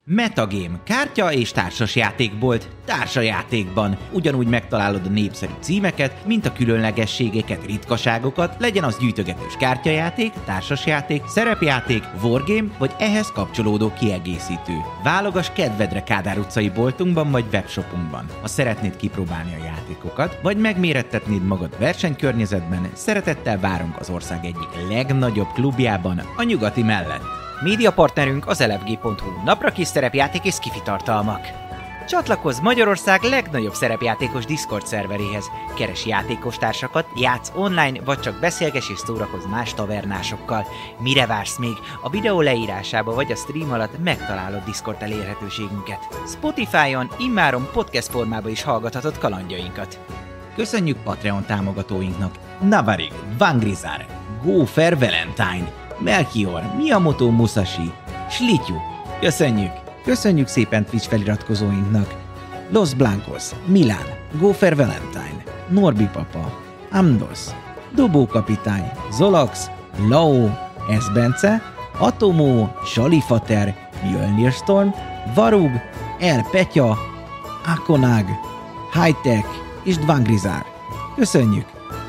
Metagame, kártya és társasjátékbolt, társajátékban. Ugyanúgy megtalálod a népszerű címeket, mint a különlegességeket, ritkaságokat, legyen az gyűjtögetős kártyajáték, társasjáték, szerepjáték, wargame vagy ehhez kapcsolódó kiegészítő. Válogass kedvedre Kádár utcai boltunkban vagy webshopunkban. Ha szeretnéd kipróbálni a játékokat, vagy megmérettetnéd magad versenykörnyezetben, szeretettel várunk az ország egyik legnagyobb klubjában, a Nyugati mellett. Médiapartnerünk az elefg.hu, napra kis szerepjáték és skifi tartalmak. Csatlakozz Magyarország legnagyobb szerepjátékos Discord szerveréhez. Keres játékostársakat, játsz online, vagy csak beszélges és szórakozz más tavernásokkal. Mire vársz még? A videó leírásába vagy a stream alatt megtalálod Discord elérhetőségünket. Spotify-on immáron podcast formában is hallgathatod kalandjainkat. Köszönjük Patreon támogatóinknak: Navarig, Vangrizar, Gófer Valentine, Melchior, Miyamoto Musashi, Slityu. Köszönjük! Köszönjük szépen Twitch feliratkozóinknak: Los Blancos, Milán, Gófer Valentine, Norbi Papa, Amdos, Dobó Kapitány, Zolax, Lao, Esbence, Atomó, Salifater, Mjölnir Storm, Varug, El Petya, Akonag, Hightech és Dvangrizár. Köszönjük!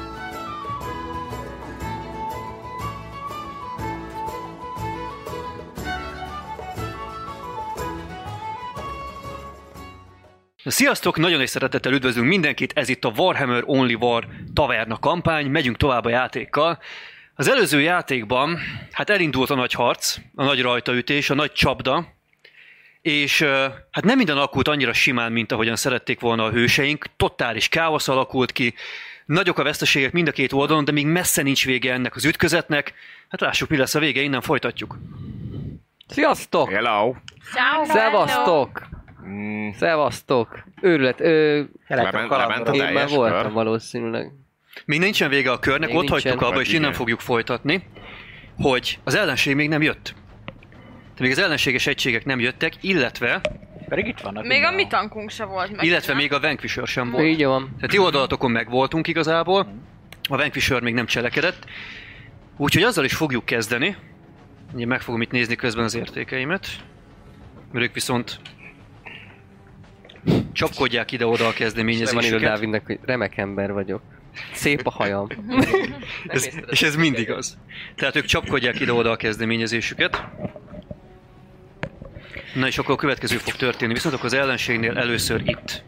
Sziasztok! Nagyon és szeretettel üdvözlünk mindenkit, ez itt a Warhammer Only War taverna kampány, megyünk tovább a játékkal. Az előző játékban hát elindult a nagy harc, a nagy rajtaütés, a nagy csapda, és hát nem minden alakult annyira simán, mint ahogyan szerették volna a hőseink, totális káosz alakult ki, nagyok a veszteségek mind a két oldalon, de még messze nincs vége ennek az ütközetnek. Hát lássuk, mi lesz a vége, innen folytatjuk. Sziasztok! Hello! Szevasztok! Szevasztok! Őrület, Lement a én már teljes voltam kör. valószínűleg. Még nincsen vége a körnek, Még ott hagytuk nincsen. abba, és innen fogjuk folytatni, hogy az ellenség még nem jött. Tehát még az ellenséges egységek nem jöttek, illetve Pedig itt vannak. Még a mi tankunk se volt meg. illetve még a Vanquisher sem volt. Így van. Tehát ti oldalatokon meg voltunk igazából, a Vanquisher még nem cselekedett, úgyhogy azzal is fogjuk kezdeni. Én meg fogom itt nézni közben az értékeimet, mert ők viszont csapkodják ide-oda a Nem van írva kezdeményezésüket. Dávidnek, hogy remek ember vagyok. Szép a hajam. És ez mindig az. Tehát ők csapkodják ide-oda a kezdeményezésüket. Na és akkor a következő fog történni, viszont akkor az ellenségnél először itt.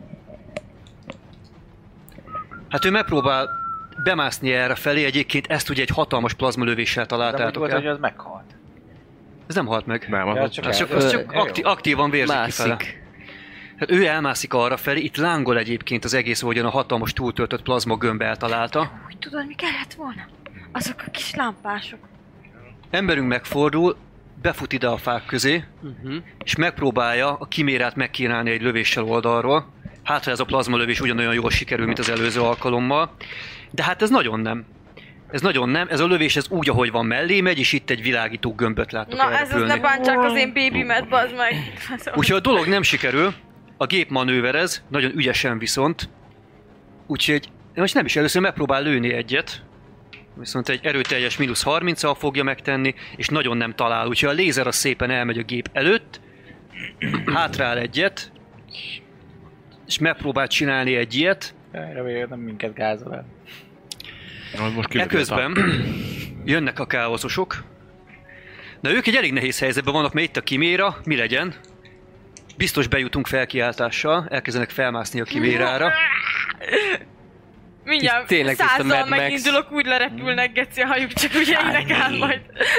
Hát ő megpróbál bemászni erre felé, egyébként ezt ugye egy hatalmas plazmalövéssel De úgy találtátok volt, hogy el. az meghalt. Ez nem halt meg. Nem, Ja, az csak Az csak aktívan vérzik kifele. Mászik. Hát ő elmászik arra felé, itt lángol egyébként az egész, ahogyan a hatalmas túltöltött plazma gömb eltalálta. Úgy tudod, mi kellett volna? Azok a kis lámpások. Emberünk megfordul, befut ide a fák közé, és megpróbálja a kimérát megkínálni egy lövéssel oldalról. Hát, ha ez a plazma lövés ugyanolyan jól sikerül, mint az előző alkalommal. De hát ez nagyon nem. Ez a lövés ez úgy, ahogy van mellé megy, és itt egy világító gömböt láttok Na ez az elrepülni. ne bántsák az én bébimet, bazd meg. Úgyhogy a dolog nem sikerül, a gép manőverez, nagyon ügyesen viszont. Úgyhogy most nem is először megpróbál lőni egyet. Viszont egy erőteljes -30-al fogja megtenni, és nagyon nem talál. Úgyhogy a lézer az szépen elmegy a gép előtt, hátrál egyet, és megpróbál csinálni egy ilyet. Remélem, nem minket gázol el. Eközben jönnek a káoszosok. Na ők egy elég nehéz helyzetben vannak, mert itt a kiméra, mi legyen? Biztos bejutunk felkiáltással, elkezdenek felmászni a kimérára. Mindjárt Tényleg tiszta Mad 100-zal Max. megindulok, úgy lerepülnek, geci a hajuk, csak ugye énekel majd.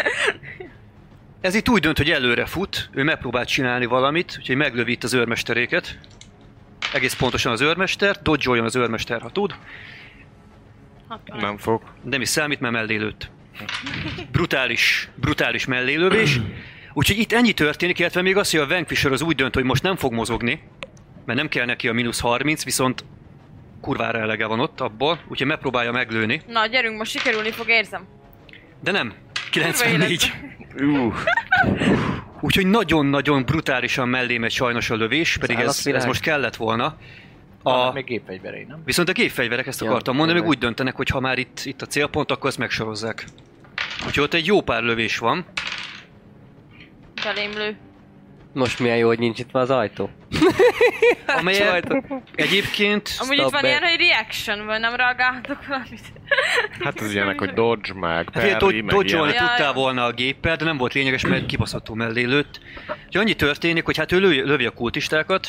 Ez itt úgy dönt, hogy előre fut, ő megpróbál csinálni valamit, úgyhogy meglövi itt az őrmesteréket. Egész pontosan az őrmester, dodge-oljon az őrmester, ha tud. Nem fog. Nem is számít, mert mellé lőtt. Brutális mellélövés. Úgyhogy itt ennyi történik, illetve még az, hogy a Vanquisher az úgy dönt, hogy most nem fog mozogni, mert nem kell neki a -30, viszont kurvára elege van ott abból, úgyhogy megpróbálja meglőni. Na, gyerünk, most sikerülni fog, érzem. De nem. 94. Uh, Úgyhogy nagyon-nagyon brutálisan mellé megy sajnos a lövés, pedig ez állatvilág. most kellett volna. Még gépfegyverei, nem? Viszont a gépfegyverek, ezt Ja, akartam mondani, meg tényleg. úgy döntenek, hogy ha már itt a célpont, akkor ezt megsorozzák. Úgyhogy ott egy jó pár lövés van. Belém lő. Most milyen jó, hogy nincs itt az ajtó. Amelyet egyébként... Amúgy itt van ilyen, hogy reaction, vagy nem reagáltok valamit. Hát az ilyenek, hogy dodge, meg Hát ilyen parry, meg dodge-olni ilyenek. tudtál volna a géppel, de nem volt lényeges, mert kibaszottul mellé lőtt. Úgyhogy annyi történik, hogy hát ő lövi a kultistákat,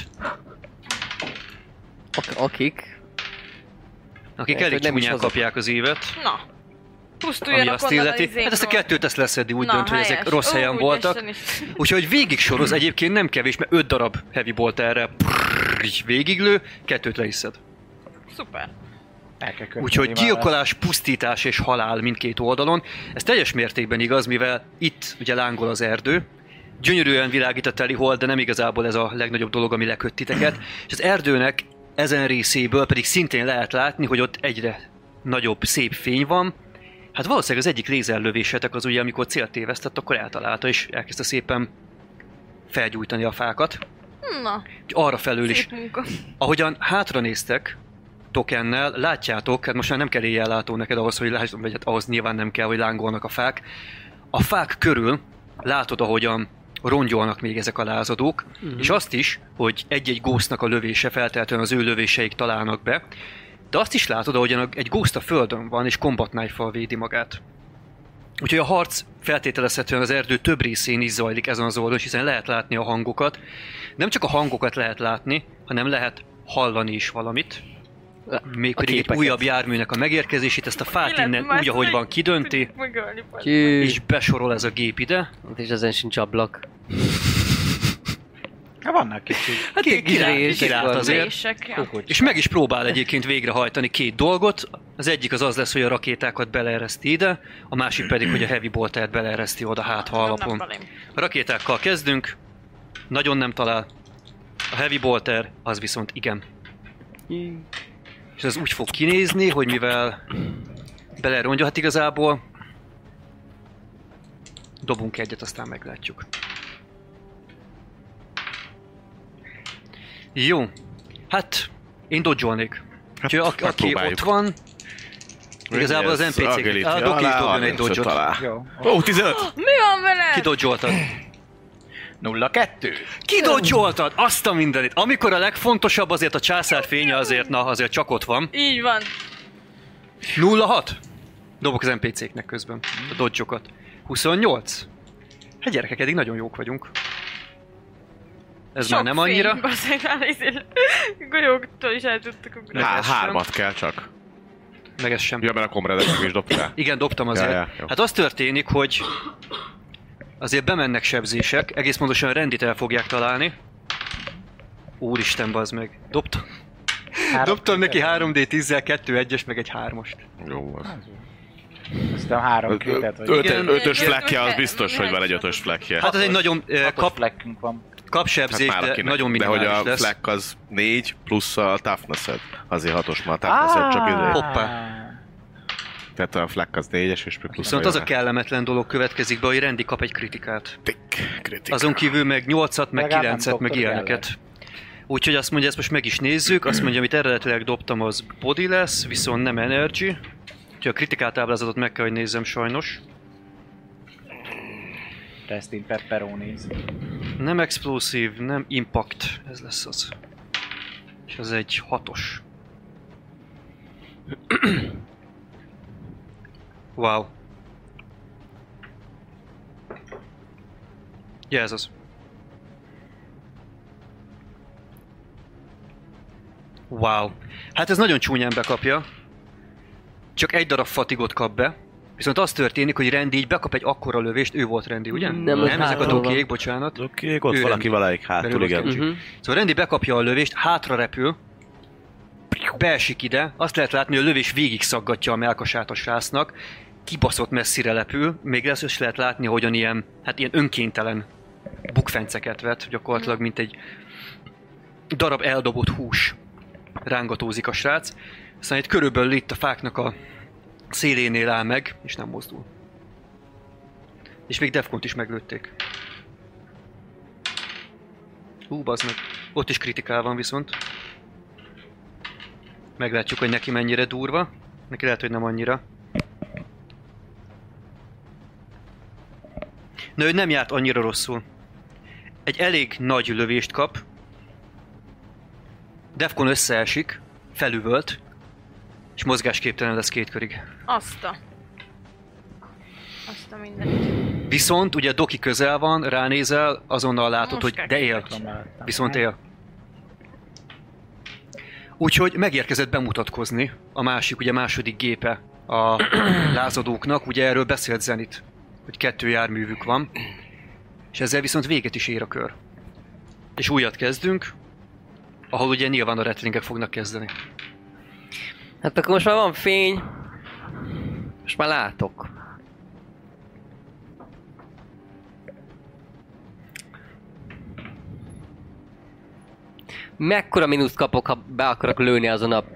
Akik? akik Lehet, elég hogy nem is csúnyán azok. kapják az évet, Na. ami Pusztuljanak azt onnan illeti. Hát ezt a kettőt ezt leszedi, úgy dönt, hogy ezek rossz helyen voltak. Úgyhogy végig soroz egyébként nem kevés, mert 5 darab heavy bolt erre így végiglő, 2-t le is szed. Szuper. Úgyhogy gyilkolás, pusztítás és halál mindkét oldalon. Ez teljes mértékben igaz, mivel itt ugye lángol az erdő, gyönyörűen világít a telihold, de nem igazából ez a legnagyobb dolog, ami leköt titeket. És az erdőnek ezen részéből pedig szintén lehet látni, hogy ott egyre nagyobb, szép fény van. Hát valószínűleg az egyik lézerlövésetek az ugye, amikor célt tévesztett, akkor eltalálta, és elkezdte szépen felgyújtani a fákat. Na, Úgyhogy arra felül is. szép munka. Ahogyan hátra néztek tokennel, látjátok, hát most már nem kell éjjellátó neked ahhoz, hogy lásd, vagy hát ahhoz nyilván nem kell, hogy lángolnak a fák. A fák körül látod, ahogyan rongyolnak még ezek a lázadók, és azt is, hogy egy-egy ghostnak a lövése feltétlenül az ő lövéseik találnak be, de azt is látod, ahogyan egy ghost a földön van, és combat knife-val védi magát. Úgyhogy a harc feltételezhetően az erdő több részén is zajlik ezen az oldalon, hiszen lehet látni a hangokat. Nem csak a hangokat lehet látni, hanem lehet hallani is valamit. Mégpedig egy újabb járműnek a megérkezését, ezt a fát innen úgy, ahogy van, kidönti, és besorol ez a gép ide. És ezen sincs ablak. Vannak kicsit. Hát Kilát azért. Rések, ja. És meg is próbál egyébként végrehajtani 2 dolgot. Az egyik az lesz, hogy a rakétákat beleereszti ide, a másik pedig, hogy a heavy boltert beleereszti oda hátha alapon. A rakétákkal kezdünk, nagyon nem talál. A heavy bolter az viszont igen. És ez úgy fog kinézni, hogy mivel belerongja, hát igazából dobunk egyet, aztán meglátjuk. Jó, hát én dodge-olnék. Úgyhogy aki ott van, igazából az NPC-ket. Doki is dobjon egy dodge-ot. Jó. 15! Mi van vele? Ki dodge-oltad? 0-2. Ki dodge-oltad? Azt a mindenit. Amikor a legfontosabb, azért a császár fénye azért, na, azért csak ott van. Így van. 0-6? Dobok az NPC-knek közben a dodge-okat. 28? Hát gyerekek, eddig nagyon jók vagyunk. Ez Sok már nem annyira. fény, basszeg, golyóktól is el tudtuk ugrani. 3-at kell csak. Meg ez sem. Ja, mert a komredet is dobtál. Igen, dobtam azért. Jó. Hát az történik, hogy azért bemennek sebzések, egész pontosan Rendit el fogják találni. Úristen, bazd meg. Dobtam neki 3D10-zel, 2-1-es, meg egy 3-ost. Jó van. Aztán 3 kritet, vagy... Igen. 5-ös flekje, az biztos, hogy van egy 5-ös flekje. Hát ez egy nagyon flekkünk van. kapsebzés, Hát de nagyon de hogy minimális a lesz. flek az 4 plusz a toughness-ed. Azért 6-os, már a toughness-ed csak idő. Hoppá. Tehát a flek az 4-es, és plusz Viszont az a kellemetlen dolog következik be, hogy Randy kap egy kritikát. kritik. Azon kívül meg 8-at, meg Legalább nem 9-et, meg dobtad ilyeneket. Úgyhogy azt mondja, ezt most meg is nézzük. Azt mondja, amit eredetileg dobtam, az body lesz, viszont nem energy. Úgyhogy a kritikátáblázatot meg kell, hogy nézzem sajnos. Rest in pepperonis. Nem explosive, nem impact. Ez lesz az. És az egy 6-os. Wow. Ja, ez az. Wow. Hát ez nagyon csúnyán bekapja. Csak egy darab fatigot kap be. Viszont az történik, hogy Randy így bekap egy akkora lövést, ő volt Randy, ugye? Nem, ezek a hátul van. dokiék, bocsánat. Oké, ott Ő valaki Randy. valamelyik hátul, Belül igen. ott van. Szóval Randy bekapja a lövést, hátra repül, beesik ide, azt lehet látni, hogy a lövés végig szaggatja a melkasát a srácnak, kibaszott messzire lepül, még lesz is lehet látni, hogyan ilyen önkéntelen bukfenceket vet, gyakorlatilag mint egy darab eldobott hús rángatózik a srác. Aztán itt körülbelül itt a fáknak a szélénél áll meg, és nem mozdul. És még Defcont is meglőtték. Bazd meg. Ott is kritikál van viszont. Meglátjuk, hogy neki mennyire durva. Neki lehet, hogy nem annyira. Na, ő nem járt annyira rosszul. egy elég nagy lövést kap. Defcon összeesik, felüvölt, és mozgásképtelen lesz 2 körig. Azt a mindenit. Viszont ugye Doki közel van, ránézel, azonnal látod, Most hogy kell de él. Viszont él. Úgyhogy megérkezett bemutatkozni a másik, ugye második gépe a lázadóknak. Ugye erről beszélt Zenit, hogy 2 járművük van. És ezzel viszont véget is ér a kör. És újat kezdünk, ahol ugye nyilván a retlingek fognak kezdeni. Hát akkor most már van fény. Most már látok. Mekkora mínuszt kapok, ha be akarok lőni azon a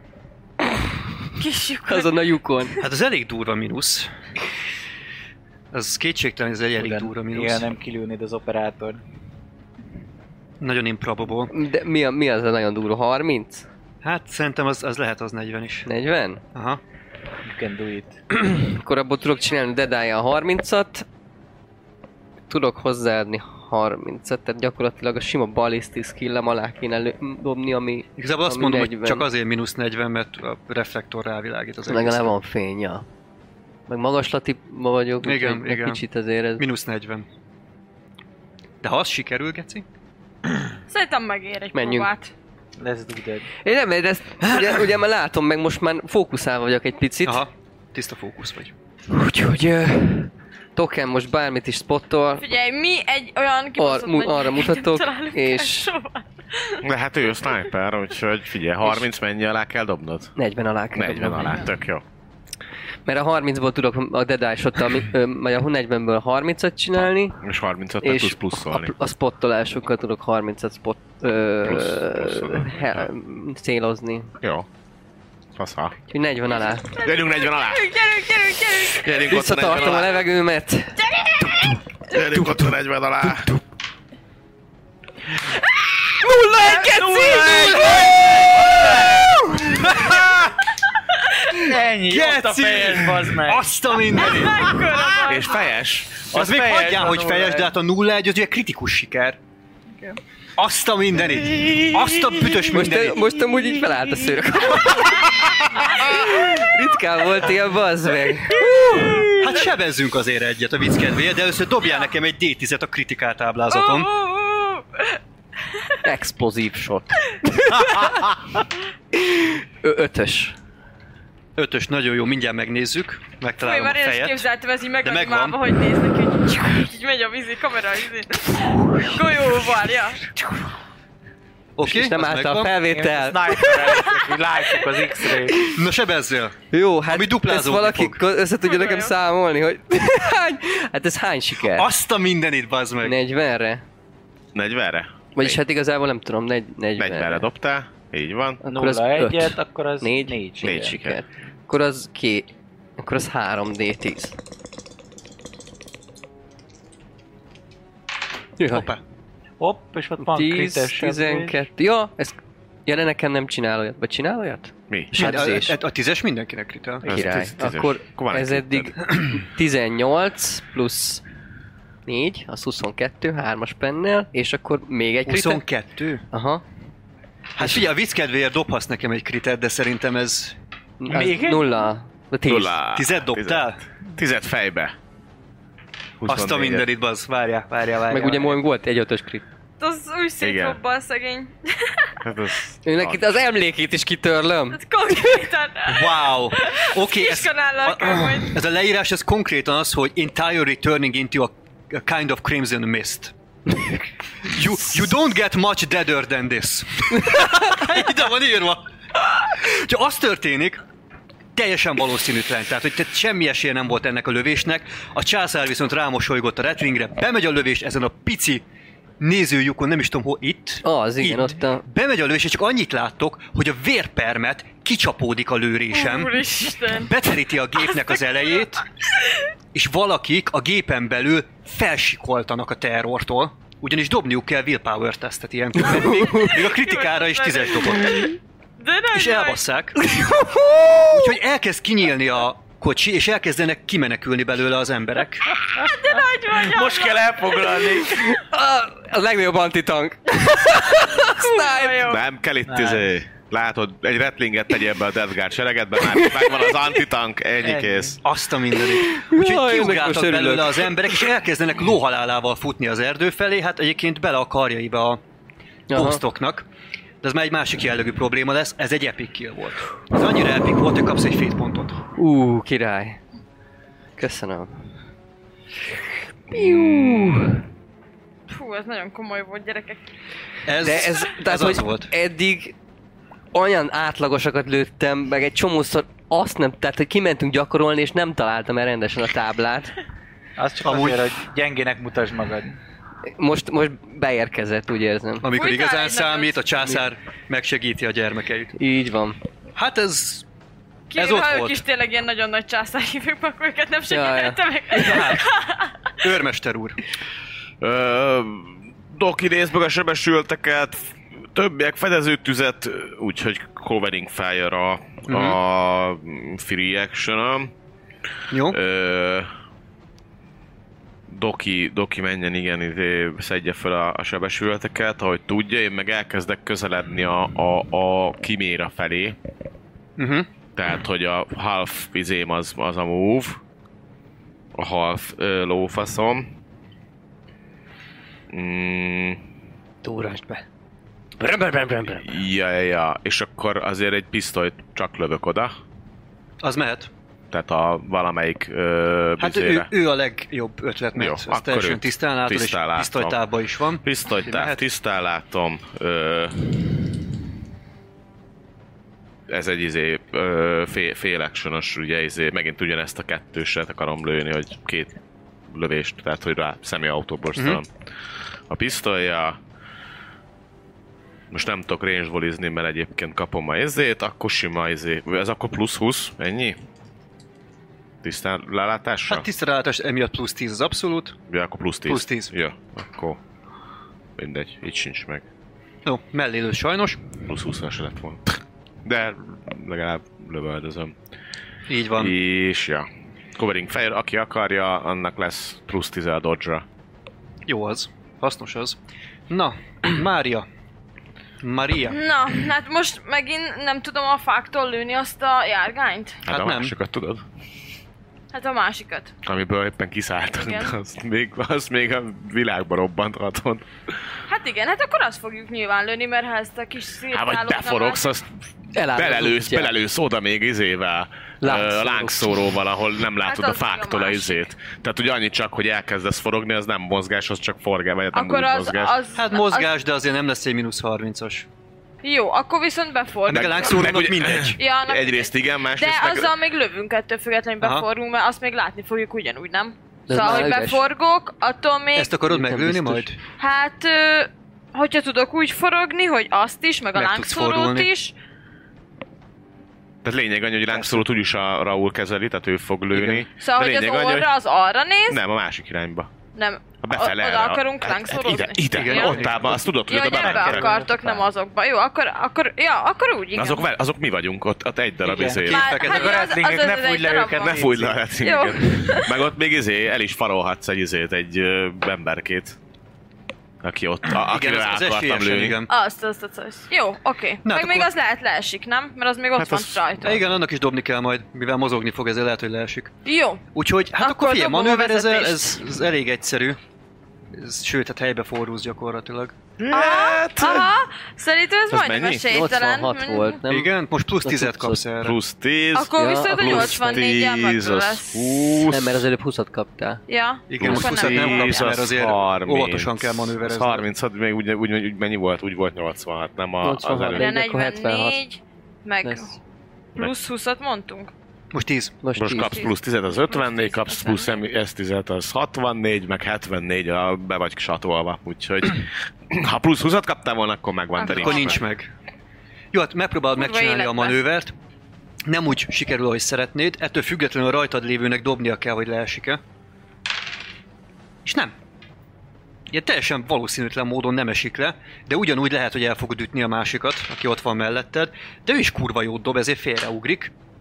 lyukon? Hát az elég durva mínusz. Az kétségtelen, ez egy elég durva mínusz. Igen, nem kilőnéd az operátor. Nagyon improbable. De mi az a nagyon durva? 30? Hát szerintem az lehet az 40 is. 40? Aha. You can do it. Akkor abból tudok csinálni Deadeye-a 30-at. Tudok hozzáadni 30-at, tehát gyakorlatilag a sima balliszti skillem alá kéne dobni, ami... Igazából azt ami mondom, 40. hogy csak azért mínusz 40, mert a reflektor rávilágít az Legalább egészre. van fény, ja. Meg magaslati vagyok, Igen, egy igen. kicsit azért ez... Mínusz 40. De ha az sikerül, Geci? Szerintem megér egy Menjünk. próbát. Let's do that. Én nem, de ezt ugye már látom, meg most már fókuszálva vagyok egy picit. Aha, tiszta fókusz vagy. Úgyhogy Token most bármit is spottol, Figyelj, mi egy olyan kibaszott nagy arra gyereket mutatok, találunk el és soha. De hát ő a sniper, úgyhogy figyelj, 30 mennyi alá kell dobnod? 40 alá kell 40 dobnom. alá, tök jó. Mert a 30-ból tudok a Deadeye shottal, vagy a 40-ből 30-at csinálni, És 30-at meg és tudsz pluszolni. a spottolásokkal tudok 30-at Pluszolod. célozni. Jó. Fasza. Úgyhogy 40 alá. Gyerünk 40 alá! Gyerünk! Gyerünk ott a 40 Visszatartom a alá! levegőmet. Gyerünk ott a 40 alá! Ennyi, ott a fejes, bazd meg! Azt a mindenit! És fejes! Az még fejes, hagyján, a hogy 0-1. fejes, de hát a 0-1 az ugye kritikus siker. Azt a mindenit! Azt a bütös mindenit! Most amúgy így felállt a szőrök. Ritkán volt ilyen, bazd meg. Hát sebezzünk azért egyet a vicc kedvéért, de először dobjál nekem egy D10-et a kritikál táblázaton. Explosive shot. 5-ös. 5-ös, nagyon jó, mindjárt megnézzük. Fúj, Megtalálom a már én is fejet. képzeltem, ez így De megvan. meganimálva, hogy néznek, hogy így megy a vízi kamera, golyóval, ja. Oké, És nem az állt a megvan. felvétel. Sniper-elek, hogy látjuk az X-ray. Na sebezzél! Jó, hát Ami ezt duplázódni valaki fog. össze tudja Kurva nekem jó. számolni, hogy hát ez hány siker? Azt a mindenit, bazd meg! 40-re? 40-re? Vagyis hát igazából nem tudom, 40-re 40-re. dobtál, így van. Akkor az 0-1-et, 5. akkor az 4 4 Négy siker. Akkor az akkor az 3D10. Jöjjön. Hoppá. Hopp, és ott van 10, krites 12. Ja, ez... Ja, de nekem nem csinál olyat. Vagy csinál olyat? Mi? Sebzés. A 10-es mindenkinek kritál. Ez Király. 10-es. Akkor van egy ez eddig 18 plusz 4, az 22, 3-as pennel, és akkor még egy kritet. 22? Aha. Hát figyelj, a vicc kedvéért dobhatsz nekem egy kritet, de szerintem ez... Még egy? 0. 10. 10-et dobtál? 10 fejbe. Azt a 24-et. mindenit, bazd. Várjál. Meg ugye majd volt egy 5-ös krit. Az úgy szétrobban szegény. Hát az... Őnek itt az emlékét is kitörlöm. Ez konkrétan. Wow! Oké, Kiskanállal kell majd. ez a leírás, ez konkrétan az, hogy entirely turning into a kind of crimson mist. You don't get much deader than this. Ide van írva. Úgyhogy az történik, teljesen valószínűtlen, tehát hogy semmi esélye nem volt ennek a lövésnek, a császár viszont rámosolygott a retlingre, bemegy a lövés ezen a pici nézőjukon, nem is tudom hol, itt. Az, igen, itt. ott a... Bemegy a lövés, és csak annyit láttok, hogy a vérpermet kicsapódik a lőrésem, Úristen. beteríti a gépnek az elejét, és valakik a gépen belül felsikoltanak a terrortól, ugyanis dobniuk kell willpower tesztet ilyenkor, mert még a kritikára is 10-es dobott. De nem És vagy. elbasszák. Úgyhogy elkezd kinyílni kocsi, és elkezdenek kimenekülni belőle az emberek. De nagy vagy! Most kell elfoglalni. A legnagyobb antitank. Nem kell itt látod, egy Ratlinget tegyél be a Death Guard seregedbe, már megvan az antitank, ennyi kész. Azt a mindenit. Úgyhogy Jaj, kiugráltak most örülök. belőle az emberek, és elkezdenek lóhalálával futni az erdő felé, hát egyébként bele a karjaiba a posztoknak. De ez már egy másik jellegű probléma lesz, ez egy epic kill volt. Ez annyira epic volt, hogy kapsz egy fate pontot. Király. Köszönöm. Fú, ez nagyon komoly volt, gyerekek. Ez az hogy volt. eddig olyan átlagosakat lőttem, meg egy csomószor azt nem, tehát hogy kimentünk gyakorolni, és nem találtam el rendesen a táblát. Az csak azért, hogy gyengének mutasd magad. Most beérkezett, úgy érzem. Amikor Fújtál igazán egy számít, a császár megsegíti a gyermekeit. Így van. Hát ez Kérem, ott ha ők volt. is tényleg ilyen nagyon nagy császárhívők, akkor őket nem segítette meg. őrmester úr. Doki nézd meg a sebesülteket, többiek fedezőtüzet, úgyhogy covering fire a free action-om. Jó. Doki menjen, igen, szedje fel a sebesülteket, ahogy tudja, én meg elkezdek közeledni a kiméra felé. Tehát, hogy a half izém az a move, a half lófaszom. Túrásd be. Ja, és akkor azért egy pisztolyt csak lövök oda. Az mehet. Tehát a valamelyik Hát bizére. ő a legjobb ötlet, mert Jó, ezt akkor teljesen őt tisztán látod, és tisztán látom. pisztolytában is van. Pisztolytáv, Mehet. tisztán látom. Ez egy fél actionos, ugye megint ugyanezt a kettőset akarom lőni, hogy két lövést, tehát hogy rá semi-autoburst a pisztolya. Most nem tudok range volizni, mert egyébként kapom a izét, akkor sima ez akkor plusz 20, ennyi? Tisztán lelátásra? Hát tisztelátás emiatt plusz 10 az abszolút. Ja, akkor plusz 10. Plusz 10. Ja, akkor mindegy, így sincs meg. Jó, mellélő sajnos. Plusz 20 se lett volna. De legalább lövöldözöm. Így van. És ja. Covering fire, aki akarja, annak lesz plusz 10 a dodge-ra. Jó az. Hasznos az. Na, Maria. Na, hát most megint nem tudom a fáktól lőni azt a járgányt. Hát a nem. másikat tudod? Hát a másikat. Amiből éppen kiszálltak, Igen. de azt még a világba robbanthatod. Hát igen, hát akkor azt fogjuk nyilván lőni, mert ha ezt a kis Hát szirkálót vagy beforogsz, azt Elállod belelősz oda még izével, lángszóróval, ahol nem látod Hát a az meg a fáktól a másik. izét. Tehát ugye annyit csak, hogy elkezdesz forogni, az nem mozgás, az csak forgás, vagy nem akkor úgy az, mozgás. Hát mozgás, de azért nem lesz egy mínusz 30-as. Jó, akkor viszont beforgunk. Meg a lángszórónak ugye- mindegy. Ja, annak Egyrészt igen, de másrészt meg... azzal még lövünk ettől függetlenül Aha. beforgunk, mert azt még látni fogjuk ugyanúgy, nem? De ez Szóval, már hogy üres. beforgok, attól még... Ezt akarod Nem meglőni biztos. majd? Hát, hogyha tudok úgy forogni, hogy azt is, meg a Meg tudsz lángszórót fordulni. is. Tehát lényeg annyi, hogy lángszórót úgyis a Raúl kezeli, tehát ő fog lőni. Igen. Szóval, De hogy az lényeg annyi, orra az arra néz, Nem, a másik irányba. nem, Befele oda erre. akarunk Hát lángszórózni. ide, Igen, Ja. ott állva, azt tudod, Ja, hogy hogy oda ebbe be kell. akartok, nem azokba. Jó, akkor úgy, igen. Azok mi vagyunk, ott egy darab Igen. izé. Már- Ezek hát a az- wrestlingek, az ne egy fújj le darab őket, van. Ne fújj le a wrestlingeket. Meg ott még el is farolhatsz egy emberkét. Aki ott, akire Igen, rá az akartam esélyesen, lőni. igen. Azt. Jó, oké. Na, Meg még akkor- az lehet leesik, nem? Mert az még ott Hát van az- rajta. Igen, annak is dobni kell majd, mivel mozogni fog, ezért lehet, hogy leesik. Jó. Úgyhogy, hát akkor Akkor figyelj, dobom a manőverezel, vezetést. ez elég egyszerű. Sőt, hát helybe forrulsz gyakorlatilag. Aha, szerintem ez Az majdnem mennyi? esélytelen. 86 volt, nem? Igen, most plusz 10-et kapsz erre. Plusz 10, Akkor Ja, viszont a plusz 84-jel meg 10, az lesz. 20. Nem, mert az előbb 20-at kaptál. Ja, Igen, most akkor 20-et nem kapsz, 10, mert az azért 30. óvatosan kell manőverezni. 36, még úgy mennyi volt? Úgy volt 86, nem az 86. előbb. de akkor 44, meg Lesz. plusz 20-at mondtunk. Most 10. Most Most 10. kapsz plusz 10, az 54, kapsz plusz 54. S10, az 64, meg 74, be vagy satolva, úgyhogy ha plusz 20-at kaptál volna, akkor megvan, de Akkor nincs meg. Jó, hát megpróbálod Kurva megcsinálni a életbe. manővert. Nem úgy sikerül, ahogy szeretnéd. Ettől függetlenül a rajtad lévőnek dobnia kell, hogy leesik-e. És nem. Ilyen teljesen valószínűtlen módon nem esik le, de ugyanúgy lehet, hogy el fogod ütni a másikat, aki ott van melletted, de ő is kurva jót dob, ezért félreugrik.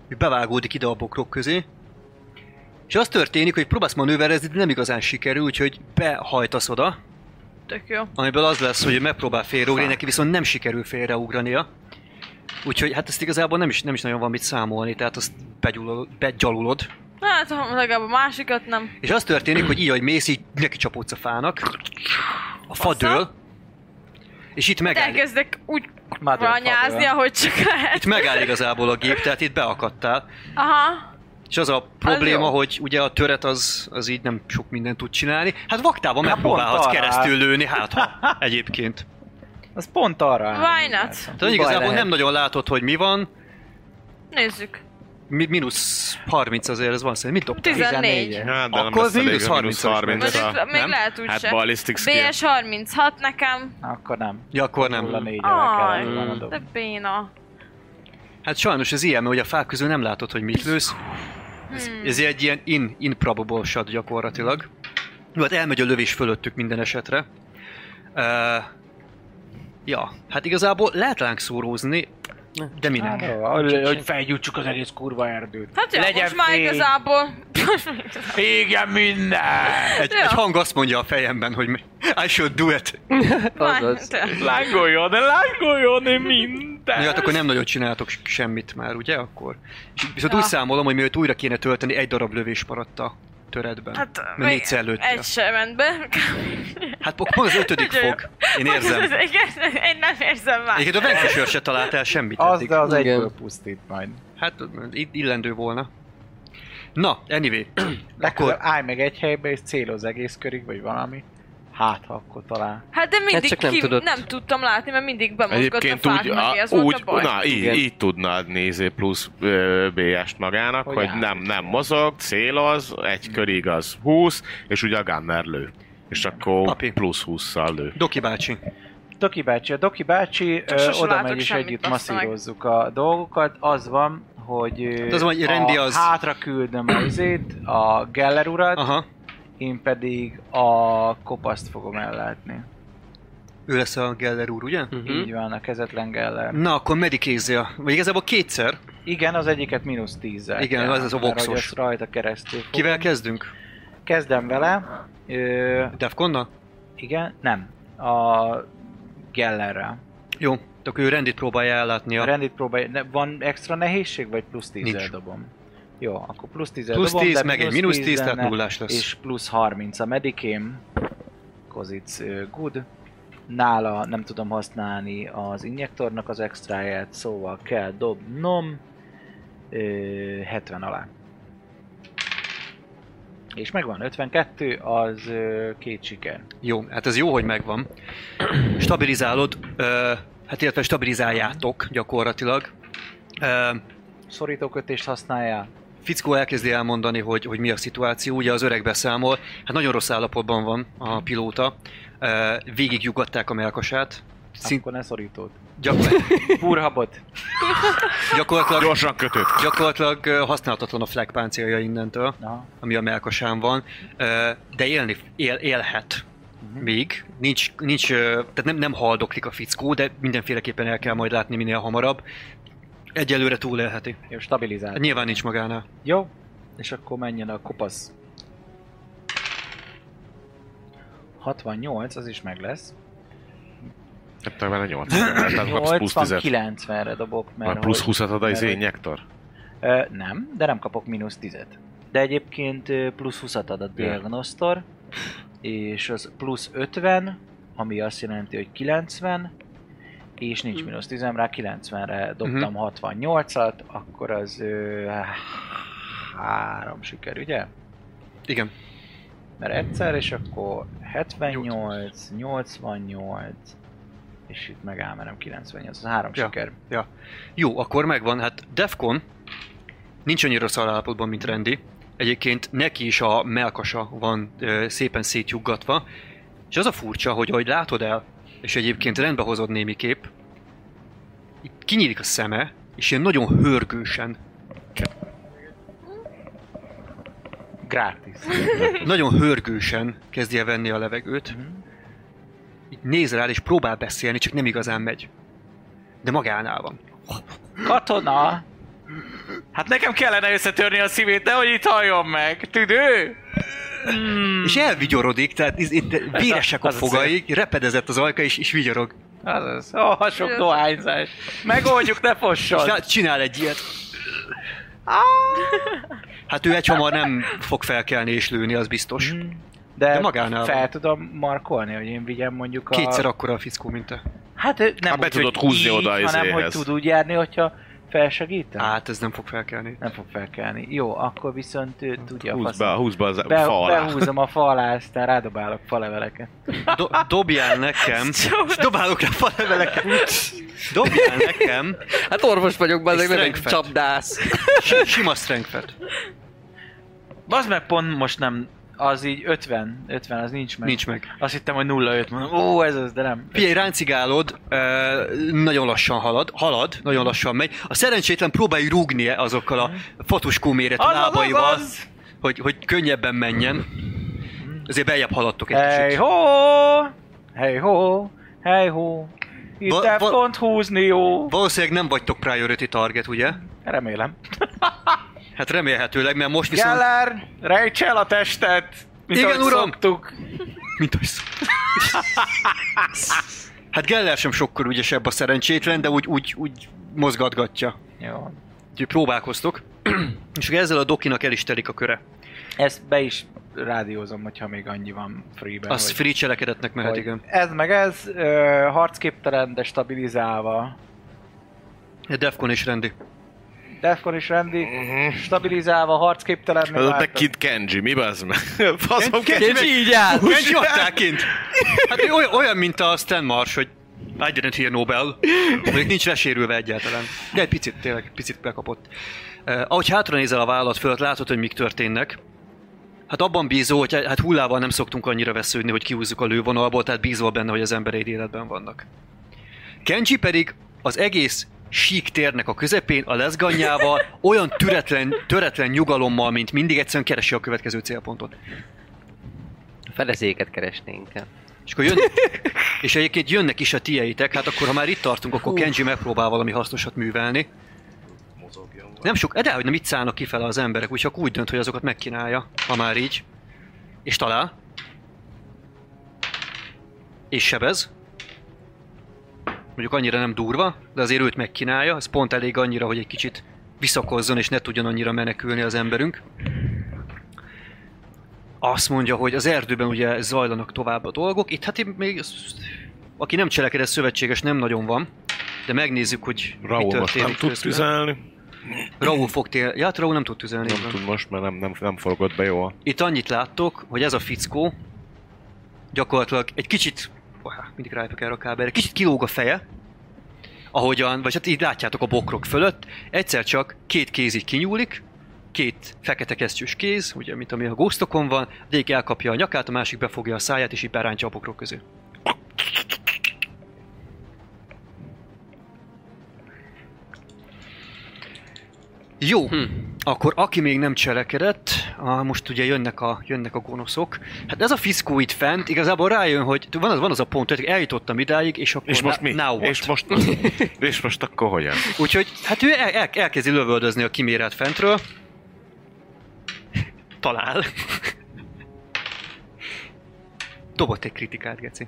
bevágódik ide a bokrok közé, és az történik, hogy próbálsz manőverezni, de nem igazán sikerül, úgyhogy behajtasz oda, Tök jó. amiből az lesz, hogy megpróbál félreugrani, neki viszont nem sikerül félreugrania. Úgyhogy hát ezt igazából nem is nagyon van mit számolni, tehát azt begyalulod. Hát legalább a másikat nem. És az történik, hogy így, ahogy mész, így neki csapódsz a fának. A fa dől. És itt megáll. Elkezdek úgy Mother ranyázni, father. ahogy csak lehet. Itt megáll igazából a gép, tehát itt beakadtál. Aha. És az a probléma, jó. hogy ugye a töret az így nem sok mindent tud csinálni. Hát vaktában Hát megpróbálhatsz pont arra keresztül lőni, hát ha egyébként. Az pont arra áll. Why not? Tehát igazából nem nagyon látod, hogy mi van. Nézzük. Mínusz 30 azért, ez van szerintem. Mit dobtál? 14. Hát, de nem Akkor lesz elég mínusz a mínusz 30. 30 Mondjuk még nem? lehet úgy Hát se. ballistic skill. BS 36 nekem. Akkor nem. Ja, akkor nem. 04-vel Aj, kell mondom. de béna. Hát sajnos ez ilyen, mert hogy a fák közül nem látod, hogy mit lősz. Ez egy ilyen improbable shot gyakorlatilag. Jó, hát elmegy a lövés fölöttük minden esetre. Ja, hát igazából lehet ránk szórózni, de mi nem. Hát jó, hogy felgyújtsuk az egész kurva erdőt. Hát jó, Legyen most már fény. igazából... Égjen minden! Egy hang azt mondja a fejemben, hogy I should do it. Azaz. Lángoljon minden! Ja, hát akkor nem nagyon csináltok semmit már, ugye akkor? És viszont úgy számolom, hogy mielőtt újra kéne tölteni, egy darab lövés maradt a töredben. Hát, Mert négyszer lőttél. egy sem ment be. Hát pont az ötödik Nagyon jó. fog. Én érzem. Igen, én nem érzem már. Egyébként a Vanquisher se találtál semmit Az, eddig. de az Igen. egyből pusztít majd. Hát illendő volna. Na, anyway. Legközelebb Akkor állj meg egy helybe és céloz egész körig, vagy valami. Hát, ha akkor talál. Hát de mindig csak nem tudod. nem tudtam látni, mert mindig bemozgott a Egyébként fák úgy, mögé, ez volt a baj. na, Igen. így tudnád nézni plusz BS-t magának, Hogy hogy áll. nem mozog, céloz, egy körig az 20, és ugye a gunner lő. És akkor Papi. plusz 20-szal lő. Doki bácsi. A Doki bácsi Csak sose oda látok megy és semmit, együtt bassza meg. masszírozzuk a dolgokat. Az van, hogy De az van, hogy Randy az- hátra küldöm a izét, a Geller urat, Aha. én pedig a kopaszt fogom ellátni. Ő lesz a Geller úr, ugye? Így van, a kezetlen Geller. Na, akkor medikézzél. Vagy igazából kétszer. Igen, az egyiket mínusz 10-zel. Igen, kell, az a mert voxos. hogy ezt rajta keresztül fogom. Kivel kezdünk? Kezdem vele. Defconnal? Igen, nem. A Gellerrel. Jó, akkor ő Rendit próbálja ellátni A a... rendit próbálja. Van extra nehézség, vagy plusz 10-zel Nincs. dobom? Jó, akkor plusz 10-zel Plusz dobom, 10, de meg egy mínusz mínusz 10, tehát lenne, nullás lesz. És plusz 30 a medikém. Cause it's good. Nála nem tudom használni az injektornak az extráját, szóval kell dobnom 70 alá. És megvan, 52, az 2 siker. Jó, hát ez jó, hogy megvan. Stabilizálod, hát illetve stabilizáljátok gyakorlatilag. Szorítókötést használjál. Fickó elkezdi elmondani, hogy mi a szituáció, ugye az öreg beszámol, hát nagyon rossz állapotban van a pilóta. Végigjugatták a melkasát. Akkor ne szorítót. Furhabot. Gyakorlatilag, Gyorsan kötött. gyakorlatilag használhatatlan a flag páncélja innentől, Aha. ami a melkasán van, de élhet még. Nincs tehát nem haldoklik a fickó, de mindenféleképpen el kell majd látni minél hamarabb. Egyelőre túlélheti. Jó, stabilizál. Hát nyilván nincs magánál. Jó, és akkor menjen a kopasz. 68, az is meg lesz. Tettem vele 80, tehát kapsz plusz 10-et. 90-re dobok, mert Vagy plusz hogy- 20-at ad az mert hogy- injektor? Nem, de nem kapok mínusz 10-et. De egyébként plusz 20-at ad a diagnosztor, és az plusz 50, ami azt jelenti, hogy 90, és nincs mínusz 10 rá, 90-re dobtam 68-at, akkor az 3 siker, ugye? Igen. Mert egyszer, és akkor 78, 88, és itt megáll, mert nem 98, az 3 Ja. siker. Ja. Jó, akkor megvan. Hát Defcon nincs annyira rossz állapotban, mint Randy. Egyébként neki is a melkasa van szépen szétjuggatva. És az a furcsa, hogy ahogy látod el, és egyébként rendbe hozod némiképp, itt kinyílik a szeme, és ilyen nagyon hörgősen, Gratis. nagyon hörgősen kezdi el venni a levegőt. Így néz rá, és próbál beszélni, csak nem igazán megy. De magánál van. Katona! Hát nekem kellene összetörni a szívét, nehogy itt halljon meg. Tüdő? És elvigyorodik, tehát itt véresek a Az a fogai, repedezett az ajka és vigyorog. Azaz. Sok dohányzás. Megoldjuk, ne fosson. És csinál egy ilyet. Hát ő egyhamar nem fog felkelni és lőni, az biztos. De magánál fel tudom markolni, hogy én vigyem mondjuk a... Kétszer akkora a fickó, mint te. Hát ő nem be úgy, tudod hogy húzni így, oda hanem hogy izéhez. tud úgy járni, hogyha felsegítem. Hát ez nem fog felkelni. Nem fog felkelni. Jó, akkor viszont ő tudja Húzd be az fa alá. Behúzom a fa alá, aztán rádobálok faleveleket. Dobjál nekem. Dobálok rá faleveleket. Dobjál nekem. Hát orvos vagyok, bazdmeg, nem egy Strength-et. csapdász. Sima strength-et. Bazd meg, pont most nem, az így 50, az nincs meg. Nincs meg. Azt hittem, hogy 0,5 mondom, ez az, de nem. Figyelj, ráncigálod, nagyon lassan halad, nagyon lassan megy. A szerencsétlen próbálj rúgni azokkal a fatuskó méretű lábaival, hogy könnyebben menjen. Azért beljebb haladtok egy Hey kicsit. ho, hey ho, hey ho. Itt pont húzni jó. Valószínűleg nem vagytok priority target, ugye? Remélem. Hát remélhetőleg, mert most viszont... Geller, rejts el a testet! Mint Igen, ahogy uram! szoktuk. Mint ahogy Hát Geller sem sokkal ügyesebb a szerencsétlen, de úgy mozgatgatja. Jó. Úgyhogy próbálkoztok. És ezzel a dokinak el is telik a köre. Ezt be is rádiózom, hogyha még annyi van free-ben. Az free cselekedetnek mehet, igen. Ez meg ez, harcképtelen, de stabilizálva. Defcon és Randy. Defcon is rendi, stabilizálva, harcképtelen. Az meg kint Kenji, mi bazd meg? Faszom Kenji így áll! Kenji adták kint! Hát ő olyan, mint a Stan Marsh, hogy I didn't hear Nobel. Mondjuk nincs lesérülve egyáltalán. De egy picit, tényleg, picit bekapott. Ahogy hátra nézel a vállat fölött, látod, hogy mik történnek. Hát abban bízol, hogy hát hullával nem szoktunk annyira vesződni, hogy kihúzzuk a lővonalból, tehát bízol benne, hogy az embereid életben vannak. Kenji pedig az egész sík térnek a közepén, a leszgannyával, olyan töretlen nyugalommal, mint mindig, egyszerűen keresi a következő célpontot. A fedezéket keresnénk inkább. És akkor és egyébként jönnek is a tieitek, hát akkor ha már itt tartunk, akkor Kenji megpróbál valami hasznosat művelni. Nem sok, de hogy nem itt szállnak kifele az emberek, úgyhogy úgy dönt, hogy azokat megkínálja, ha már így. És talál. És sebez. Mondjuk annyira nem durva, de azért őt megkínálja, ez pont elég annyira, hogy egy kicsit visszakozzon és ne tudjon annyira menekülni az emberünk. Azt mondja, hogy az erdőben ugye zajlanak tovább a dolgok, itt még aki nem cselekedett szövetséges nem nagyon van, de megnézzük, hogy Raúl mi most történik. nem tud tüzelni. Raúl fog ja, hát Raúl nem tud tüzelni. Nem tud most, mert nem forgott be jól. Itt annyit láttok, hogy ez a fickó gyakorlatilag egy kicsit, mindig rájövök erre a kábelre, kicsit kilóg a feje, ahogyan, vagy hát így látjátok a bokrok fölött, egyszer csak két kéz így kinyúlik, két fekete kesztyűs kéz, ugye, mint ami a Ghostokon van, az egyik elkapja a nyakát, a másik befogja a száját, és így berántja a bokrok közé. Jó, akkor aki még nem cselekedett, most ugye jönnek a gonoszok. Hát ez a fiszkó itt fent igazából rájön, hogy van az a pont, hogy eljutottam idáig, és akkor És most mi? now what? És most akkor hogyan? Úgyhogy hát ő elkezdi lövöldözni a kimérelt fentről. Talál. Dobott egy kritikát, geci.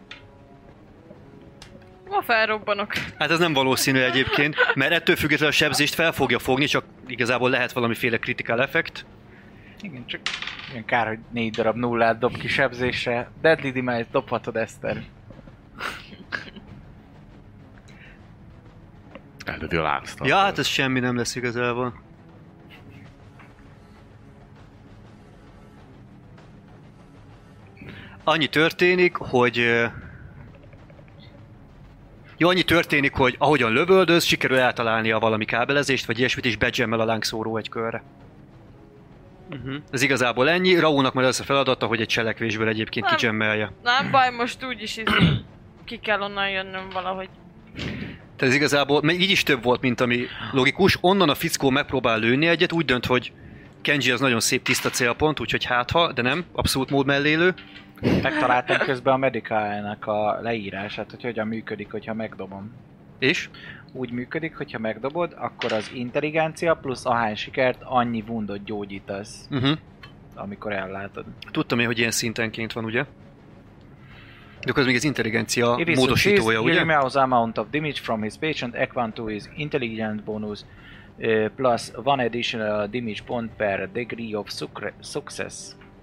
Ma felrobbanok. Hát ez nem valószínű egyébként, mert ettől függetlenül a sebzést fel fogja fogni, csak igazából lehet valamiféle critical effect. Igen, csak ilyen kár, hogy 4 darab nullát dob ki sebzésre. Deadly Damage dobhatod, Eszter. Eldödi a lánctal. Ja, hát ez semmi nem lesz igazából. Annyi történik, hogy ahogyan lövöldöz, sikerül eltalálnia valami kábelezést, vagy ilyesmit, és bejemmel a lángszóró egy körre. Ez igazából ennyi. Raúlnak majd az a feladata, hogy egy cselekvésből egyébként Nem. kijemmelje. Nem baj, most úgyis ki kell onnan jönnöm valahogy. Tehát ez igazából, így is több volt, mint ami logikus. Onnan a fickó megpróbál lőni egyet, úgy dönt, hogy Kenji az nagyon szép tiszta célpont, úgyhogy hátha, de nem, abszolút mód mellélő. Megtaláltam közben a Medical-nek a leírását, hogy hogyan működik, hogyha megdobom. És? Úgy működik, hogyha megdobod, akkor az intelligencia plusz ahány sikert annyi woundot gyógyítasz, amikor ellátod. Tudtam én, hogy ilyen szintenként van, ugye? De akkor ez még az intelligencia módosítója, ugye? It is amount of damage from his patient equal to his intelligence bonus plus one additional damage point per degree of success.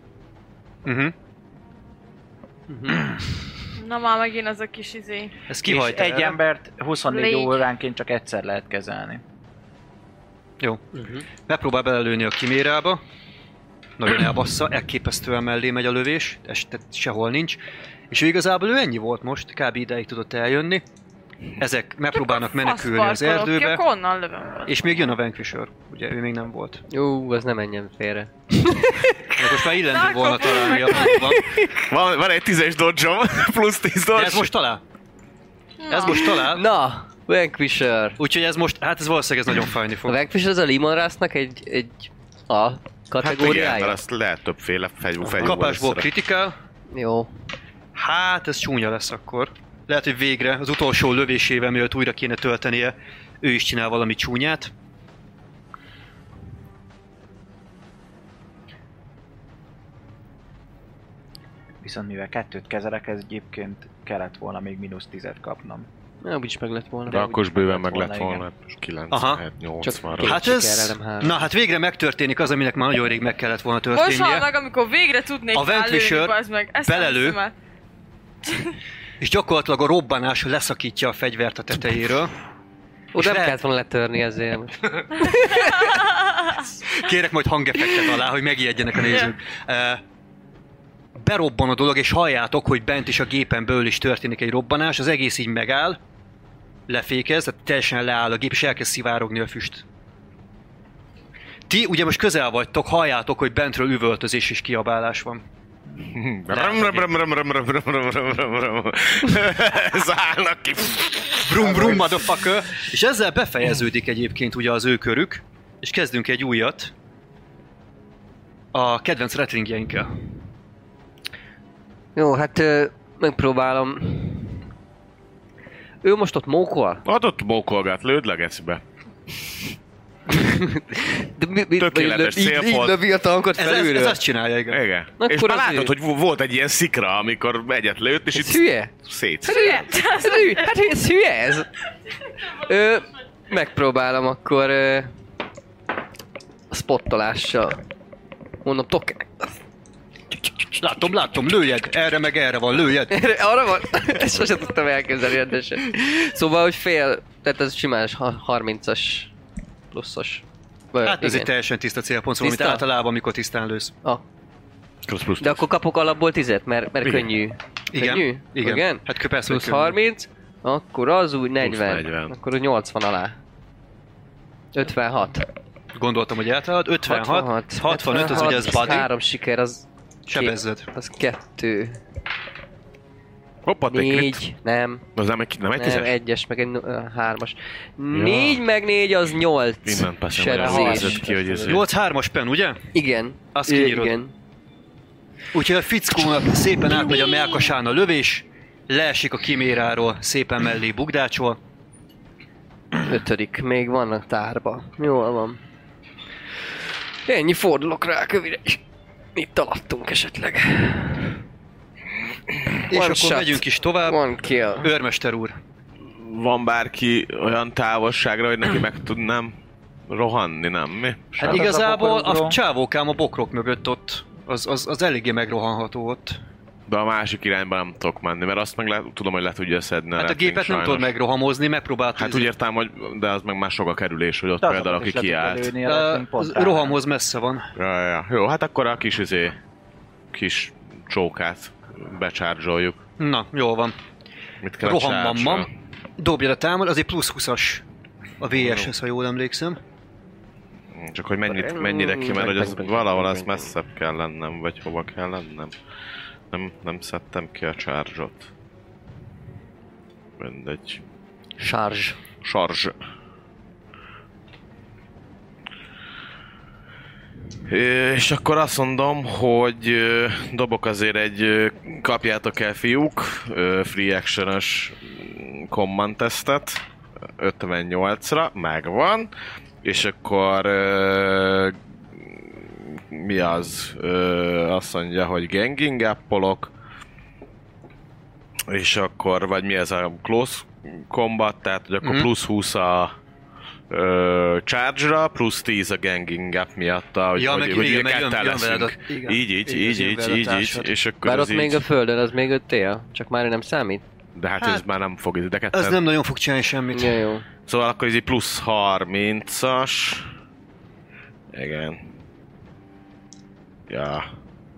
Na már megint az a kis izé. Ez És kihajt egy embert 24 Légy. óránként csak egyszer lehet kezelni. Jó. Megpróbál belelőni a kimérába. Nagyon elbassza, elképesztően mellé megy a lövés, tehát sehol nincs. És ő igazából ő ennyi volt most, kb. Ideig tudott eljönni. Ezek megpróbálnak menekülni az erdőbe. Onnan lövöm. És még jön a Vanquisher, ugye ő még nem volt. Jó, az nem menjen félre. De most már illendő volna találni a van. Van egy 10-es dodge-om, plusz 10 dodge. De ez most talál. Ez most talál. Na, Vanquisher. Úgyhogy ez most, hát ez valószínűleg ez nagyon fájni A fog. Vanquisher az a Limonrásznak egy A Hát igen, kategóriája? mert azt lehet többféle fegyúval Kapásból kritikál. Jó. Hát ez csúnya lesz akkor. Lehet, hogy végre az utolsó lövésével, mielőtt újra kéne töltenie, ő is csinál valami csúnyát. Viszont mivel kettőt kezelek, ez egyébként kellett volna még -10-et kapnom. Na, úgyis meg lett volna. De akkor is bőven meg lett volna, volna. 90, Aha. 80 Csak Hát sikerrel, ez... nem három. Na hát végre megtörténik az, aminek már nagyon rég meg kellett volna Most hall történnie. meg, amikor végre tudnék A Vanquisher rálőni, bazd meg. Ezt belelő. nem hiszem el. És gyakorlatilag a robbanás leszakítja a fegyvert a tetejéről. Ó, és nem lehet- kellett volna letörni ezért. Kérek majd hangeffektet alá, hogy megijedjenek a nézők. Berobban a dolog, és halljátok, hogy bent is a gépen belül is történik egy robbanás, az egész így megáll, lefékez, tehát teljesen leáll a gép, és elkezd szivárogni a füst. Ti ugye most közel vagytok, halljátok, hogy bentről üvöltözés és kiabálás van. Szállnak ki. Brum brum motherfucker! És ezzel befejeződik egyébként ugye az ő körük, és kezdünk egy újat a kedvenc retringjeinkkel. Jó, hát megpróbálom. Ő most ott mókol? Adott mókolgát, lőd le gecibe. De Tökéletes így célpont. lövi a tankot Ez felülről? azt csinálja, igen. Igen. Akkor És már az látod, ő. hogy volt egy ilyen szikra, amikor egyet lőtt, és Ez itt hülye? szét. Hát ez hülye ez? Megpróbálom akkor a spottolással. Mondom, Látom, lőjed! Erre meg erre van, lőjed! arra van? Ezt sosem tudtam elképzelni rendesen. Szóval, hogy fél, tehát ez simán 30-as pluszos. Hát ez egy teljesen tiszta célpont, szóval amit Tiszta? általában, amikor tisztán lősz. Plusz. De akkor kapok alapból 10-et, mert Igen. könnyű. Igen. Könnyű? Igen. Hát persze, Plusz hogy könnyű. 30, akkor az úgy 40. 40. Akkor úgy 80 alá. 56. Gondoltam, hogy eltalálod. 56, 65, az ugye az body. 3 siker, az Sebezzed. az 2. Hoppá, te crit. 4, nem, Az nem egy nem, tízes? 1-es, meg egy 3-as. 4 meg 4 az 8. Minden persze nagyon sebzés. nézett ki, hogy ez... 8-3-as pen, ugye? Igen. Azt kinyírod. Igen. Úgyhogy a fickónak szépen átmegy a melkasán a lövés, leesik a kiméráról, szépen mellé bugdácsol. 5. Még van a tárba. Jól van. Ennyi, fordulok rá a kövire is. Itt alattunk esetleg. És One akkor shot. megyünk is tovább. One kill. Őrmester úr. Van bárki olyan távolságra, hogy neki meg tudnám rohanni, nem mi? Hát az igazából a bokrok, a csávókám a bokrok mögött ott, az eléggé megrohanható ott. De a másik irányba nem tudok menni, mert azt meg tudom, hogy le tudja szedni. Hát a retling gépet nem sajnos. tudod megrohamozni, megpróbáltad. Hát úgy értem, hogy de az meg már sok a kerülés, hogy ott De például azokat aki is le tudja kiállt. lőni a retling Az pontánál. rohamhoz messze van. Ja. Jó, hát akkor a kis csókát becsárgyoljuk. Na, jól van. Mit kell Rohamban charge-ra? van. Dobjad a támad, azért plusz 20-as a VS-hez, ha jól emlékszem. Csak hogy mennyire ki, mert hogy az valahol az messzebb kell lennem, vagy hova kell lennem. Nem szedtem ki a charge-ot. Mindegy. Charge. És akkor azt mondom, hogy dobok azért egy kapjátok el fiúk, free action-ös command tesztet. 58-ra, megvan. És akkor mi az? Azt mondja, hogy ganging appolok. És akkor, vagy mi ez a close combat, tehát hogy akkor plusz 20 a charge-ra, plusz 10 a ganging up miatt, hogy ketten leszünk. Így, és akkor bár az ott még a földön, az még 5 él, csak már nem számít. De hát ez már nem fog ide ketten. Ez nem nagyon fog csinálni semmit. Ja, jó. Szóval akkor ez így plusz 30-as. Igen. Ja.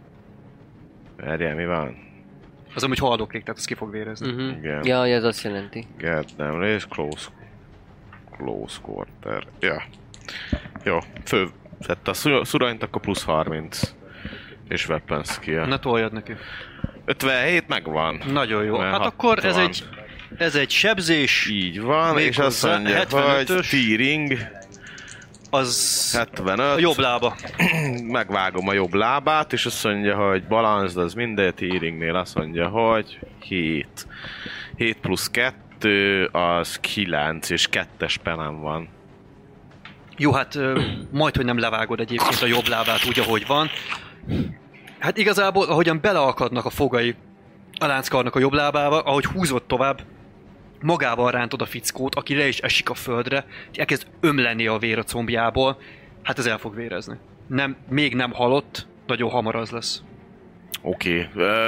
Erre mi van? Az amúgy haldoklik, tehát az ki fog vérezni. Igen. Ja, ez azt jelenti. Get them race, close quarter. Ja. Jó, fölszette a szuranyt, akkor plusz 30. És weapon skill. Na toljad neki. 57 megvan. Nagyon jó. Mert Hát akkor 60. ez egy sebzés. Így van, és azt mondja, 75-ös. hogy tearing. Az 75. a jobb lába. Megvágom a jobb lábát, és azt mondja, hogy balanced, az minden tearingnél azt mondja, hogy 7. 7 plusz 2, az 9, és 2-es penem van. Jó, hát majdhogy nem levágod egyébként a jobb lábát úgy, ahogy van. Hát igazából, ahogyan beleakadnak a fogai a lánckarnak a jobb lábába, ahogy húzod tovább, magával rántod a fickót, aki le is esik a földre, elkezd ömleni a vér a combjából, hát ez el fog vérezni. Még nem halott, nagyon hamar az lesz. Oké.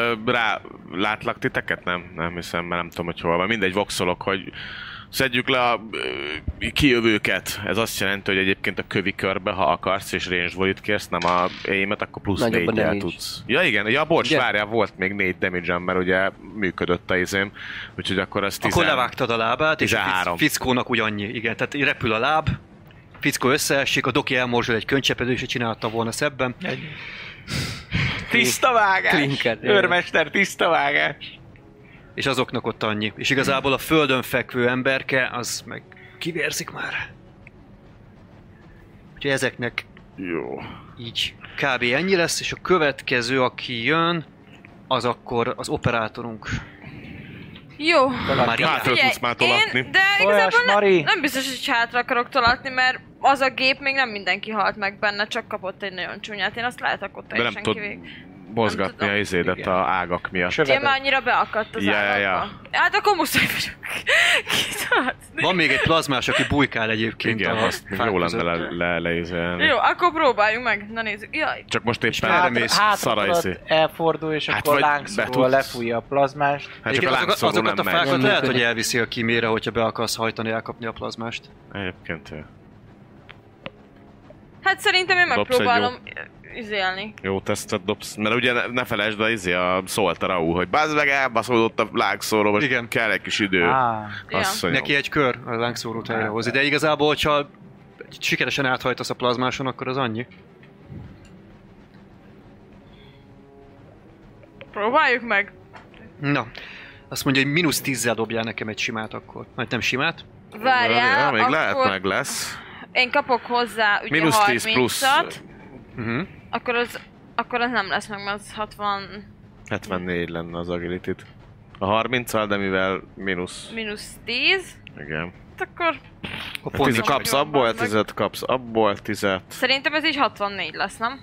Látlak titeket? Nem hiszem, mert nem tudom, hogy hol van. Mindegy, voxolok, hogy szedjük le a kijövőket. Ez azt jelenti, hogy egyébként a kövi körbe, ha akarsz és range volit kérsz, nem a aimet, akkor plusz 4-jel tudsz. Ja igen, ja bocs, várjál, volt még 4 damage-em, mert ugye működött a izém. Úgyhogy akkor az 10. Akkor levágtad a lábát, 13. És a fickónak úgy annyi, igen. Tehát repül a láb, fickó összeesik, a doki elmorzsol egy könycsepedő, és csinálta volna szebben. Tiszta vágás! Trinket, Őrmester, tiszta vágás! És azoknak ott annyi. És igazából a földön fekvő emberke, az meg kivérzik már. Úgyhogy ezeknek Jó. így kb. Ennyi lesz, és a következő, aki jön, az akkor az operátorunk. Jó. Hátra tudsz már tolatni. De Folyás, igazából Mari! nem biztos, hogy hátra akarok tolatni, mert az a gép még nem mindenki halt meg benne, csak kapott egy nagyon csúnyát. Én azt lehet, akkor De nem teljesen tud mozgatni a izédet Igen. a ágak miatt. Én már annyira beakadt az állatba. Hát akkor muszáj vagyok kitolatni. Van még egy plazmás, aki bujkál egyébként. Igen, a azt még fák jó között. lenne leízelni. Jó, akkor próbáljunk meg. Na nézzük. Jaj. Csak most éppen merre erre mész? szara izé. elfordul, és Hát akkor vagy lángszóróval be tudsz. lefújja a plazmást. Hát csak a Egyébként lángszóró azokat nem a megy. fákat lehet, hogy elviszi a kimére, hogyha be akarsz hajtani, elkapni a plazmást. Egyébként jó. Hát szerintem én Dobsz egy megpróbálom üzélni. Jó tesztet dobsz, mert ugye ne felejtsd, de izé szólt a Raúl, hogy bazd meg, elbaszódott a lángszóró, most Igen. kell egy kis idő. Ja. Asszonyom. Neki egy kör a lángszórót helyrehozni, de igazából, hogyha sikeresen áthajtasz a plazmáson, akkor az annyi. Próbáljuk meg. Na, azt mondja, hogy mínusz 10-zel dobjál nekem egy simát akkor. Majd nem simát. Várjál, Ja, még akkor lehet, meg lesz. én kapok hozzá ugye Mínusz 10 plusz 30-at, Uh-huh. akkor az nem lesz meg, mert az 60... 74 lenne az agility. A 30-al, de mivel mínusz. mínusz 10, Igen. hát akkor Akkor 10 nincs kapsz meg. abból, 10 kapsz abból, 10 szerintem ez így 64 lesz, nem?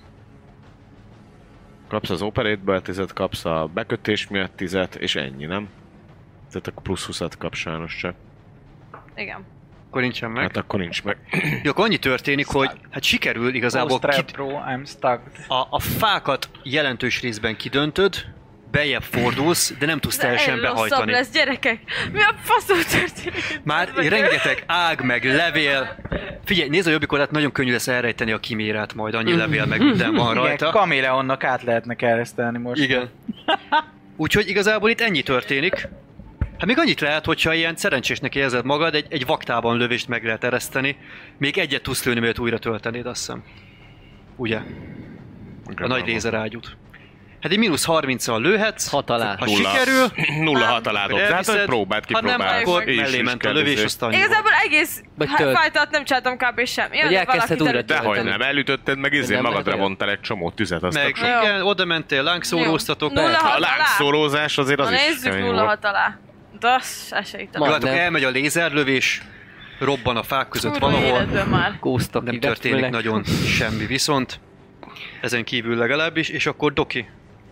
kapsz az operate-ből, 10 kapsz a bekötés miatt 10 és ennyi, nem? Tehát akkor plusz 20-at kapsz sajnos csak. Igen. Akkor nincsen meg. Hát akkor nincs meg. Jó, akkor annyi történik, hogy hát sikerül igazából Pro, I'm stuck. a fákat jelentős részben kidöntöd, bejebb fordulsz, de nem tudsz teljesen rosszabb behajtani. lesz, gyerekek! Mi a faszom történik? Már rengeteg ág, meg levél. Figyelj, nézd a jobbik oldalt, nagyon könnyű lesz elrejteni a kimérát majd, annyi levél, meg minden van Igen, rajta. Kaméleonnak át lehetne keresztelni most. Igen. Úgyhogy igazából itt ennyi történik. Hát még annyit lehet, hogyha ilyen szerencsésnek érzed magad, egy vaktában lövést meg lehet ereszteni. Még egyet tudsz lőni, mert újra töltenéd, azt hiszem. Ugye? A nagy lézerágyút. Hát egy mínusz 30-al lőhetsz. 6 alá. Ha sikerül, 0-6 alá dobsz. Hát, hogy próbáld ki, ha nem, próbáld. akkor Így mellé is ment a kell lövés, izé. azt annyi volt. Igazából egész Vagy tölt. fájtalt nem csináltam kb. Semmi. Vagy elkezdted újra Dehogy nem, elütötted, meg izé Nem magadra lehet vontál egy csomó tüzet, azt Meg a igen, oda mentél, lángszóróztatok. Jó. 0-6 A alá. lángszórózás azért az Na is nézzük kemény 0-6 volt. alá. Das, esélytelen. Látok, Nem. elmegy a lézerlövés, robban a fák között Kurva valahol. életben már. Kóztak Nem ide, történik főleg. nagyon semmi viszont. Ezen kívül legalábbis, és akkor Doki.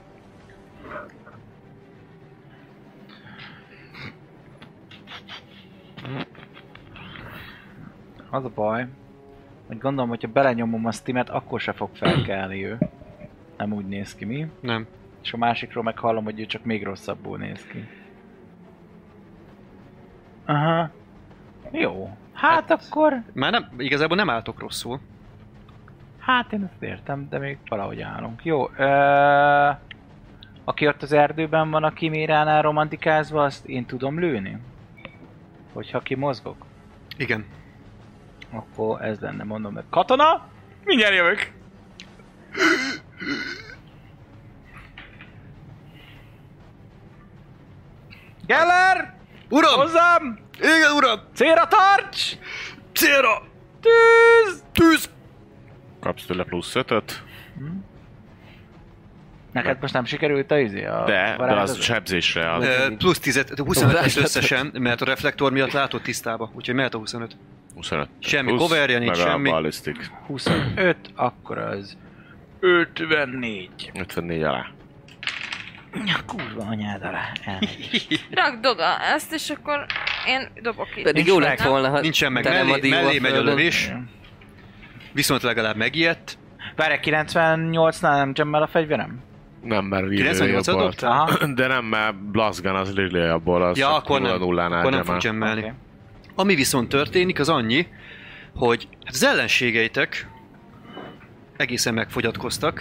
Az a baj, hogy gondolom, hogyha belenyomom a Steamet, akkor se fog felkelni ő. Nem úgy néz ki, mi? Nem. És a másikról meg hallom, hogy ő csak még rosszabbul néz ki. Aha. Jó. Hát akkor... Már nem, igazából nem álltok rosszul. Hát én ezt értem, de még valahogy állunk. Jó. Aki ott az erdőben van a kiméránál romantikázva, azt én tudom lőni? Hogyha kimozgok? Igen. Akkor ez lenne, mondom meg. Katona? Mindjárt jövök! Geller! Uram! Hozzám! Igen, uram! Célra tarts! Célra! Tűz! Tűz! Kapsz tőle plusz 5-öt, Neked most nem sikerült a izé? de az sebzésre ad. Plusz 10, 25 lesz összesen, mert a reflektor miatt látod tisztába, úgyhogy mehet a 25. 25. Semmi plusz, coverje nincs, meg a semmi. ballisztik. 25, akkor az 54. 54 alá. Kurva anyád alá. Rakd oda ezt, és akkor én dobok itt. Pedig jó lett Nem? volna, ha Nincsen meg, te nem a mellé, dió a mellé megy a földön. lövés, viszont legalább megijedt. Várj, 98-nál nem csemmel a fegyverem? Nem, mert 98-at abból. dobtál? De nem, mert Blazgan az Lily abból, az Ja, akkor nem, nullánál akkor nem fog gyemel. gemmelni. Oké. Ami viszont történik, az annyi, hogy az ellenségeitek egészen megfogyatkoztak.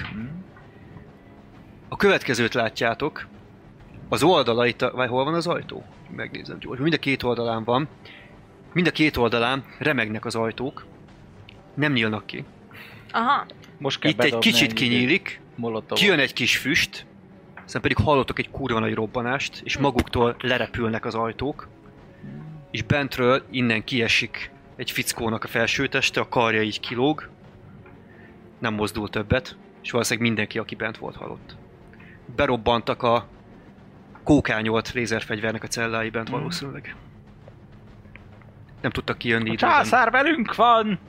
A következőt látjátok. Az oldalait, vagy hol van az ajtó? Megnézem gyorsan. Mind a két oldalán van. Mind a két oldalán remegnek az ajtók. Nem nyílnak ki. Aha. Most kell Itt egy bedobni kicsit egy kinyílik, Molotovot. kijön egy kis füst, aztán pedig hallottok egy kurva nagy robbanást, és maguktól lerepülnek az ajtók, és bentről innen kiesik egy fickónak a felsőteste, a karja így kilóg, nem mozdul többet, és valószínűleg mindenki, aki bent volt, halott. Berobbantak a kókányolt lézerfegyvernek a cellái bent valószínűleg. Nem tudtak kijönni A időben. császár velünk van!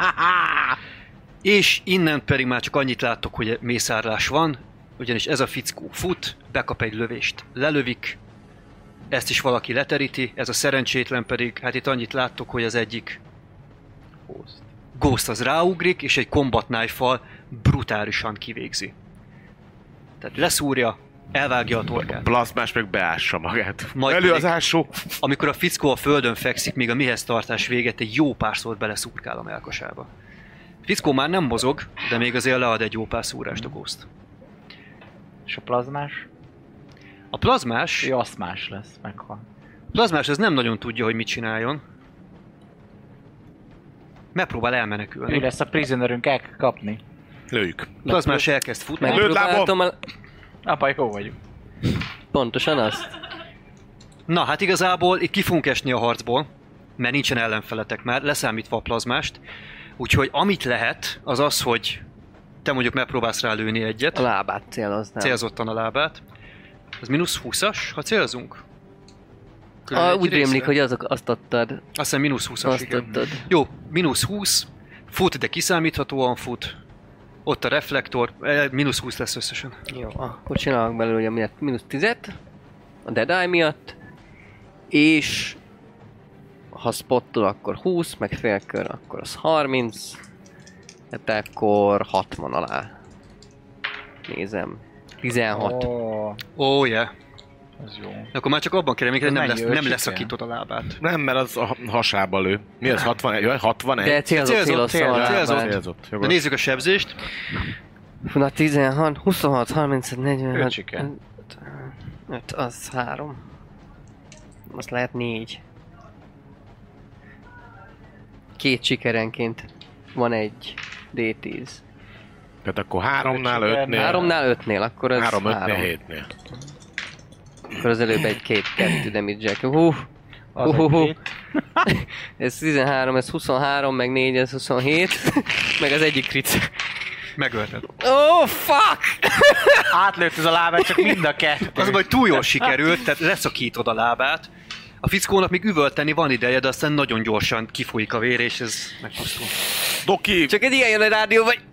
És innen pedig már csak annyit láttok, hogy mészárlás van, ugyanis ez a fickó fut, bekap egy lövést, lelövik, ezt is valaki leteríti, ez a szerencsétlen pedig, hát itt annyit láttok, hogy az egyik Ghost az ráugrik, és egy combat knife-val brutálisan kivégzi. Tehát leszúrja, elvágja a torkát. Plazmás meg beássa magát. Majd Elő az pedig- ásó! Amikor a fickó a földön fekszik, még a mihez tartás véget egy jó párszót beleszúrkál a melkasába. A fickó már nem mozog, de még azért lead egy jó pár szúrást a Ghost. És a plazmás? A plazmás, Ő aszmás lesz, meghal. plazmás az nem nagyon tudja, hogy mit csináljon. Megpróbál elmenekülni. Ő lesz a prisonerünk, el kell kapni. Lőjük. Plazmás elkezd futni. Megpróbáltam el... Apa, jó vagyunk. Pontosan azt. Na, hát igazából itt ki fogunk esni a harcból, mert nincsen ellenfeletek már, leszámítva a plazmást. Úgyhogy amit lehet, az az, hogy te mondjuk megpróbálsz rá lőni egyet, A lábát céloznám. célzottan a lábát. Az mínusz 20-as, ha célzunk? Úgy rémlik, hogy azt adtad. Azt hiszem mínusz 20-as, Azt igen. adtad. Jó, mínusz 20, fut, de kiszámíthatóan fut. Ott a reflektor, mínusz 20 lesz összesen. Jó, akkor csinálok belőle ugye miatt mínusz 10-et. A Dead Eye miatt. És... Ha spottol, akkor 20, meg félkör, akkor az 30. Hát akkor 60 alá. Nézem. 16. Oh, yeah. Az jó. De akkor már csak abban kérem, hogy Ez nem, mennyi nem ölcsike? leszakítod a lábát. Nem, mert az a hasába lő. Mi az? 61? Jaj, 61? De célzott. célzott. Célzott. De Jogos. nézzük a sebzést. Na 16, 26, 35, 46. Ölcsike. 5, az 3. Az lehet 4. 2 sikerenként van egy D10. Tehát akkor 3-nál 5-nél. 3-nál 5-nél, akkor az 3 5-nél 3. 7-nél. Akkor az előbb egy 2 damage-ek. Az egy hét. Ez 13, ez 23, meg 4, ez 27. Meg az egyik crit. Megölted. Oh, fuck! Átlőtt ez a lábát, csak mind a kettő. Az baj, túl jól sikerült, tehát leszakítod a lábát. A fickónak még üvölteni van ideje, de aztán nagyon gyorsan kifolyik a vér, és ez megpusztul. Doki! Csak egy ilyen jön a rádió, vagy...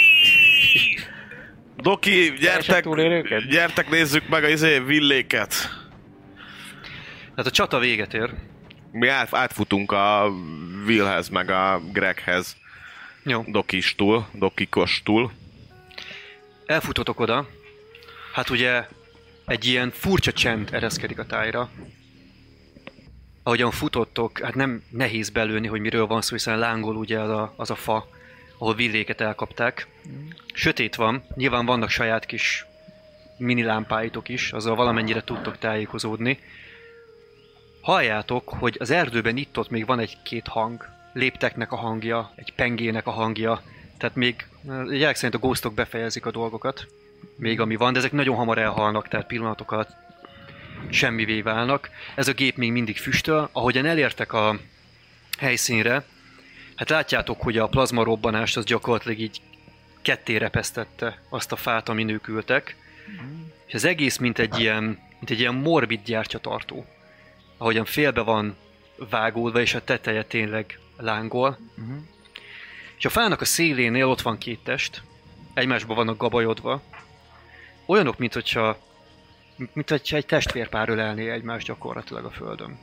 Doki, gyertek, nézzük meg a villéket. Tehát a csata véget ér. Mi átfutunk a Willhez, meg a Greghez. Jó. Dokikostul. Elfutotok oda. Hát ugye egy ilyen furcsa csend ereszkedik a tájra. Ahogyan futottok, hát nem nehéz belőni, hogy miről van szó, hiszen lángol ugye az a fa, ahol villéket elkapták. Sötét van, nyilván vannak saját kis mini lámpáitok is, azzal valamennyire tudtok tájékozódni. Halljátok, hogy az erdőben itt-ott még van egy-két hang. Lépteknek a hangja, egy pengének a hangja. Tehát még jelek szerint a ghostok befejezik a dolgokat. Még ami van, de ezek nagyon hamar elhalnak, tehát pillanatokat semmivé válnak. Ez a gép még mindig füstöl. Ahogyan elértek a helyszínre, hát látjátok, hogy a plazmarobbanást az gyakorlatilag így ketté repesztette azt a fát, amin ők ültek. És az egész mint egy ilyen morbid gyertyatartó. Ahogyan félbe van vágódva, és a teteje tényleg lángol. És a fának a szélénél ott van két test, egymásba vannak gabajodva. Olyanok, mint hogyha egy testvérpár ölelné egymást gyakorlatilag a földön.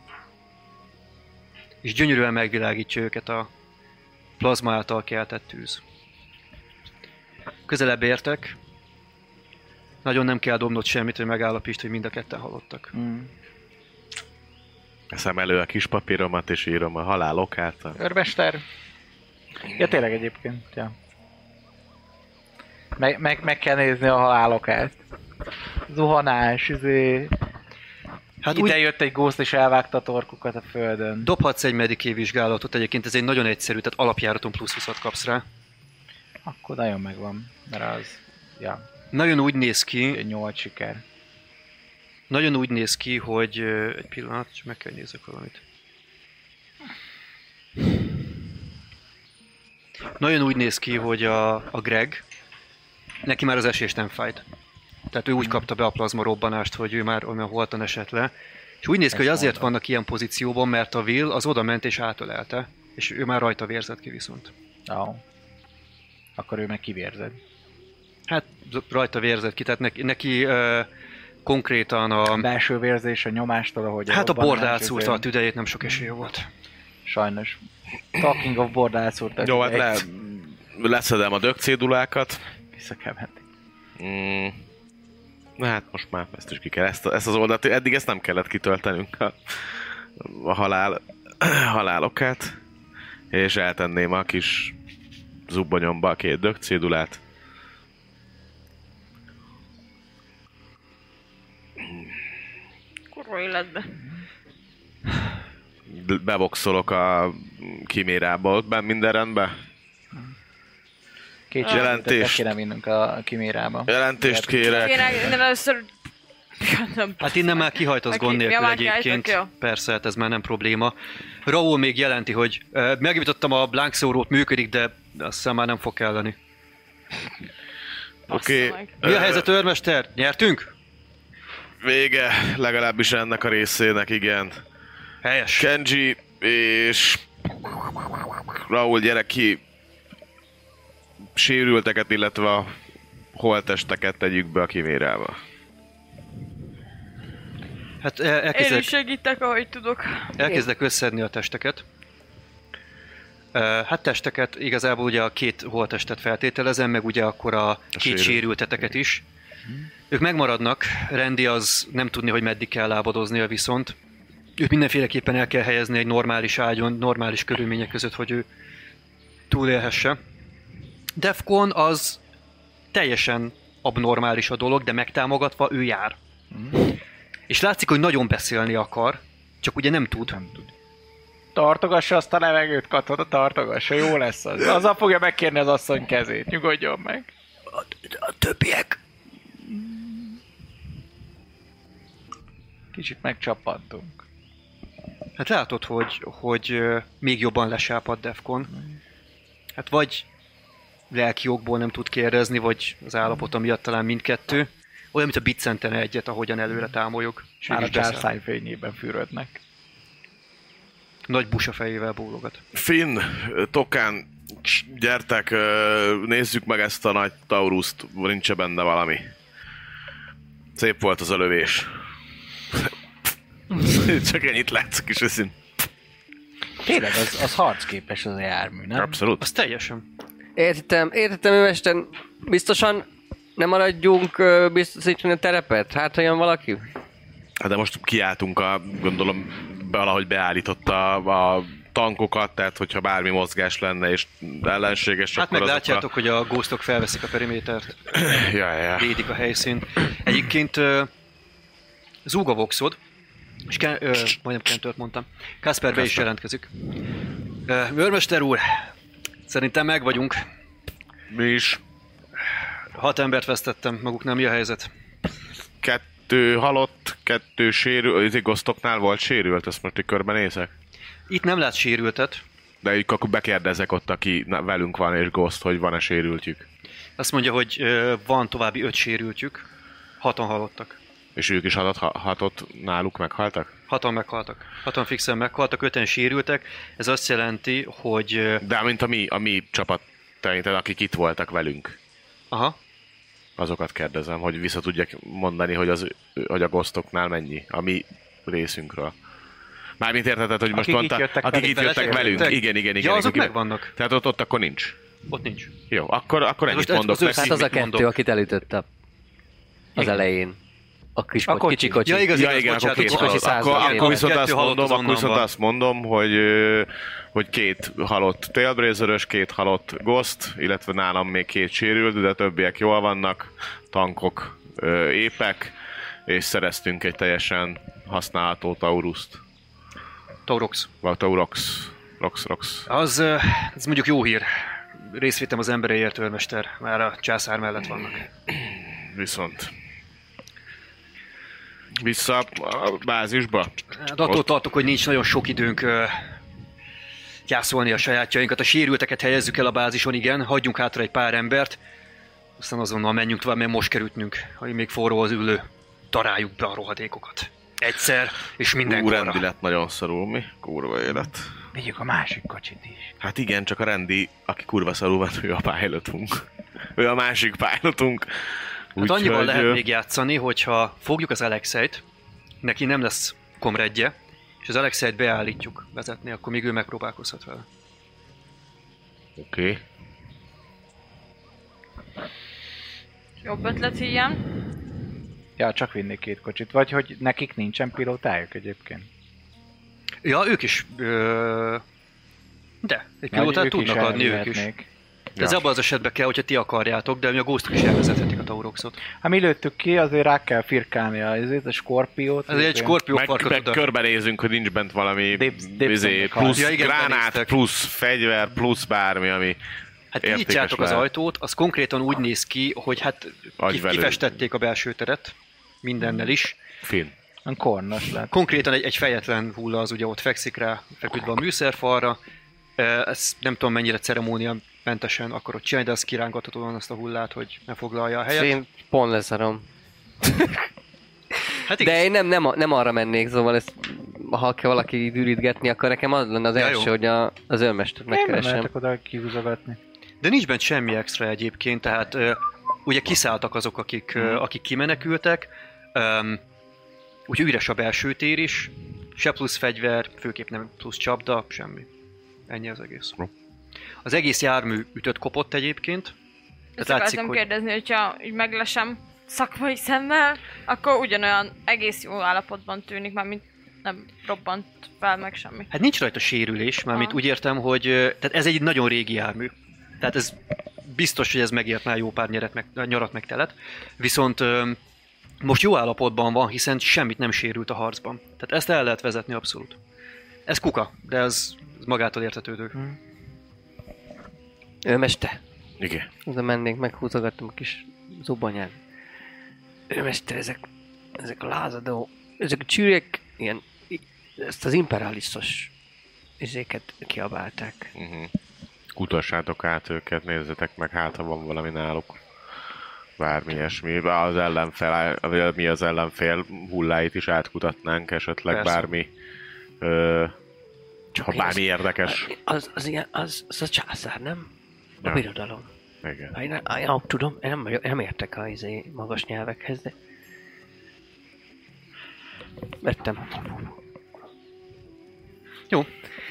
És gyönyörűen megvilágítja őket a plazma által keltett tűz. Közelebb értek. Nagyon nem kell dobnod semmit, hogy megállapítsd, hogy mind a ketten halottak. Veszem elő a kis papíromat, és írom a halál okát. Őrmester. Ja, tényleg egyébként, ja. Meg kell nézni a halálokát. Zuhanás, Hát ide jött egy ghost és elvágta a torkukat a földön. Dobhatsz egy Medicae vizsgálatot, egyébként ez egy nagyon egyszerű, tehát alapjáraton plusz 20-at kapsz rá. Akkor nagyon megvan, mert az, ja. Nagyon úgy néz ki... 8 siker. Nagyon úgy néz ki, hogy... Egy pillanat, csak meg kell nézzek valamit. Nagyon úgy néz ki, hogy a Greg, neki már az esés nem fájt. Tehát ő úgy kapta be a plazma robbanást, hogy ő már olyan holtan esett le. És úgy néz ki, hogy azért vannak ilyen pozícióban, mert a Will az oda ment és átölelte. És ő már rajta vérzett ki viszont. Akkor ő meg kivérzett. Hát rajta vérzett ki, tehát neki konkrétan a... Belső vérzés a nyomástól, ahogy... Hát a bord átszúrta a tüdejét, nem sok esélye volt. Sajnos. Talking of board átszúrta. Jó, hát leszedem a dögcédulákat. Vissza kell menni. Na hát most már ezt is ki kell. Ezt az oldalt, eddig ezt nem kellett kitöltenünk a halálokát. És eltenném a kis zubbonyomba a 2 dögcédulát. Kurva életbe. Bevoxolok a kimérába, ott minden rendben? Jelentést kéne vinnünk a kimérába. Jelentést kérek. Kéne először... Hát innen már kihajtasz gond nélkül egyébként. Persze, hát ez már nem probléma. Raúl még jelenti, hogy megvitottam a blank szórót, működik, de azt hiszem már nem fog kelleni. Oké. Mi a helyzet, őrmester? Nyertünk? Vége, legalábbis ennek a részének, igen. Helyes. Kenji és Raúl, gyere ki. Sérülteket, illetve a holttesteket tegyük be a kimérába. Hát én is segítek, ahogy tudok. Elkezdek összedni a testeket. Hát testeket, igazából ugye a 2 holttestet feltételezem, meg ugye akkor a 2 sérülteteket is. Ők megmaradnak, Randy az nem tudni, hogy meddig kell lábadoznia viszont. Őt mindenféleképpen el kell helyezni egy normális ágyon, normális körülmények között, hogy ő túlélhesse. Defcon az teljesen abnormális a dolog, de megtámogatva ő jár. És látszik, hogy nagyon beszélni akar, csak ugye nem tud. Tartogassa azt a levegőt, katona, tartogassa, jó lesz az. Azzal fogja megkérni az asszony kezét, nyugodjon meg. A többiek. Kicsit megcsappantunk. Hát látod, hogy még jobban lesápad Defcon. Hát vagy lelki okból nem tud kérdezni, vagy az állapota miatt talán mindkettő. Olyan, mint a biccentene egyet, ahogyan előre támolyog. Már a csárszány fényében fürödnek. Nagy busa fejével bólogat. Finn, Tokán, gyertek, nézzük meg ezt a nagy Tauruszt, nincs benne valami. Szép volt az a lövés. Csak ennyit látszik is őszint. Tényleg, az harcképes az a jármű, nem? Abszolút. Az teljesen. Értettem, őmesten. Biztosan nem maradjunk biztosítani a terepet? Hát, ha jön valaki? Hát de most kiálltunk gondolom valahogy beállította a tankokat, tehát hogyha bármi mozgás lenne és ellenséges, Hát akkor meglátjátok, hogy a ghostok felveszik a perimétert, Ja. védik a helyszínt. Egyébként zúg a voxod, és majdnem Kentört mondtam, Kasper be is jelentkezik. Őrmester úr, szerintem meg vagyunk. Mi is? 6 embert vesztettem, maguknál mi a helyzet? 2 halott, 2 sérült, Ghostoknál volt sérült, ezt most így körbenézek. Itt nem lát sérültet. De így akkor bekérdezek ott, aki velünk van és Ghost, hogy van-e sérültjük. Azt mondja, hogy van további 5 sérültjük, 6-an halottak. És ők is hatot náluk meghaltak? 6-an meghaltak. 6-an fixen meghaltak, 5-en sérültek. Ez azt jelenti, hogy... De mint a mi csapat, tehát akik itt voltak velünk. Aha. Azokat kérdezem, hogy vissza tudják mondani, hogy a Ghostoknál mennyi, a mi részünkről. Mármint érted, hogy most mondta, akik itt jöttek velünk. Igen. Ja, azok megvannak. Tehát ott akkor nincs. Ott nincs. Jó, akkor ennyit mondok neki. Hát az a 2, akit elütötte az elején. A kicsi kocsi. Ja, igaz, igen, akkor viszont azt mondom, hogy 2 halott Tailbrazerös, 2 halott Ghost, illetve nálam még 2 sérült, de többiek jól vannak, tankok épek, és szereztünk egy teljesen használható Taurust. Taurox. Vagy Taurox. Rox. Az mondjuk jó hír. Részvétem az emberéért, őrmester. Már a császár mellett vannak. Viszont. Vissza a bázisba? Hát attól tartok, hogy nincs nagyon sok időnk gyászolni a sajátjainkat. A sérülteket helyezzük el a bázison, igen. Hagyjunk hátra egy pár embert. Aztán azonnal menjünk tovább, mert most kerültünk. Ha még forró az ülő, daráljuk be a rohadékokat. Egyszer, és mindenkorra. Rendi lett nagyon szarul, mi? Kurva élet. Vigyük a másik kocsit is. Hát igen, csak a Rendi, aki kurva szarul van, ő a pilotunk. Ő a másik pilotunk. Hát annyival lehet még játszani, hogyha fogjuk az Alexeit, neki nem lesz komredje, és az Alexeit beállítjuk vezetni, akkor még ő megpróbálkozhat vele. Oké. Jobb ötlet ilyen. Ja, csak vinnék 2 kocsit. Vagy hogy nekik nincsen pilótájuk egyébként. Ja, ők is... De, egy pilótát tudnak adni ők is. Ja. Ez abban az esetben kell, hogyha ti akarjátok, de mi a Ghostok is elvezethetik a Tauroxot. Hát mi lőttük ki, azért rá kell firkálni a Skorpiót. Ez egy Skorpió farkat meg körbenézünk, hogy nincs bent valami plusz ja, igen, gránát, plusz fegyver, plusz bármi, ami hát nyitjátok az ajtót, az konkrétan úgy néz ki, hogy hát kifestették a belső teret, mindennel is. Finn. Kornos lett. Konkrétan egy fejetlen hulla az ugye ott fekszik rá, feküdve a műszerfalra. Ezt nem tudom mennyire ceremóniamentesen akarod csinálni, de azt kirángathatod azt a hullát, hogy ne foglalja a helyet. Én pont leszarom. Hát de én nem arra mennék, szóval ezt, ha kell valaki dűrítgetni, akkor nekem az lenne az első, hogy az őrmestert megkeresem. Nem mehetek oda kihúzogatni. De nincs bent semmi extra egyébként, tehát ugye kiszálltak azok, akik kimenekültek, úgyhogy üres a belső tér is, se plusz fegyver, főképp nem plusz csapda, semmi. Ennyi az egész. Az egész jármű ütött-kopott egyébként. Ezt akartam kérdezni, hogyha így meglesem szakmai szemmel, akkor ugyanolyan egész jó állapotban tűnik, mármint nem robbant fel meg semmi. Hát nincs rajta sérülés, mármint úgy értem, hogy tehát ez egy nagyon régi jármű. Tehát ez biztos, hogy ez megért már jó pár nyarat meg telet. Viszont most jó állapotban van, hiszen semmit nem sérült a harcban. Tehát ezt el lehet vezetni abszolút. Ez kuka, de ez magától értetődő. Őrmester? Igen. Oda mennék, meghúzogattam a kis zubanyát. Őrmester, ezek a lázadó, ezek a csűrek, ilyen, ezt az imperialisztos izéket kiabálták. Kutassátok át őket, nézzetek meg, hát ha van valami náluk. Bármi ilyesmi. Az ellenfél, mi az ellenfél hulláit is átkutatnánk, esetleg persze. Bármi Ha bármi érdekes. Az a császár, nem? A Ja. birodalom. Igen. Én tudom, én nem értek a magas nyelvekhez, de... Vettem. Jó.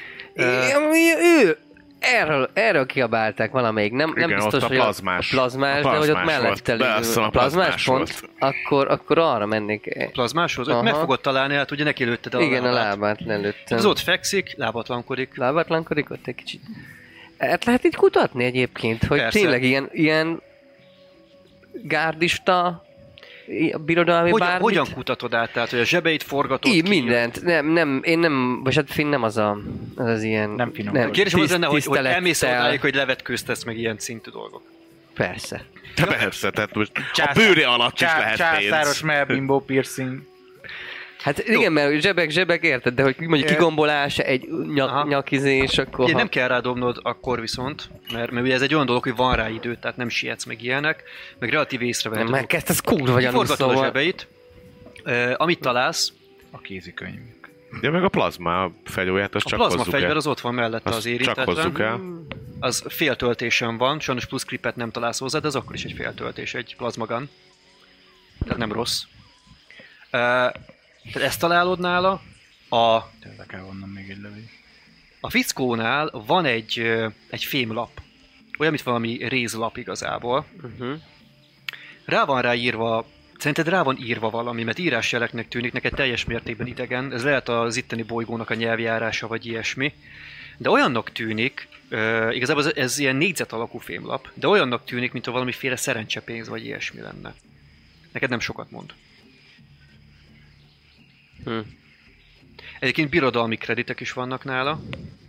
Erről kiabálták valamelyik, nem Igen, biztos, ott a hogy plazmás. a plazmás, de hogy ott mellette a plazmás pont, akkor arra mennék. Plazmáshoz? Őt Aha. meg fogod találni, hát ugye neki lőtted a Igen, a lábát. lábát lelőttem. Az ott fekszik, lábatlankodik. Lábatlankodik ott egy kicsit. Hát lehet így kutatni egyébként, hogy Persze. tényleg ilyen gárdista birodalmi bármit. Hogyan kutatod át? Tehát, hogy a zsebeit forgatod Így, ki? mindent. Én nem, vagy hát Finn nem az ilyen... Nem finom. A kérdésem az lenne, hogy tisztelettel. elmész odáig, hogy levetkőztesz meg ilyen szintű dolgok. Persze. De persze, tehát most a bőre alatt is lehet Császáros pénz. melbimbó piercing. Hát igen, mert zsebek, érted, de hogy mondjuk kigombolás, egy Aha. nyakizés, akkor... Ugye nem kell rádobnod akkor viszont, mert ugye ez egy olyan dolog, hogy van rá idő, tehát nem sietsz meg ilyenek, meg relatív észrevehető. Nem, mert kezd ez kurva gyanús, Kiforgatod a szóval... zsebeit, amit találsz, A kézikönyvünk. De meg a plazma, a fegyóját, azt a csak plazma hozzuk fegyver el. az ott van mellette az Azt érintetlen. csak hozzuk el. Az fél töltésen van, sajnos plusz klipet nem találsz hozzá, de az akkor is egy fél töltés, egy plazmagun. Nem rossz. Tehát ezt találod nála. Tényleg kell vonnom még egy lövényt. A fickónál van egy fémlap. Olyan, mint valami rézlap igazából. Rá van ráírva, szerinted rá van írva valami, mert írásjeleknek tűnik, neked teljes mértékben idegen. Ez lehet az itteni bolygónak a nyelvjárása, vagy ilyesmi. De olyannak tűnik, igazából ez ilyen négyzet alakú fémlap, de olyannak tűnik, mintha valamiféle szerencsepénz, vagy ilyesmi lenne. Neked nem sokat mond. Egyébként birodalmi kreditek is vannak nála.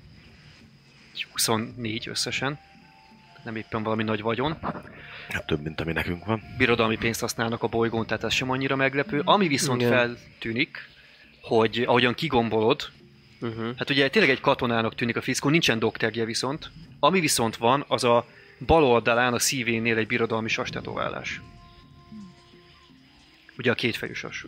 24 összesen. Nem éppen valami nagy vagyon. Hát több, mint ami nekünk van. Birodalmi pénzt használnak a bolygón, tehát ez sem annyira meglepő. Ami viszont Igen. feltűnik, hogy ahogyan kigombolod, hát ugye tényleg egy katonának tűnik a fickó, nincsen dokterje viszont. Ami viszont van, az a bal oldalán a szívénél egy birodalmi sastetoválás. Ugye a kétfejű sas.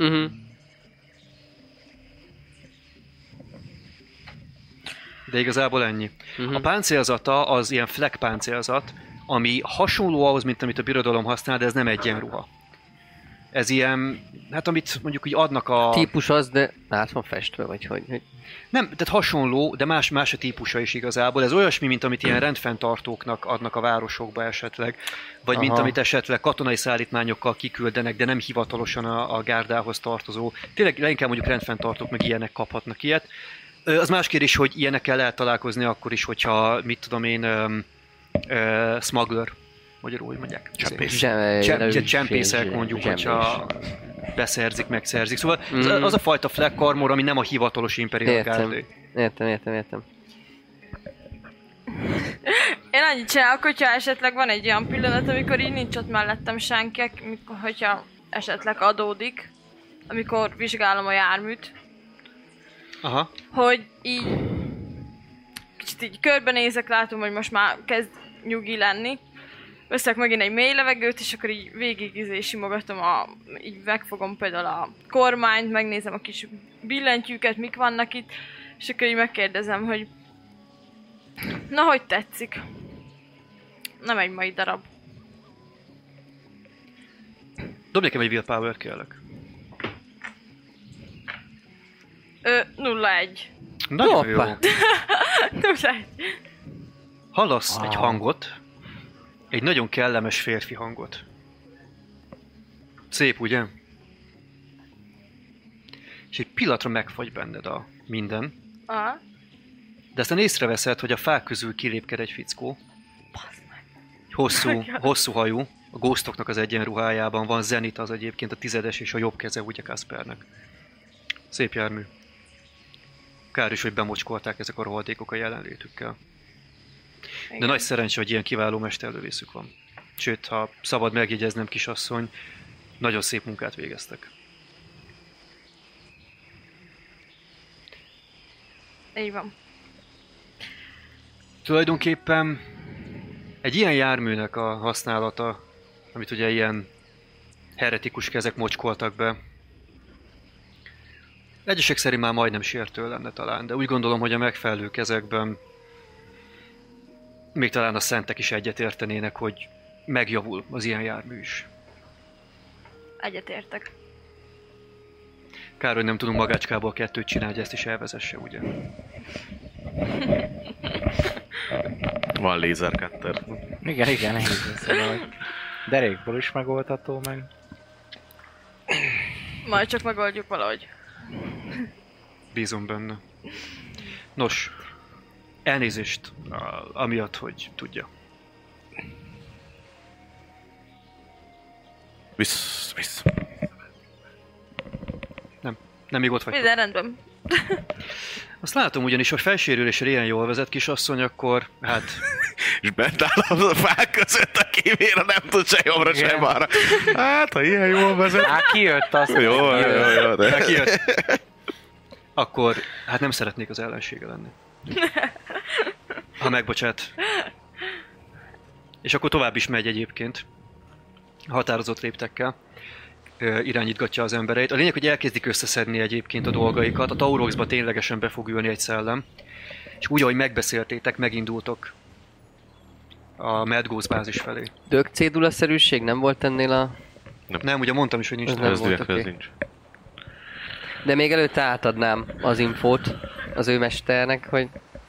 De igazából ennyi. A páncélzata az ilyen flek páncélzat, ami hasonló ahhoz, mint amit a birodalom használ, de ez nem egyenruha. Ez ilyen, hát amit mondjuk úgy adnak a... Típus az, de át van festve, vagy hogy... Nem, tehát hasonló, de más a típusa is igazából. Ez olyasmi, mint amit ilyen rendfenntartóknak adnak a városokba esetleg, vagy mint amit esetleg katonai szállítmányokkal kiküldenek, de nem hivatalosan a gárdához tartozó. Tényleg leginkább mondjuk rendfenntartók meg ilyenek kaphatnak ilyet. Az más kérdés, hogy ilyenekkel lehet találkozni akkor is, hogyha, mit tudom én, smuggler, magyarul úgy mondják. Csempészek mondjuk, hogyha beszerzik, megszerzik. Szóval az a fajta flak armor, ami nem a hivatalos Imperial Guard-é. Értem. Én annyit csinálok, hogyha esetleg van egy olyan pillanat, amikor így nincs ott mellettem senki, hogyha esetleg adódik, amikor vizsgálom a járműt, Aha. hogy így kicsit így körbenézek, látom, hogy most már kezd nyugi lenni. Veszek megint egy mély levegőt, és akkor így végig simogatom, így megfogom például a kormányt, megnézem a kis billentyűket, mik vannak itt, és akkor így megkérdezem, hogy na, hogy tetszik? Nem egy mai darab. Dobj nekem egy willpower-t, kérlek. 0-1. Nagyon jó. 0-1. Hallasz egy hangot, egy nagyon kellemes férfi hangot. Szép, ugye? És egy pillanatra megfagy benned a minden. Aha. De aztán észreveszed, hogy a fák közül kilépked egy fickó. Hosszú hajú. A ghostoknak az egyenruhájában van Zenit az egyébként a 10-es és a jobb keze ugye Kaspernek. Szép jármű. Kár is, hogy bemocskolták ezek a rohadékok a jelenlétükkel. De nagy szerencsé, hogy ilyen kiváló mesterlövészük van. Sőt, ha szabad megjegyeznem, kisasszony, nagyon szép munkát végeztek. Így van. Tulajdonképpen egy ilyen járműnek a használata, amit ugye ilyen heretikus kezek mocskoltak be, Egyesek szerint már majdnem sértő lenne talán, de úgy gondolom, hogy a megfelelő kezekben még talán a szentek is egyetértenének, hogy megjavul az ilyen jármű is. Egyetértek. Kár, hogy nem tudunk magácskából kettőt csinálni, hogy ezt is elvezesse, ugye? Van lézercutter. Igen, nehéz szóval, hogy derékból is megoldható meg. Majd csak megoldjuk valahogy. Bízom benne. Nos, elnézést amiatt, hogy tudja. Visz. Nem még ott vagy. Minden rendben. Azt látom ugyanis, hogy felsérülésre ilyen jól vezet, kisasszony, akkor hát... És bent áll a fák között a kivére, nem tud se jobbra, se balra. Hát, ha ilyen jól vezet... Hát kijött azt. Jó, de... Kijött. Akkor hát nem szeretnék az ellensége lenni. Ha megbocsát. És akkor tovább is megy egyébként. Határozott léptekkel. Irányítgatja az embereit. A lényeg, hogy elkezdik összeszedni egyébként a dolgaikat. A Tauroxba ténylegesen be fog ülni egy szellem. És úgy, ahogy megbeszéltétek, megindultok a Mad Ghost bázis felé. Dög cédulaszerűség nem volt ennél a... Nem, ugye mondtam is, hogy nincs. Nem volt, oké. Nincs. De még előtte átadnám az infót az ő mesternek, hogy...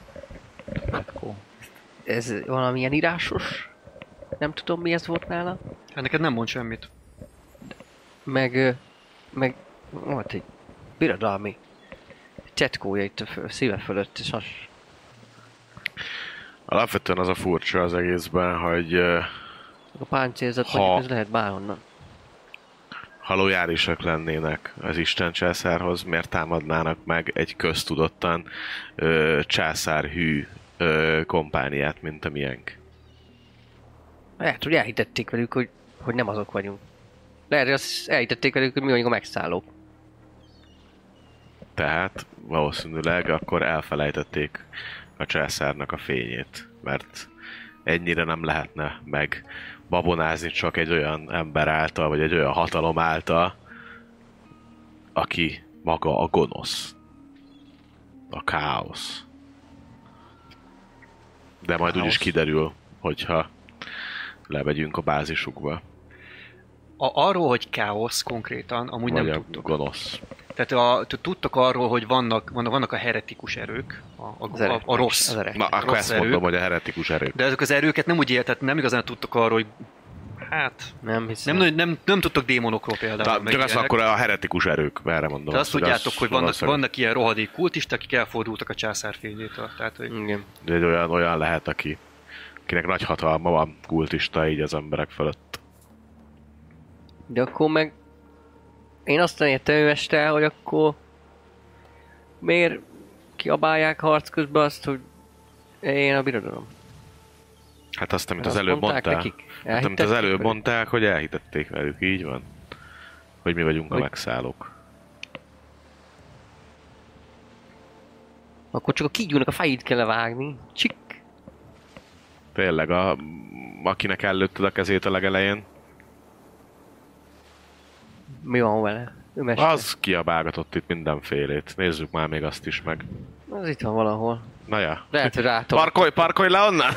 Ez valamilyen írásos? Nem tudom, mi ez volt nála. Hát neked nem mond semmit. Meg volt egy birodalmi csetkója itt a szíve fölött, és az... Alapvetően az a furcsa az egészben, hogy A páncélzat, Ha- hogy ez lehet bárhonnan. ha lojálisak lennének az Isten császárhoz, miért támadnának meg egy köztudottan császárhű kompániát, mint a miénk? Lehet, hogy elhitették velük, hogy nem azok vagyunk. Lehet, hogy azt elhitették velük, hogy mi vagyunk a megszállók. Tehát valószínűleg akkor elfelejtették a császárnak a fényét, mert ennyire nem lehetne meg babonázni csak egy olyan ember által, vagy egy olyan hatalom által, aki maga a gonosz. A káosz. De majd úgyis kiderül, hogyha lemegyünk a bázisukba. Arról, hogy káosz konkrétan, amúgy Vagy nem a tudtok. gonosz. Tehát tudtok arról, hogy vannak a heretikus erők, a rossz. Az erek. Na, akkor rossz ezt erők. mondom, hogy a heretikus erők. De ezek az erőket nem úgy érted, nem igazán tudtok arról, hogy hát... Nem hiszem. Nem tudtok démonokról például. Na, csak azt akkor a heretikus erők, erre mondom. De azt tudjátok, hogy valószínűleg vannak ilyen rohadék kultisták, akik elfordultak a császár fényétől. Tehát, hogy Igen. egy olyan lehet, akinek nagy hatalma van, kultista így az emberek fölött. De akkor meg... Én azt értem ő este, hogy akkor... Miért kiabálják harc közben azt, hogy én a birodalom? Hát azt, amit Azt az előbb mondták mondtál. nekik? Hát, amit az Elhitették előbb velük? mondták, hogy elhitették velük, így van. Hogy mi vagyunk a Hogy- megszállók. Akkor csak a kígyónak a fejét kell levágni. Csik! Tényleg, akinek ellőtted a kezét a legelején, Mi van vele? Ő mester. az kiabálgatott itt mindenfélét. Nézzük már még azt is meg. Az itt van valahol. Na ja. Lehet, hogy rátom. Parkolj le onnan!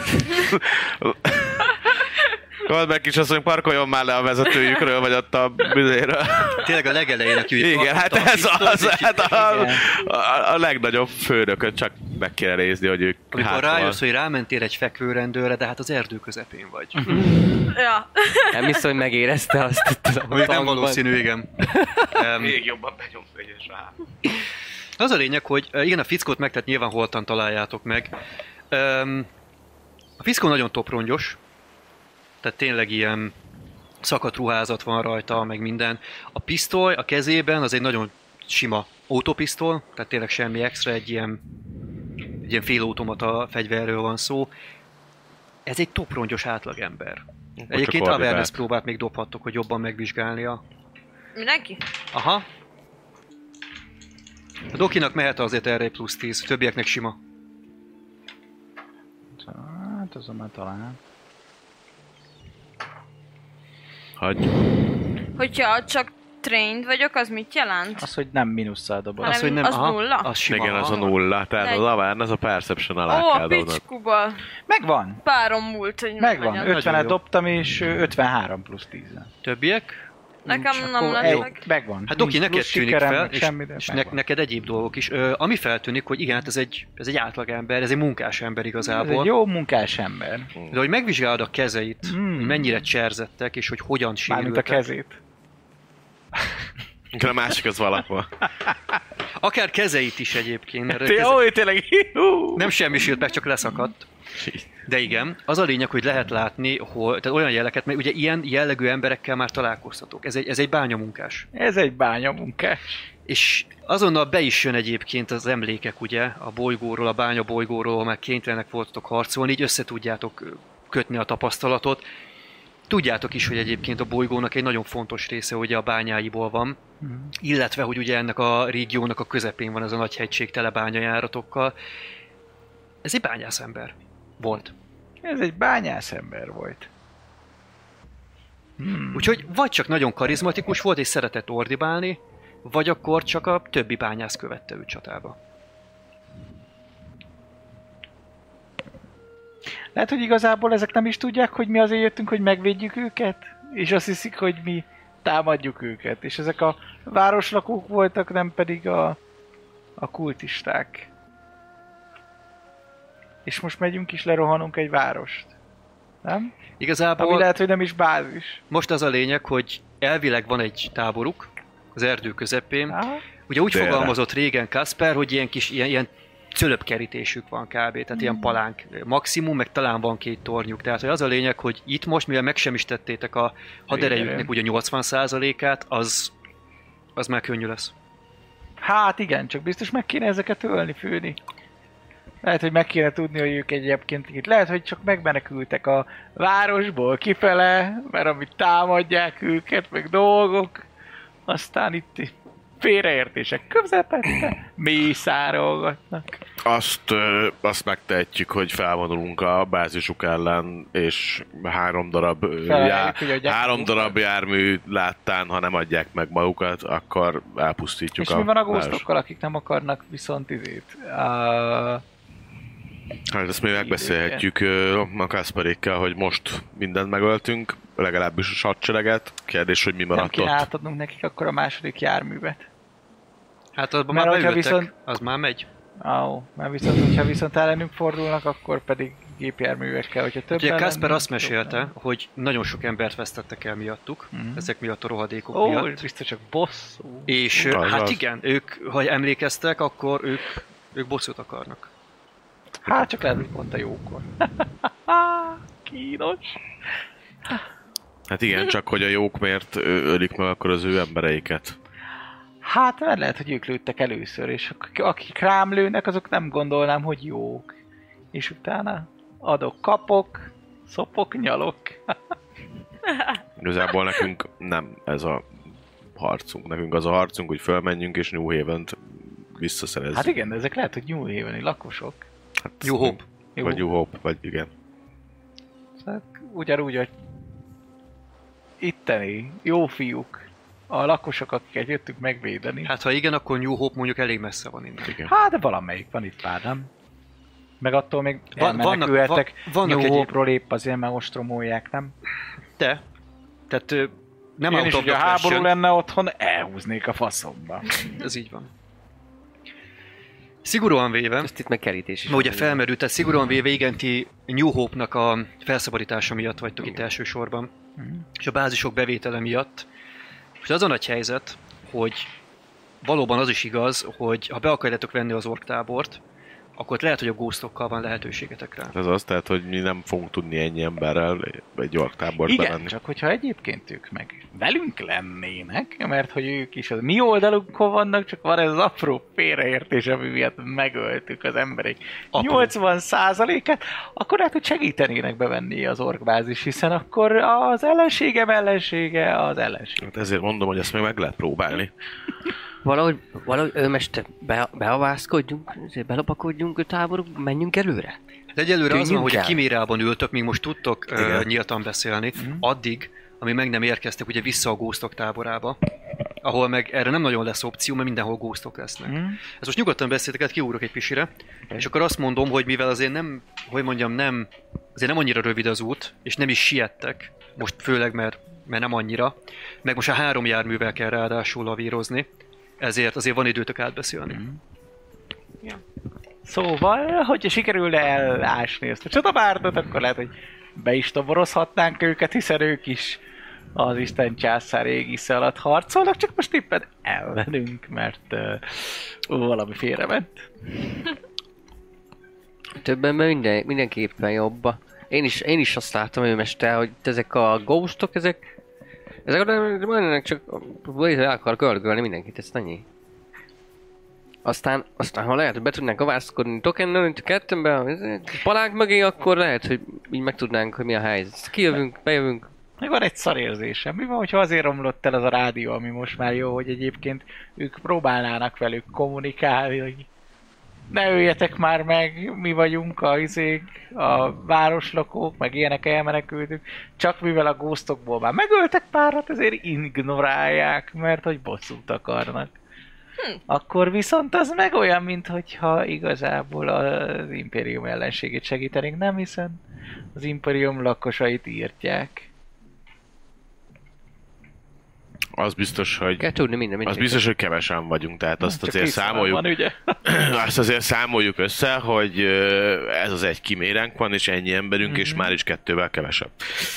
Gold meg kisasszony, parkoljon már le a vezetőjükről, vagy ott a büdéről. tényleg a legelején, aki ugye Igen, hát tartotta a ez pisztolyt, az, és hát a legnagyobb főnököt csak meg kéne nézni, hogy ők amikor hátul van. rájössz, hogy rámentél egy fekvőrendőre, de hát az erdő közepén vagy. Ja. Nem hiszem, hogy megérezte azt itt a Mondjuk nem tankban. valószínű, igen. Még jobban benyomsz egyes rá. Az a lényeg, hogy igen, a fickót meg, tehát nyilván holtan találjátok meg. A fickó nagyon toprongyos, tehát tényleg ilyen szakadt ruházat van rajta, meg minden. A pisztoly a kezében az egy nagyon sima autopisztol, tehát tényleg semmi extra, egy ilyen félautomata fegyverről van szó. Ez egy toprongyos átlagember. Egyébként koordinált. awareness próbát még dobhattok, hogy jobban megvizsgálnia. Mindenki? Aha. A Dokinak mehet azért erre egy plusz 10, többieknek sima. Hát azon már talán. Hagyj. Hogyha csak trained vagyok, az mit jelent? Az, hogy nem mínusszal dobod. Hanem hogy nem, az nulla? Az sima. Igen, az a nulla. Tehát az avárn, az a perception alá Ó, kell a dobnod. picskuba. Megvan. Párom múlt, hogy Megvan. meglegyen. 50-et jó. dobtam, és 53 plusz 10. Többiek? Nekem nem Akkor lettek. megvan. Hát oké, Nincs neked plusz tűnik sikerem, fel, meg és, semmi, de és megvan. neked egyéb dolgok is. Ami feltűnik, hogy igen, hát ez egy átlagember, ez egy munkás ember Ez igazából. egy jó munkás ember. De hogy megvizsgálod a kezeit, Hmm. hogy mennyire cserzettek, és hogy hogyan Mármint a sérültek. kezét. A másik az valahol. Akár kezeit is egyébként. Mert Tényleg. nem semmisült meg, csak leszakadt. De igen, az a lényeg, hogy lehet látni, hogy, tehát olyan jeleket, mert ugye ilyen jellegű emberekkel már találkoztatok. Ez egy bányamunkás. Ez egy bányamunkás. És azonnal be is jön egyébként az emlékek, ugye, a bolygóról, a bánya bolygóról, ahol már kénytelenek voltatok harcolni, így össze tudjátok kötni a tapasztalatot. Tudjátok is, hogy egyébként a bolygónak egy nagyon fontos része ugye a bányáiból van, illetve, hogy ugye ennek a régiónak a közepén van ez a nagy hegység tele bányajáratokkal. Ez egy bányászember volt. Ez egy bányászember volt. Úgyhogy vagy csak nagyon karizmatikus volt és szeretett ordibálni, vagy akkor csak a többi bányász követte őt csatába. Lehet, hogy igazából ezek nem is tudják, hogy mi azért jöttünk, hogy megvédjük őket, és azt hiszik, hogy mi támadjuk őket. És ezek a városlakók voltak, nem pedig a kultisták. És most megyünk is lerohanunk egy várost. Nem? Igazából Ami lehet, hogy nem is bázis. most az a lényeg, hogy elvileg van egy táboruk az erdő közepén. Aha. Ugye úgy Délre. fogalmazott régen Kasper, hogy ilyen kis ilyen cölöpkerítésük van kb. Tehát ilyen palánk maximum, meg talán van 2 tornyuk. Tehát hogy az a lényeg, hogy itt most, mivel megsemmistettétek a haderejüknek ugye 80%-át, az már könnyű lesz. Hát igen, csak biztos meg kéne ezeket ölni, főni. Lehet, hogy meg kéne tudni, hogy ők egyébként itt. Lehet, hogy csak megmenekültek a városból kifele, mert amit támadják őket, meg dolgok. Aztán itt félreértések közepette mészárolgatnak. Azt megtehetjük, hogy felvonulunk a bázisuk ellen, és 3 darab, Feleljük, hogy adják 3 magukat. darab jármű láttán, ha nem adják meg magukat, akkor elpusztítjuk És mi van a várost. góztokkal, akik nem akarnak viszont izét? Hát ezt még megbeszélhetjük a Kasperékkel, hogy most mindent megöltünk, legalábbis a hadsereget. Kérdés, hogy mi Nem maradt kéne ott. átadnunk nekik akkor a második járművet. Hát azban Mert már hogyha beültek, viszont- az már megy. Mert viszont, hogyha viszont ellenünk fordulnak, akkor pedig gépjárművekkel, hogyha több Ugye Kasper ellenünk, azt mesélte, hogy nagyon sok embert vesztettek el miattuk, ezek miatt a rohadékok Ó, miatt. ez biztos csak bosszú. És Az hát az. igen, ők, ha emlékeztek, akkor ők bosszút akarnak. Hát csak lehet, hogy pont a jókor. Kínos. Hát igen, csak hogy a jók miért ölik meg akkor az ő embereiket. Hát mert lehet, hogy ők lőttek először, és akik rám lőnek, azok nem gondolnám, hogy jók. És utána adok, kapok, szopok, nyalok. Igazából nekünk nem ez a harcunk. Nekünk az a harcunk, hogy fölmenjünk és New Haven-t visszaszerezzük. Hát igen, de ezek lehet, hogy New Haven-i lakosok. Hát, New Hope. Vagy New Hope, vagy igen. Szóval ugyanúgy, hogy itteni jó fiúk, a lakosok, akiket jöttünk megvédeni. Hát ha igen, akkor New Hope mondjuk elég messze van innen. Igen. Hát, de valamelyik van itt pár, nem? Meg attól még Vannak New egyéb- Hope-ról épp azért, mert ostromolják, nem? De, tehát nem Én out is, of hogy a the háború question. lenne otthon, elhúznék a faszomba. Ez így van. Szigorúan véve, Ezt itt meg kerítés is. ma ugye felmerült, tehát szigorúan véve igen, ti New Hope-nak a felszabadítása miatt vagytok itt elsősorban, és a bázisok bevétele miatt. És az a nagy helyzet, hogy valóban az is igaz, hogy ha be akarjátok venni az orktábort, akkor ott lehet, hogy a ghostokkal van lehetőségetek rá. Ez az, tehát, hogy mi nem fogunk tudni ennyi emberrel egy orktáborba Igen, menni. csak hogyha egyébként ők meg velünk lennének, mert hogy ők is az mi oldalunkon vannak, csak van ez az apró félreértés, ami miatt megöltük az emberek Apró. 80%-et, akkor lehet, hogy segítenének bevenni az orkbázis, hiszen akkor az ellensége az ellenség. Hát ezért mondom, hogy ezt még meg lehet próbálni. Valahogy őmester, beavászkodjunk, belopakodjunk a táboruk, menjünk előre. De egyelőre az van, Tűnjünk hogy a el. kimérában ültök, míg most tudtok Igen. nyíltan beszélni, addig, ami meg nem érkeztek ugye vissza a ghostok táborába, ahol meg erre nem nagyon lesz opció, mert mindenhol ghostok lesznek. Ezt most nyugodtan beszéltek, hát kiúrok egy pisire, és akkor azt mondom, hogy mivel azért nem, azért nem annyira rövid az út, és nem is siettek, most főleg, mert nem annyira, meg most a 3 járművel kell ráadásul lavírozni, ezért azért van időtök átbeszélni. Szóval, hogyha sikerülne elásni ezt a csodabárdot, akkor lehet, hogy be is toborozhatnánk őket, hiszen ők is az Isten császár égisze alatt harcolnak, csak most éppen ellenünk, mert valami félrement. Többen mindenképpen jobba. Én is azt láttam, hogy mester, hogy ezek a ghostok, ezek majdnem csak el akar görgölni mindenkit, ez annyi. Aztán ha lehet, hogy be tudnánk avászkodni tokennel, mint a kettőnben, palánk mögé, akkor lehet, hogy így megtudnánk, hogy mi a helyzet. Kijövünk, bejövünk. Meg van egy szar érzésem. Mi van, hogyha azért romlott el az a rádió, ami most már jó, hogy egyébként ők próbálnának velük kommunikálni, hogy ne öljetek már meg, mi vagyunk a városlakók, meg ilyenek elmenekültünk, csak mivel a ghostokból már megöltek párat, ezért ignorálják, mert hogy bosszút akarnak. Akkor viszont az meg olyan, mintha igazából az Imperium ellenségét segítenénk, nem, hiszen az Imperium lakosait írtják. Az biztos, hogy... Kell tudni minden. Az biztos, hogy kevesen vagyunk, tehát azt Csak azért számoljuk... Van, ugye? Azt azért számoljuk össze, hogy ez az egy kimérenk van, és ennyi emberünk, és már is 2-vel kevesebb.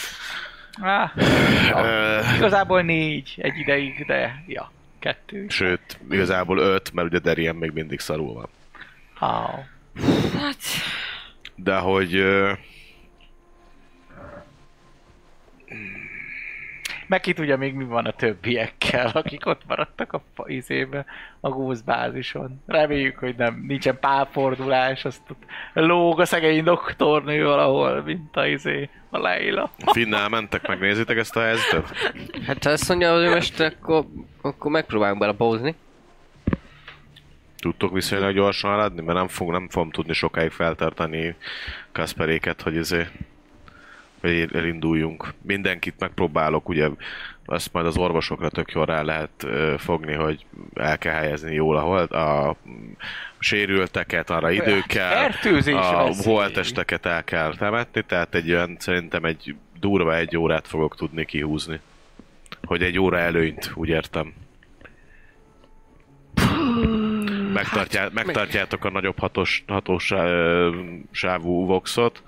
Igazából 4 egy ideig, de 2. Sőt, igazából 5, mert ugye Darien még mindig szarul van. De hogy... Meg ki tudja még mi van a többiekkel, akik ott maradtak a Ghost bázison. Reméljük, hogy nincsen pálfordulás, azt ott lóg a szegény doktornő valahol, mint a Leila. Finnál mentek, megnézitek ezt a helyzetet? Hát ha ezt mondja az ő mester, akkor megpróbálunk belebózni. Tudtok viszonylag gyorsan haladni? Mert nem fogom tudni sokáig feltartani Kasperéket, hogy elinduljunk. Mindenkit megpróbálok, ugye azt majd az orvosokra tök jól rá lehet fogni, hogy el kell helyezni jól a sérülteket, arra idő kell, a holttesteket el kell temetni, tehát szerintem egy durva 1 órát fogok tudni kihúzni. Hogy 1 óra előnyt, úgy értem. Megtartjátok a nagyobb hatósávú voxot.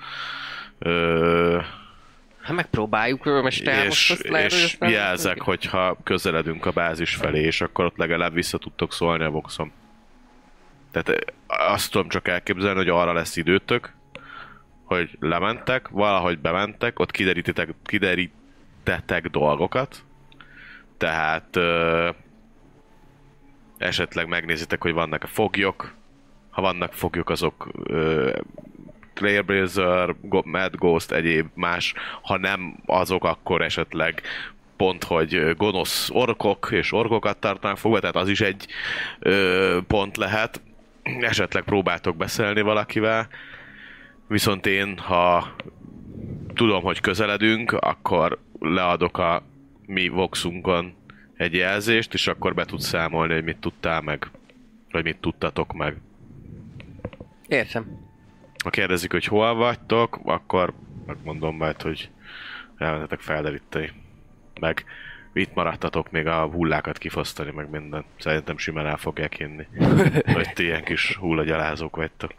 Hát megpróbáljuk, mester, és jelzek, hogyha közeledünk a bázis felé, és akkor ott legalább vissza tudtok szólni a voxom. Tehát azt tudom csak elképzelni, hogy arra lesz időtök, hogy lementek, valahogy bementek, ott kiderítetek dolgokat, tehát esetleg megnézitek, hogy vannak-e foglyok, ha vannak foglyok, azok Trailblazer, Mad Ghost, egyéb más, ha nem azok, akkor esetleg pont, hogy gonosz orkok és orkokat tartanak fogva, tehát az is egy pont lehet. Esetleg próbáltok beszélni valakivel, viszont én, ha tudom, hogy közeledünk, akkor leadok a mi voxunkon egy jelzést, és akkor be tudsz számolni, hogy mit tudtál meg, vagy mit tudtatok meg. Értem. Ha kérdezik, hogy hol vagytok, akkor megmondom majd, hogy elmentetek felderíteni. Meg itt maradtatok még a hullákat kifosztani, meg minden. Szerintem simán el fogják hinni, hogy ti ilyen kis hullagyalázók vagytok.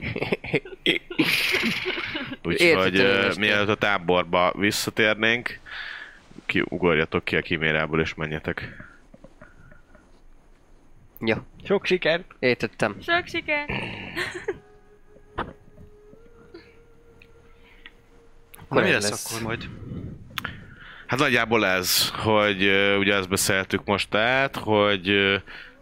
Úgyhogy mielőtt a táborba visszatérnénk, ugorjatok ki a kimérából és menjetek. Ja. Sok sikert! Értettem. Sok sikert! Mi lesz akkor majd? Hát nagyjából ez, hogy ugye ezt beszéltük most át, hogy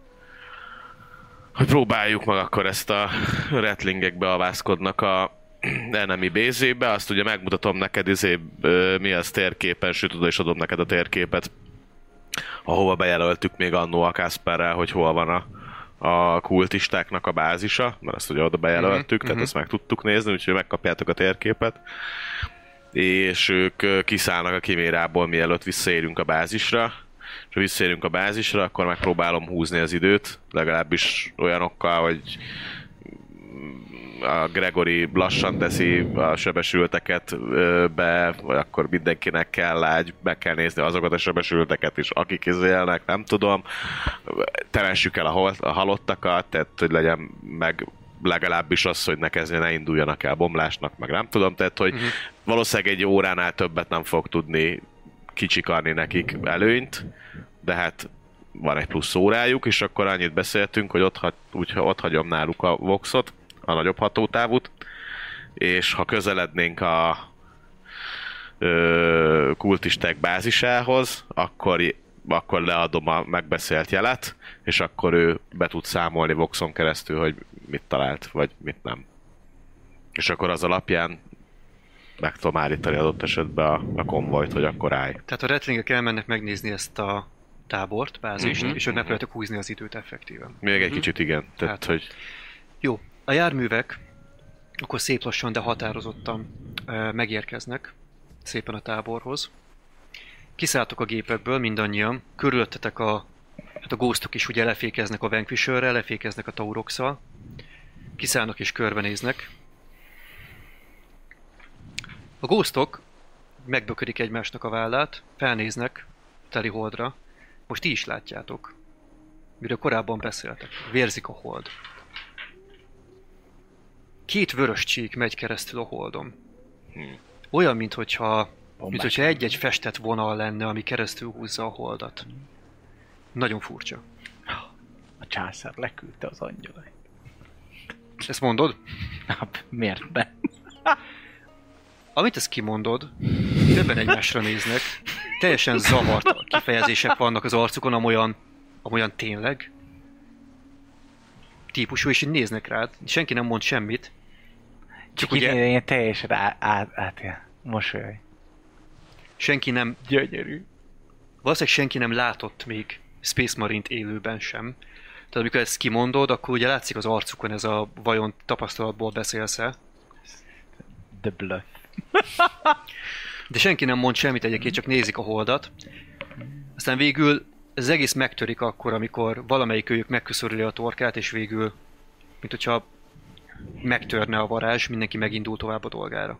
próbáljuk meg akkor ezt a retlingek beavászkodnak a enemy base-ébe, azt ugye megmutatom neked mi az térképen, sőt oda is adom neked a térképet, ahova bejelöltük még annó a Kasperrel, hogy hol van a kultistáknak a bázisa, mert azt ugye oda bejelöltük, tehát ezt meg tudtuk nézni, úgyhogy megkapjátok a térképet. És ők kiszállnak a kimérából, mielőtt visszaérünk a bázisra, és ha visszaérünk a bázisra, akkor megpróbálom húzni az időt, legalábbis olyanokkal, hogy a Gregory lassan teszi a sebesülteket be, vagy akkor mindenkinek kell ágy, meg kell nézni azokat a sebesülteket is, akik élnek, nem tudom. Temessük el a halottakat, tehát hogy legyen meg legalábbis az, hogy ne induljanak el bomlásnak, meg nem tudom, tehát hogy valószínűleg egy óránál többet nem fog tudni kicsikarni nekik előnyt, de hát van egy plusz órájuk, és akkor annyit beszéltünk, hogy ott hagyom náluk a Voxot, a nagyobb hatótávút, és ha közelednénk a kultisták bázisához, akkor leadom a megbeszélt jelet, és akkor ő be tud számolni Voxon keresztül, hogy mit talált, vagy mit nem. És akkor az alapján meg tudom állítani adott esetben a konvojt, hogy akkor állj. Tehát a retlingek elmennek megnézni ezt a tábort, bázist, és hogy megpróbáltak húzni az időt effektíven. Még egy kicsit igen. Tehát, hogy... Jó, a járművek akkor szép lassan, de határozottan megérkeznek szépen a táborhoz. Kiszálltok a gépekből mindannyian, körülöttetek a ghostok is ugye lefékeznek a Vanquisherrel, lefékeznek a Tauroxal. Kiszállnak és körbenéznek. A ghostok megböködik egymásnak a vállát, felnéznek teli holdra. Most ti is látjátok, miről korábban beszéltek. Vérzik a hold. 2 vörös csík megy keresztül a holdon. Olyan, minthogyha egy-egy festett vonal lenne, ami keresztül húzza a holdat. Nagyon furcsa. A császár leküldte az angyalait. Ezt mondod? Miért ne? Amit ezt kimondod, többen egymásra néznek, teljesen zavart kifejezések vannak az arcukon, amolyan tényleg típusú, és így néznek rád. Senki nem mond semmit. Csak ugye... Ilyen teljesen mosolyaj. Senki nem... Gyönyörű. Valószínűleg senki nem látott még Space Marine-t élőben sem. Tehát amikor ezt kimondod, akkor ugye látszik az arcukon ez a vajon tapasztalatból beszélsz-e. The bluff. De senki nem mond semmit egyébként, csak nézik a holdat. Aztán végül ez egész megtörik akkor, amikor valamelyik őjük megköszörüli a torkát, és végül, mint hogyha megtörne a varázs, mindenki megindul tovább a dolgára.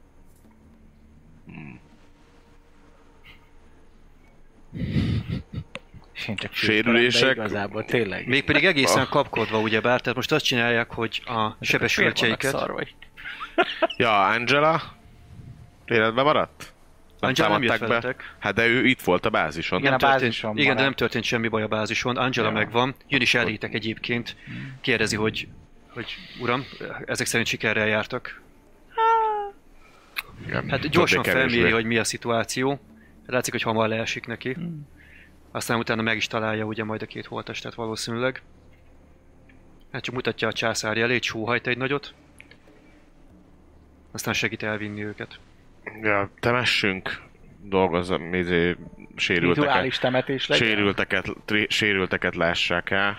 Sérülések. Igazából, tényleg. Mégpedig egészen kapkodva, ugyebár, tehát most azt csinálják, hogy a sebesültjeiket... Ja, Angela életben maradt? Angela nem jött veletek. Hát de ő itt volt a bázison. Igen, a bázison igen, de nem történt semmi baj a bázison. Angela megvan, jön is elétek egyébként. Kérdezi, hogy uram, ezek szerint sikerrel jártak. Hát gyorsan felméri, hogy mi a szituáció. Látszik, hogy hamar leesik neki. Aztán utána meg is találja ugye majd a 2 holttestet valószínűleg. Hát csak mutatja a császár jelét, sóhajt egy nagyot. Aztán segít elvinni őket. Ja, temessünk, dolgozzam, rituális temetés legyen. Sérülteket lássák el.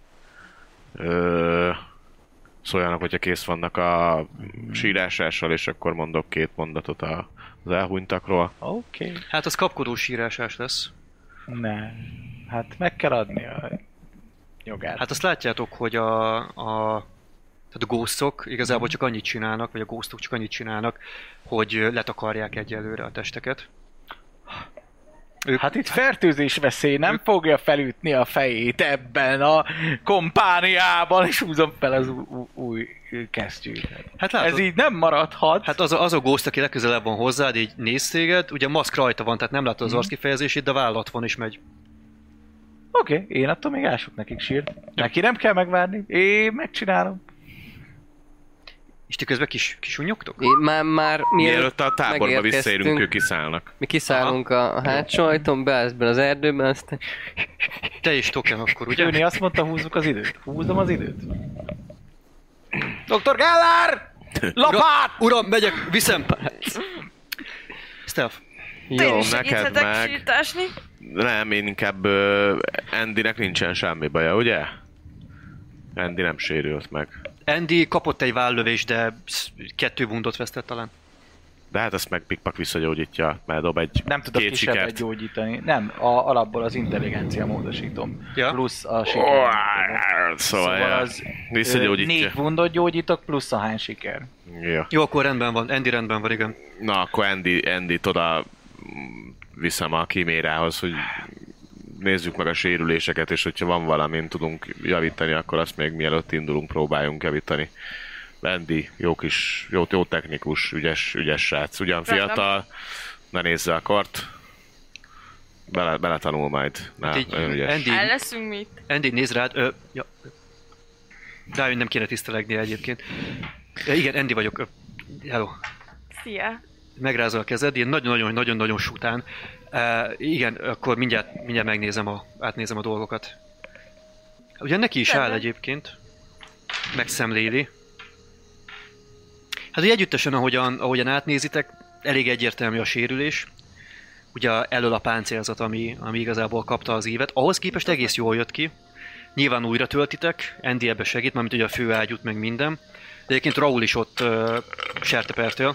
Szóljanak, hogyha kész vannak a sírásással, és akkor mondok 2 mondatot az elhunytakról. Oké. Hát az kapkodó sírásás lesz. Ne. Hát meg kell adni a jogát. Hát azt látjátok, hogy tehát a ghostok igazából csak annyit csinálnak, vagy a ghostok csak annyit csinálnak, hogy letakarják egyelőre a testeket. Hát itt fertőzés veszély, nem fogja felütni a fejét ebben a kompániában, és húzom fel az új kesztyűt. Hát látod, ez így nem maradhat. Hát az a ghost, aki legközelebb van hozzád, így néz téged, ugye maszk rajta van, tehát nem látod az arckifejezését, de vállat van és megy. Oké, én attól még ások nekik sírt. Neki nem kell megvárni, én megcsinálom. És ti közben kis unnyogtok? Már mielőtt a táborba visszaérünk, ők kiszállnak. Mi kiszállunk a hátsó ajtón, be az erdőben, aztán... Te is token akkor, ugye? Jönni azt mondta, húzzuk az időt. Húzom az időt. Dr. Geller! Lapát! Uram, megyek, viszem! Stealth. Jó, neked meg... sírtásni? Nem, én inkább Andynek nincsen semmi baja, ugye? Andy nem sérült meg. Andy kapott egy vállövést, de 2 wundot vesztett talán. De hát ezt meg Pikpak visszagyógyítja, mert dob egy Nem tudok 2 kisebbet sikert. gyógyítani. Nem, alapból az intelligencia módosítom. Ja. Plusz a siker. Szóval az visszagyógyítja. 4 wundot gyógyítok, plusz a hány siker. Jó. Jó, akkor rendben van. Andy rendben van, igen. Na, akkor Andy-t oda viszem a kimérához, hogy nézzük meg a sérüléseket, és hogyha van valamin tudunk javítani, akkor azt még mielőtt indulunk, próbáljunk javítani. Andy, jó technikus, ügyes srác. Ugyan fiatal, ne nézze a kart. Beletanul majd. Hát így, nagyon ügyes. Andy, El leszünk mi itt? Andy néz rád. Ja. Rájön, nem kéne tisztelegni egyébként. Ja, igen, Andy vagyok. Hello. Szia. Megrázol a kezed, ilyen nagyon-nagyon sután. Igen, akkor mindjárt átnézem a dolgokat. Ugye neki is áll egyébként. Megszemléli. Hát ugye együttesen, ahogyan átnézitek, elég egyértelmű a sérülés. Ugye elől a páncélzat, ami igazából kapta az évet. Ahhoz képest egész jól jött ki. Nyilván újra töltitek, Andy ebbe segít, mármint ugye a főágyút meg minden. De egyébként Raúl is ott sertepertél.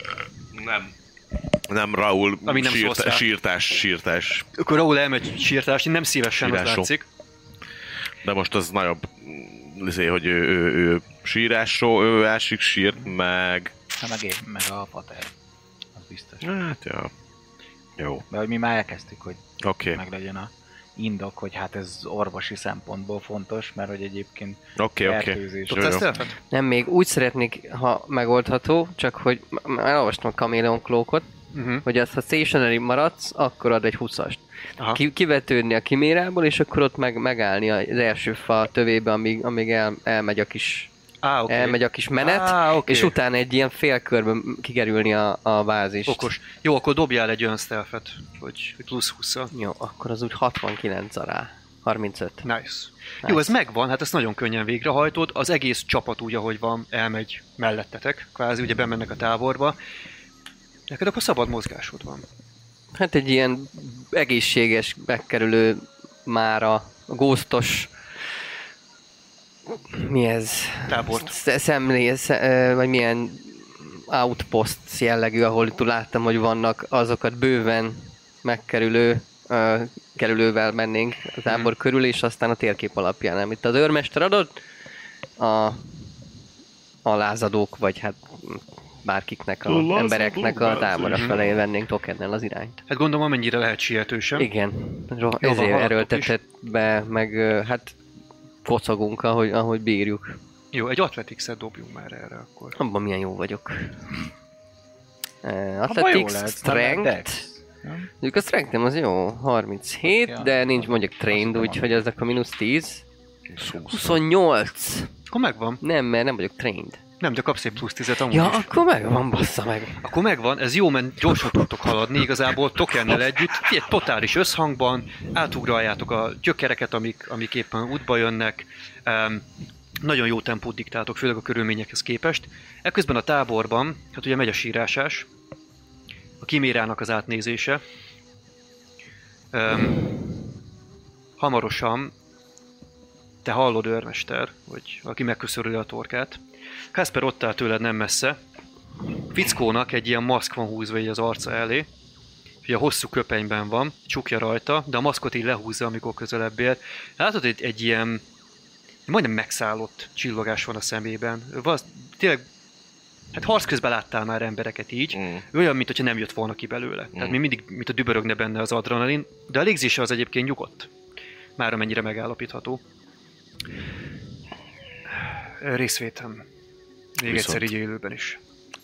Nem, Raúl, Ami nem sírtás. Akkor Raúl elmegy sírtásni, nem szívesen, az Sírások. látszik. De most az nagyobb, hogy ő sírásról, ő ásik, sírt, meg... Hát meg a pater. Az biztos. Hát, ja. Jó. De hogy mi már elkezdtük, hogy Oké. meg legyen a indok, hogy hát ez orvosi szempontból fontos, mert hogy egyébként Oké. fertőzés. Jó, Tudsz jó. ezt elfed? Nem, még úgy szeretnék, ha megoldható, csak hogy elolvastam a Chameleon Cloakot, hogy ha stationary maradsz, akkor ad egy 20-ast. Aha. Kivetődni a kimérából, és akkor ott megállni az első fa tövébe, amíg elmegy a kis Okay. elmegy a kis menet, okay. és utána egy ilyen félkörben kikerülni a bázist. Okos. Jó, akkor dobjál egy olyan stealth-et, hogy plusz 20-szal. Jó, akkor az úgy 69 rá. 35. Nice. Jó, ez megvan, hát ezt nagyon könnyen végrehajtod. Az egész csapat úgy, ahogy van, elmegy mellettetek. Kvázi ugye bemennek a táborba. Neked akkor szabad mozgásod van. Hát egy ilyen egészséges, megkerülő mára, a ghostos, mi ez? Tábort. Vagy milyen outpost jellegű, ahol itt láttam, hogy vannak azokat bőven megkerülő kerülővel mennénk a tábor körül, és aztán a térkép alapján, amit az őrmester adott, a lázadók, vagy hát bárkiknek, a embereknek a tábora felé vennénk tokennel az irányt. Hát gondolom, amennyire lehet sietősen. Igen, van, ezért haladtok erőltetett be, meg hát kocogunk, ahogy bírjuk. Jó, egy athletics-et dobjunk már erre akkor. Abban milyen jó vagyok. Abban jó Athletics, lehet, Strength. Dex. Mondjuk a Strength az jó, 37, Ja. de nincs mondjuk Trained, Azt úgyhogy az akkor mínusz 10. 28! Akkor megvan. Nem, mert nem vagyok Trained. Nem, de kapsz egy plusz 10-et amúgy Ja, is. akkor megvan, bassza meg. Akkor megvan, ez jó, mert gyorsan tudtok haladni, igazából tokennel együtt, egy totális összhangban, átugráljátok a gyökereket, amik éppen útba jönnek, nagyon jó tempót diktáltok, főleg a körülményekhez képest. Ekközben a táborban, hát ugye megy a sírásás, a kimérának az átnézése. Hamarosan te hallod, őrmester, vagy aki megköszörüli a torkát. Kasper ott áll tőled nem messze. Fickónak egy ilyen maszk van húzva így az arca elé. Ugye a hosszú köpenyben van, csukja rajta, de a maszkot így lehúzza, amikor közelebb ér. Látod, egy ilyen majdnem megszállott csillogás van a szemében. Tényleg, hát harc közben láttál már embereket így. Olyan, mintha nem jött volna ki belőle. Tehát még mindig, mint a dübörögne benne az adrenalin, de a légzése az egyébként nyugodt. Már amennyire megállapítható. Részvétem. Még egyszer így élőben is.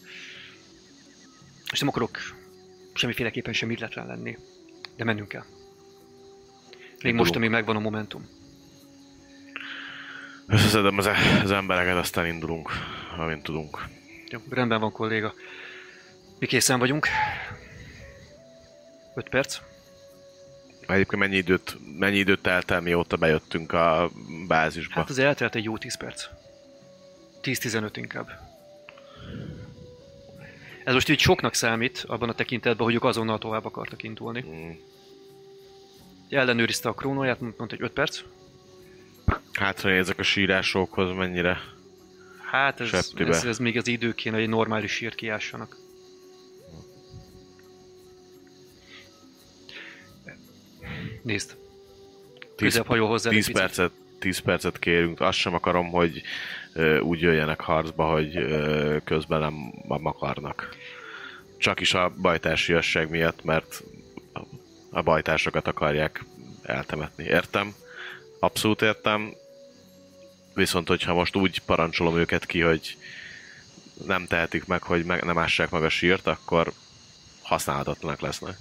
És nem akarok semmiféleképpen sem illetlen lenni. De mennünk kell. Még most, amíg megvan a momentum. Összeszedem az embereket, aztán indulunk, amint tudunk. Jó, rendben van, kolléga. Mi készen vagyunk? 5 perc. Egyébként mennyi időt telt el, mióta bejöttünk a bázisba? Hát az eltelt egy jó 10 perc. 10-15 inkább. Ez most így soknak számít, abban a tekintetben, hogy ők azonnal tovább akartak indulni. Ellenőrizte a krónóját, mondta, hogy 5 perc. Hát, hogy ezek a sírásokhoz mennyire Hát ez még az idő kéne, hogy egy normális sírt kiássanak. nézd. Közebb hajol hozzá 10 percet kérünk. Azt sem akarom, hogy úgy jöjjenek harcba, hogy közben nem akarnak. Csak is a bajtársiasság miatt, mert a bajtársakat akarják eltemetni. Értem? Abszolút értem. Viszont, hogyha most úgy parancsolom őket ki, hogy nem tehetik meg, hogy nem ássák meg a sírt, akkor használhatatlanak lesznek.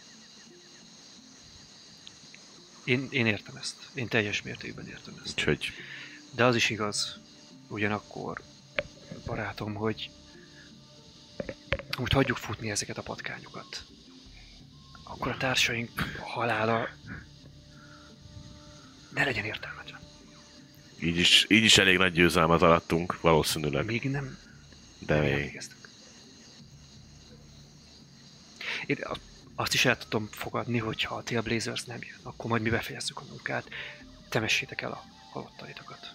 Én értem ezt. Én teljes mértékben értem ezt. Úgyhogy... De az is igaz, ugyanakkor, barátom, hogy most hagyjuk futni ezeket a patkányokat. Akkor a társaink halála ne legyen értelmetlen. Így is elég nagy győzelmet arattunk, valószínűleg. Még nem. De még. Végeztük. Én azt is el tudom fogadni, hogyha a Trailblazers nem jön, akkor majd mi befejezzük a munkát. Temessétek el a halottaitokat.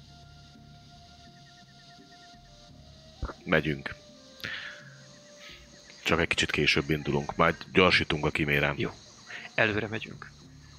Megyünk. Csak egy kicsit később indulunk, majd gyorsítunk a kimérem. Jó. Előre megyünk.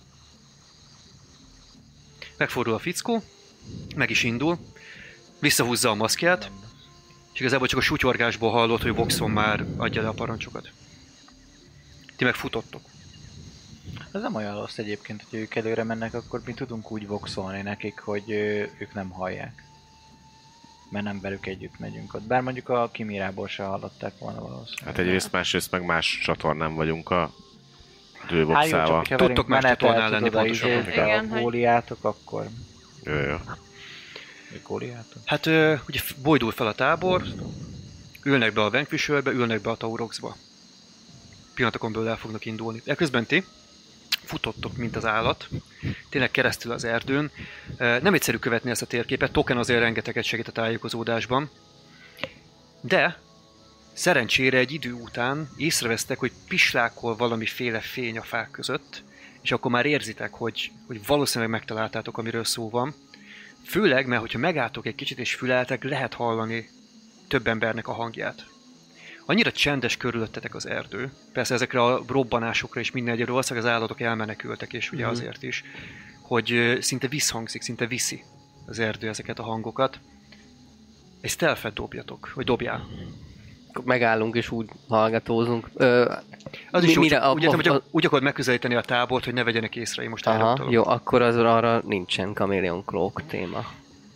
Megfordul a fickó, meg is indul, visszahúzza a maszkját, és igazából csak a sutyorgásból hallott, hogy Voxon már adja le a parancsokat. Ti meg futottok. Ez nem olyan rossz egyébként, hogy ők előre mennek, akkor mi tudunk úgy voxolni nekik, hogy ők nem hallják. Mert nem velük együtt megyünk ott. Bár mondjuk a Kimirából se hallották volna valószínűleg. Hát egyrészt, másrészt meg más csatornán vagyunk a Drőboxával. Tudtok más csatornán lenni pontosabban. Igen, a góliátok, akkor... Jó. Góliátok? Hát ugye bojdul fel a tábor, ülnek be a Vanquisherbe, ülnek be a Tauroxba. Pillanatokon belül el fognak indulni. Eközben ti futottok, mint az állat, tényleg keresztül az erdőn. Nem egyszerű követni ezt a térképet, Token azért rengeteget segít a tájékozódásban, de szerencsére egy idő után észrevesztek, hogy pislákol valamiféle fény a fák között, és akkor már érzitek, hogy valószínűleg megtaláltátok, amiről szó van. Főleg, mert hogyha megálltok egy kicsit és füleltek, lehet hallani több embernek a hangját. Annyira csendes körülöttetek az erdő, persze ezekre a robbanásokra és minden egyébként valószínűleg az állatok elmenekültek, és ugye azért is, hogy szinte visszhangzik, szinte viszi az erdő ezeket a hangokat. Egy stealth-et dobjatok, vagy dobjál. Megállunk és úgy hallgatózunk. Az is úgy akarod megközelíteni a tábort, hogy ne vegyenek észre, én most elrögtölök. Jó, akkor az arra nincsen Chameleon Cloak téma.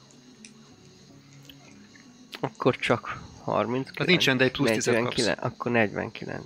Akkor csak 39. Az nincsen, de egy plusz 10 kapsz. Akkor 49.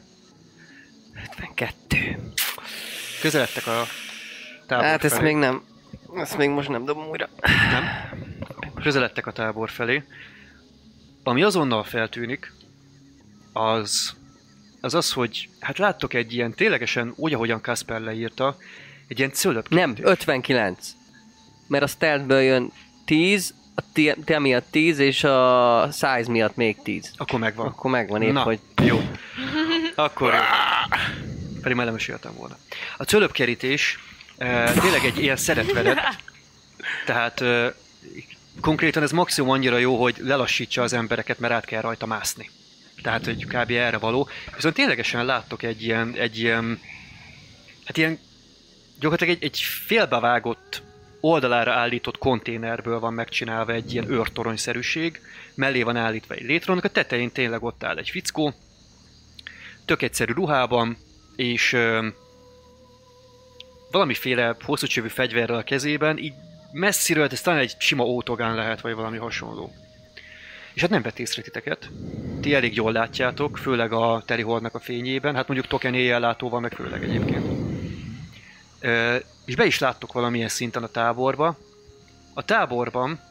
52. Közeledtek a tábor Hát felé. ezt még nem. Ezt még most nem dobom újra. Nem? Közeledtek a tábor felé. Ami azonnal feltűnik, az, hogy hát láttok egy ilyen ténylegesen úgy, ahogyan Kasper leírta, egy ilyen cölöpkétést. Nem, 59. Mert a stealthből jön 10, a te miatt 10, és a size miatt még 10. Akkor megvan. Akkor megvan épp, Na, hogy... jó. Akkor jó. Pedig már nem is jöttem volna. A cölöpkerítés tényleg egy ilyen szeretvedett, tehát konkrétan ez maximum annyira jó, hogy lelassítsa az embereket, mert át kell rajta mászni. Tehát, hogy kb. Erre való. Viszont ténylegesen láttok egy ilyen gyakorlatilag egy félbevágott, oldalára állított konténerből van megcsinálva egy ilyen őrtoronyszerűség, mellé van állítva egy létrónak, a tetején tényleg ott áll egy fickó, tök egyszerű ruhában, és valamiféle hosszúcsövű fegyverrel a kezében, így messziről, ez talán egy sima ótogán lehet, vagy valami hasonló. És hát nem vett észre titeket. Ti elég jól látjátok, főleg a Terihornak a fényében, hát mondjuk Token éjjellátóval, meg főleg egyébként. És be is láttok valamilyen szinten a táborba. A táborban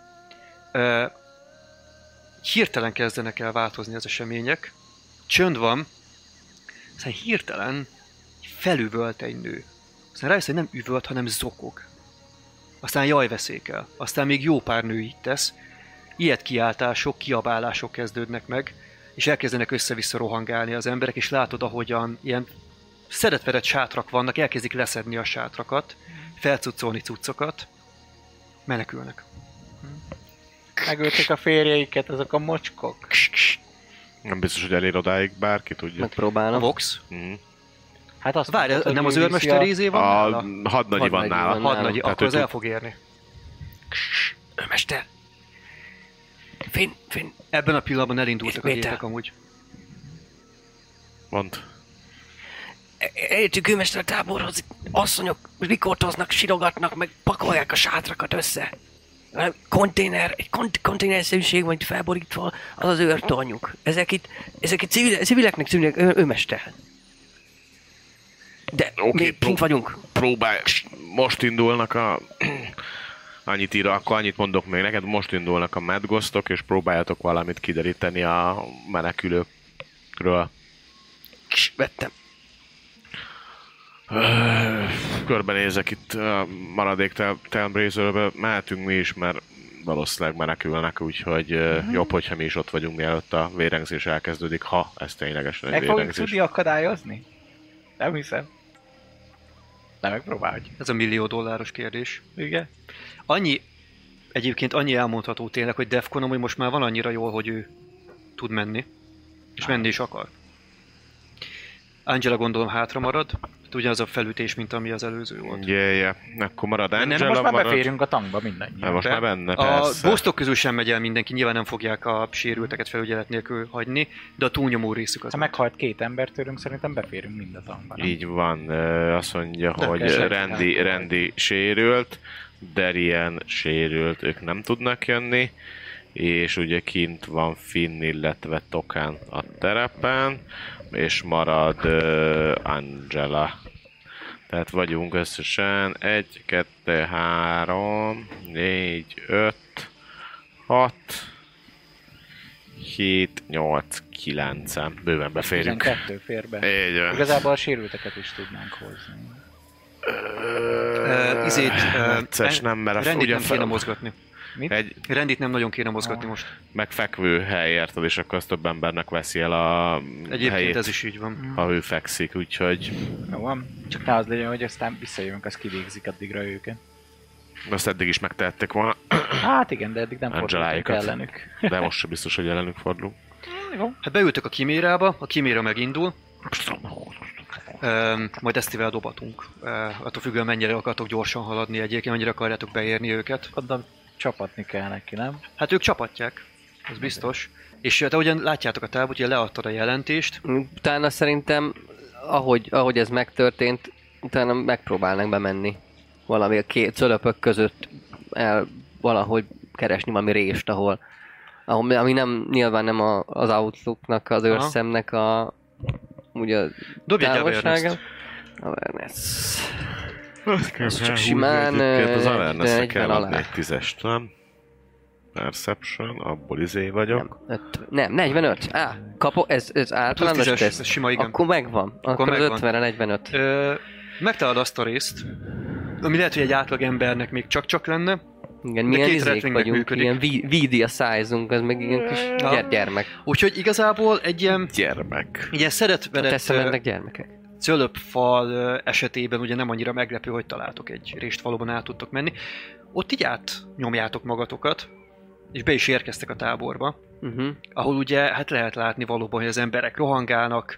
hirtelen kezdenek el változni az események. Csönd van, aztán hirtelen felüvölt egy nő. Aztán rájössz, hogy nem üvölt, hanem zokog. Aztán jajveszékel. Aztán még jó pár nő így tesz. Ilyet kiáltások, kiabálások kezdődnek meg, és elkezdenek össze-vissza rohangálni az emberek, és látod, ahogyan ilyen szedetvedett sátrak vannak, elkezdik leszedni a sátrakat, felcuccolni cuccokat, menekülnek. Megölték a férjeiket, azok a mocskok. Nem biztos, hogy elér odáig, bárki tudja. A Megpróbálom. Vox? Mhm. Hát azt Várj, mondtad, nem hogy az ő őrmester viszi rézé van A nála? hadnagyi van nála. Hadnagyi, Tehát akkor ő az el tud- fog érni. Mester! Finn! Ebben a pillanatban elindultak a Péter. gépek amúgy. Mond. Értjük őmester a táborhoz, asszonyok rikortoznak, sirogatnak, meg pakolják a sátrakat össze. Egy konténerszerűség van itt felborítva, az az őrtornyuk. Ezek itt civileknek szűnnek, őmester. De még kint vagyunk. Próbálj, most indulnak a... Annyit ír, akkor annyit mondok még neked, most indulnak a Madgosztok, és próbáljatok valamit kideríteni a menekülőkről. Vettem. Körbenézek itt a maradék Telmbrazerből, mehetünk mi is, mert valószínűleg menekülnek, úgyhogy jobb, hogyha mi is ott vagyunk, mielőtt a vérengzés elkezdődik, ha ez ténylegesen egy Meg fogjuk vérengzés. tudni akadályozni? Nem hiszem. Nem megpróbálj. Ez a $1 millió kérdés. Igen. Egyébként annyi elmondható tényleg, hogy Defcon amúgy most már van annyira jól, hogy ő tud menni. És menni is akar. Angela gondolom hátra marad. Ugyanaz a felütés, mint ami az előző volt. Yeah. Akkor marad Angela, Most már marad... beférünk a tankba mindannyian. Most már benne, A persze. bosztok közül sem megy el mindenki, nyilván nem fogják a sérülteket felügyelet nélkül hagyni, de a túlnyomó részük az. Ha meghalt 2 ember tőlünk, szerintem beférünk mind a tankba. nem? Így van, azt mondja, hogy esetleg Randy sérült, Darien sérült, ők nem tudnak jönni, és ugye kint van Finn, illetve Tokán a terepen, és marad Angela. Tehát vagyunk összesen 1, 2, 3, 4, 5, 6, 7, 8, 9-en. Bőven beférünk. 12 fér be. Így van. Igazából a sérülteket is tudnánk hozni. Necces nem, mert Rendit ugye nem kéne mozgatni. Mit? egy Rendit nem nagyon kéne mozgatni most. megfekvő hely, érted, és akkor az több embernek veszi el a Egyébként helyét, ez is így van. ha ő fekszik, úgyhogy Jó van. Csak ne az legyen, hogy aztán visszajövünk, az kivégzik addigra őket. azt eddig is megtehették volna, Hát igen, de eddig nem fordultunk Angeláikat. ellenük. de most sem biztos, hogy ellenük fordulunk. Hát beültök a kimérába, a kiméra megindul. Majd Esztivel dobatunk. Attól függően mennyire akartok gyorsan haladni egyébként, mennyire akarjátok beérni őket. Gondolom csapatni kell neki, nem? Hát ők csapatják, ez biztos. És te ugyan látjátok a távot, ugye leadtad a jelentést. Utána szerintem, ahogy ez megtörtént, utána megpróbálnak bemenni. Valami a két cölöpök között el valahogy keresni valami rést, ami nem, nyilván nem az Outlooknak, az őrszemnek a ugye Dobj egy távolsága. awareness-t. Awareness. Ez csak simán, az de awareness-re 40 kell alá. adni egy 10-est, nem? Perception, abból vagyok. Nem, 45. Ez általános Plusz 10-es, teszt. ez sima, igen. Akkor megvan. Akkor az megvan. 50-re 45. Megtalálod azt a részt, ami lehet, hogy egy átlag embernek még csak lenne. Igen, de milyen két izék retvingnek vagyunk, működik. ilyen vídi a size-unk, az meg ilyen kis gyermek. Úgyhogy igazából egy ilyen Gyermek. ilyen szeretvenett Teszemennek gyermekek. cölöpfal esetében ugye nem annyira meglepő, hogy találtok egy rést, valóban át tudtok menni. Ott így átnyomjátok magatokat, és be is érkeztek a táborba, ahol ugye hát lehet látni valóban, hogy az emberek rohangálnak,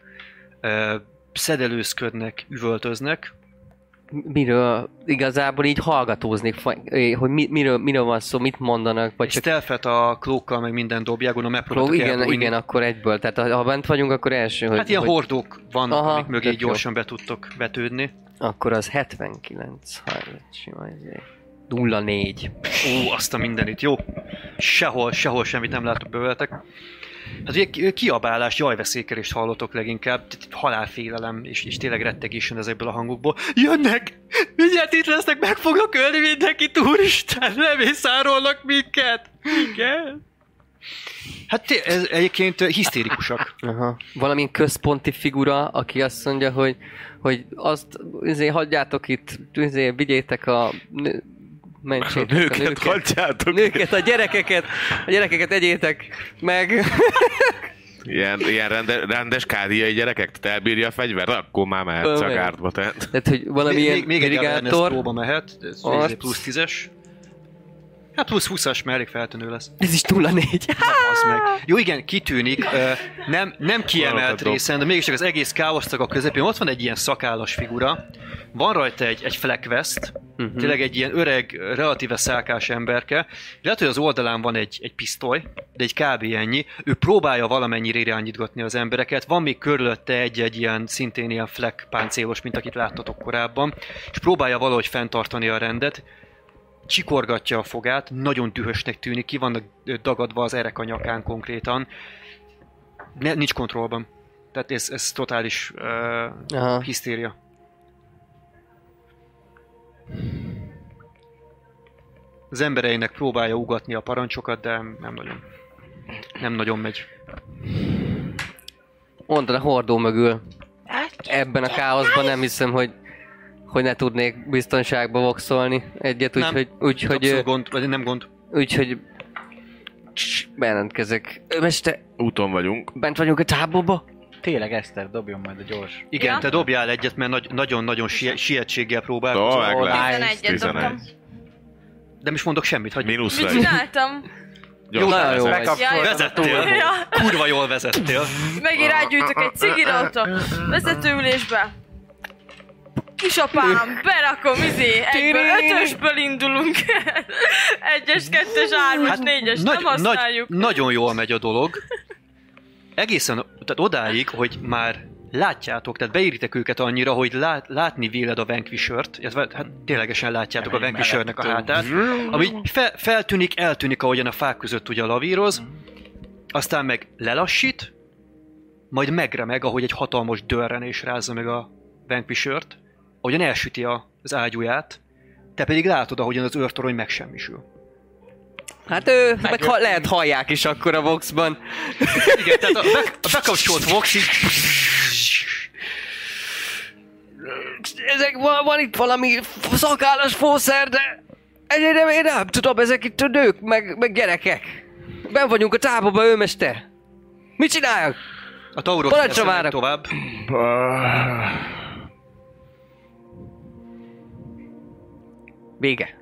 szedelőzködnek, üvöltöznek. Miről igazából így hallgatóznék, hogy miről van szó, mit mondanak, vagy Egy csak... stealthet a klókkal, meg minden dobják, gondolom megpróbáltok elbújni. Igen, akkor egyből. Tehát ha bent vagyunk, akkor első, hogy... Hát ilyen hordók vannak, Aha, amik mögé tök jó. gyorsan be tudtok vetődni. Akkor az 79, 30, sima izé. 04. Ó, azt a mindenit, jó. Sehol semmit nem látok bőveltek. Hát ugye kiabálás, jajveszékelést hallotok leginkább, halálfélelem, és tényleg rettegés jön ezekből a hangokból. Jönnek! Mindjárt itt lesznek, meg fogok ölni mindenkit, úristen! Lemészárolnak minket! Igen? Hát ez egyébként hisztérikusak. Aha. Valamilyen központi figura, aki azt mondja, hogy azt hagyjátok itt, vigyétek a mentsétek a Nőket hagyjátok. Nőket, a gyerekeket egyétek meg. Ilyen rendes kádiai gyerekek, tehát elbírja a fegyvert, akkor már mehetsz a gárdba. Tehát Tehát, hogy valamilyen még egy awareness irigátor. próba mehet, ez Arc. plusz 10-es. Hát plusz 20-as, mert elég feltűnő lesz. Ez is túl a 4. Az meg. Jó, igen, kitűnik, nem kiemelt részen, de mégiscsak az egész káosztak a közepén. Ott van egy ilyen szakállas figura, van rajta egy flak vest, tényleg egy ilyen öreg, relatíve szálkás emberke. Lehet, hogy az oldalán van egy pisztoly, de egy kb. Ennyi. Ő próbálja valamennyire irányítgatni az embereket. Van még körülötte egy ilyen szintén ilyen flak páncélos, mint akit láttatok korábban, és próbálja valahogy fenntartani a rendet. Csikorgatja a fogát, nagyon dühösnek tűnik, ki vannak dagadva az erek a nyakán konkrétan. Nincs kontrollban. Tehát ez totális hisztéria. Az embereinek próbálja ugatni a parancsokat, de nem nagyon megy. Mondd a hordó mögül. Ebben a káoszban nem hiszem, hogy ne tudnék biztonságba voxolni egyet, úgyhogy nem gond. Úgyhogy bejelentkezek. Mester, Úton vagyunk. bent vagyunk a táborba? Tényleg, Eszter, dobjon majd a gyors. Igen, Ja. te dobjál egyet, mert nagyon-nagyon sietséggel próbálkozol. 11-et dobtam. Nem is mondok semmit, hogy Mínusz Mit vagy. csináltam? Nagyon jó vagy. Jaj, vezettél. Ja. Kurva jól vezettél. Megint rágyújtok egy cigire ott a vezetőülésbe. Kisapám, berakom, egyből, 5-ösből indulunk. 1-es, 2-es, 3-as, 4-es, nem használjuk. Nagyon jól megy a dolog. Egészen tehát odáig, hogy már látjátok, tehát beéritek őket annyira, hogy látni véled a Vanquishert, hát ténylegesen látjátok a Vanquishernek a hátát, ami feltűnik, eltűnik, ahogyan a fák között ugye lavíroz, aztán meg lelassít, majd megremeg, ahogy egy hatalmas dörrenés rázza meg a Vanquishert, ahogyan elsüti az ágyúját, te pedig látod, ahogyan az őrtorony megsemmisül. Hát lehet hallják is akkor a Voxban. Igen, tehát a bekapcsolt Vox így... Van itt valami szakállas fószer, de egyre én nem tudom, ezek itt a nők, meg gyerekek. Ben vagyunk a táborban, őmester. Mit csináljak? A Taurok Parancsra megy várok. tovább. Vége.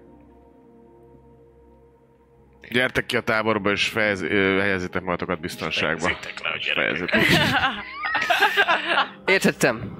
Gyertek ki a táborba, és helyezzétek magatokat biztonságba. Fejezzétek. Értettem.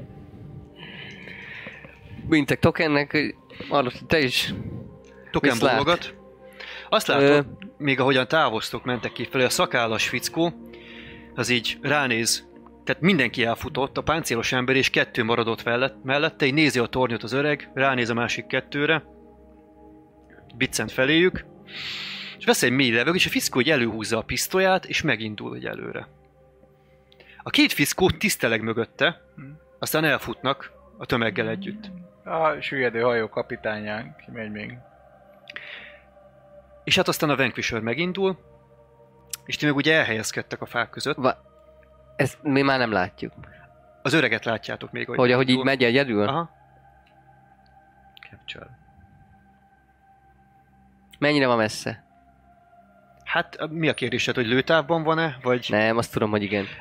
Mintek tokennek, arra te is. Token Viszlát. bólogat. Azt látod, még ahogyan távoztok, mentek kifelé, a szakállas fickó, az így ránéz, tehát mindenki elfutott, a páncélos ember és 2 maradott mellette, így nézi a tornyot az öreg, ránéz a másik 2-re, biccent feléjük, és vesz egy mély levegőt, és a fickó így előhúzza a pisztolyát, és megindul egy előre. A 2 fickó tiszteleg mögötte, aztán elfutnak a tömeggel együtt. A süllyedő hajó kapitányán kimegy még. És hát aztán a Vanquisher megindul, és ti meg ugye elhelyezkedtek a fák között. Ezt mi már nem látjuk. Az öreget látjátok még, Hogy ahogy így megy egyedül? Aha. Capture. Mennyire van messze? Hát mi a kérdésed, hogy lőtávban van-e, vagy... Nem, azt tudom, hogy igen.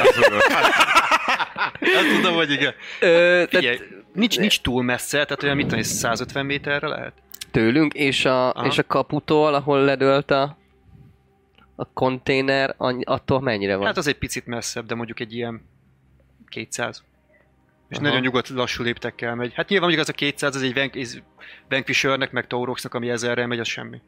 Azt tudom, hogy igen. Figyelj, Tehát nincs túl messze, tehát olyan mit tudom, 150 méterre lehet? tőlünk, és a kaputól, ahol ledőlt a konténer, attól mennyire van? Hát az egy picit messzebb, de mondjuk egy ilyen 200. És nagyon nyugodt, lassú léptekkel megy. Hát nyilván mondjuk az a 200, az egy Vanquishernek, meg Tauroxnak, ami 1000-rel megy, az semmi.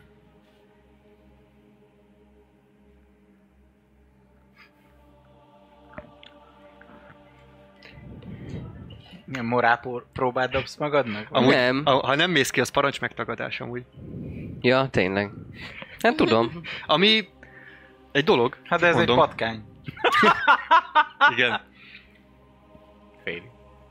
Milyen morál próbát dobsz magadnak? Amúgy, Nem. Ha nem mész ki, az parancs megtagadás amúgy. Ja, tényleg. Nem tudom. Ami egy dolog. Hát ez mondom. egy patkány. Igen. Féli.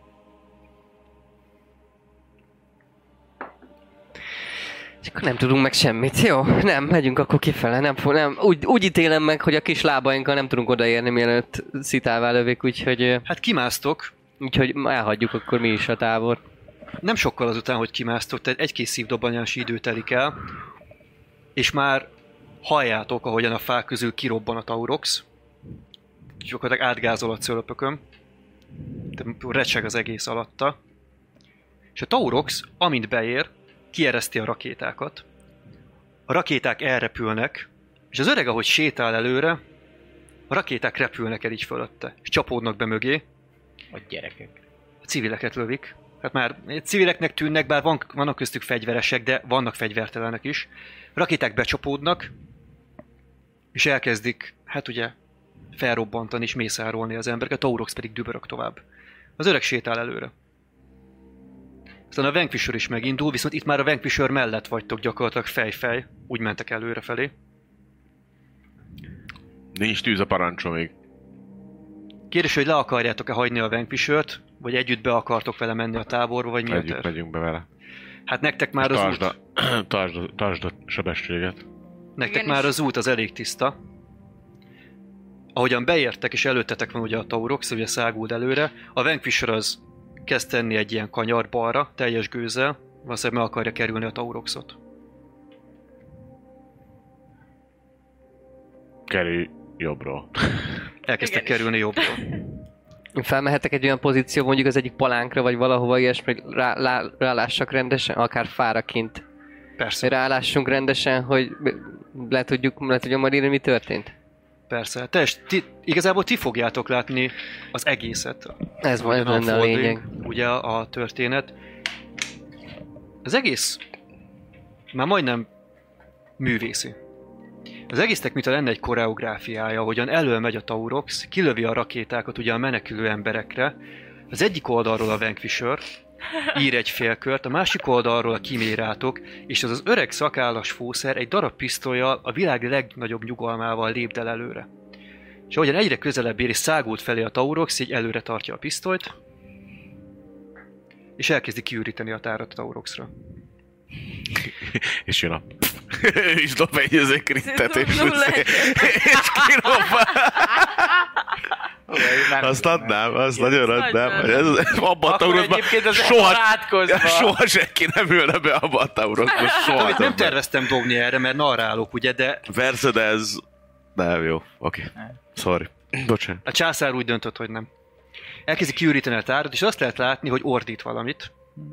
És akkor nem tudunk meg semmit. Jó, nem, megyünk akkor kifele. Nem. Úgy ítélem meg, hogy a kis lábainkkal nem tudunk odaérni, mielőtt szitává lövik, úgyhogy Hát kimásztok. elhagyjuk akkor mi is a tábor. Nem sokkal azután, hogy kimásztok, tehát 1-2 szívdobbanási idő telik el, és már halljátok, ahogyan a fák közül kirobban a Taurox. Gyakorlatilag átgázol a cölöpökön. De recseg az egész alatta. És a Taurox, amint beér, kiereszti a rakétákat. a rakéták elrepülnek, és az öreg, ahogy sétál előre, a rakéták repülnek el így fölötte, és csapódnak be mögé. A gyerekek. A civileket lövik. Hát már civileknek tűnnek, bár vannak köztük fegyveresek, de vannak fegyvertelenek is. A rakéták becsapódnak, és elkezdik, hát ugye, felrobbantani és mészárolni az embereket, a Taurox pedig dübörög tovább. Az öreg sétál előre. Aztán a Vanquisher is megindul, viszont itt már a Vanquisher mellett vagytok gyakorlatilag fej-fej, úgy mentek előre felé. Nincs tűz a parancsom még. Kérdés, hogy le akarjátok-e hagyni a Vanquishert, vagy együtt be akartok vele menni a táborba, vagy mi a Együtt terv? megyünk be vele. Hát nektek már az út... Tartsd a sebességet. Nektek Igen, már és- az út az elég tiszta. Ahogyan beértek és előttetek van ugye a Taurox, ugye száguld előre, a Vanquisher az kezd tenni egy ilyen kanyar balra, teljes gőzzel, valószínűleg meg akarja kerülni a Tauroxot. Kerülj jobbról. Elkezdtek Igenis. kerülni jobbra. Felmehetek egy olyan pozíció, mondjuk az egyik palánkra, vagy valahova ilyesmi, rálássak rendesen, akár fáraként. Persze, Rálássunk rendesen, hogy le tudjam majd írni, mi történt. persze. Igazából ti fogjátok látni az egészet. Ez van, ez Ahogyan lenne a unfolding, lényeg. Ugye a történet. Az egész már majdnem művészi. Az egésznek mintha lenne egy koreográfiája, ahogyan elől megy a Taurox, kilövi a rakétákat ugye a menekülő emberekre. Az egyik oldalról a Vanquisher ír egy félkört, a másik oldalról a kimérátok, és az öreg szakállas fószer egy darab pisztollyal a világ legnagyobb nyugalmával lépdel előre. És ahogyan egyre közelebb ér és szágult felé a Taurox, így előre tartja a pisztolyt, és elkezdi kiüríteni a tárat a Tauroxra. És jön a... Ő is dob egy krittet, és Nulla egy. és kirobban. Azt adnám, azt nagyon adnám. Nagyon. Abba a Akkor taurosban egyébként az soha, barátkozva. soha senki nem ülne be abba a taurosba. Soha Amit nem többet. terveztem dobni erre, mert narrálok, ugye, de Persze, de ez... Nem jó, oké. Sorry. Bocsánat. a császár úgy döntött, hogy nem. Elkezdi kiüríteni a tárat, és azt lehet látni, hogy ordít valamit.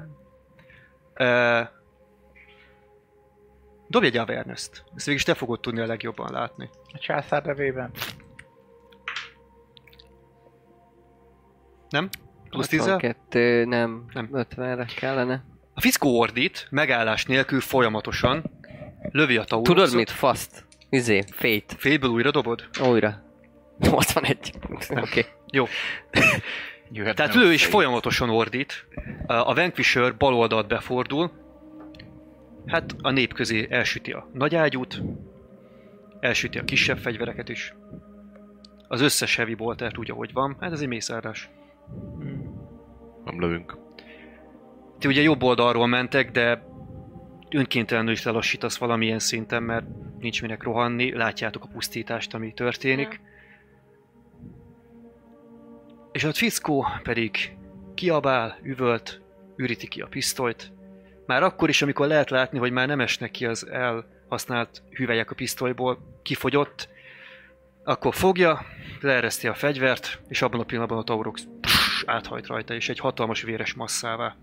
Dobj egy awareness-t. Ezt végig te fogod tudni a legjobban látni. A császár nevében. Nem? Plusz 10? 62, nem, Nem. 50-re kellene. A fickó ordít, megállás nélkül folyamatosan, lövi a Tauroxot. Tudod mit? Fast. Fate. Félből újra dobod? Újra. 81. Oké. Jó. Tehát ő is folyamatosan ordít. A Vanquisher bal oldalt befordul. Hát a nép közé elsüti a nagy ágyút, elsüti a kisebb fegyvereket is. Az összes heavy boltert úgy, ahogy van. Hát ez egy mészárlás. Nem lövünk. Ti ugye jobb oldalról mentek, de önkéntelenül is lelassítasz valamilyen szinten, mert nincs minek rohanni. Látjátok a pusztítást, ami történik. És a fickó pedig kiabál, üvölt, üríti ki a pisztolyt. Már akkor is, amikor lehet látni, hogy már nem esnek ki az elhasznált hüvelyek a pisztolyból, kifogyott, akkor fogja, leereszti a fegyvert, és abban a pillanatban a Taurox áthajt rajta, és egy hatalmas véres masszává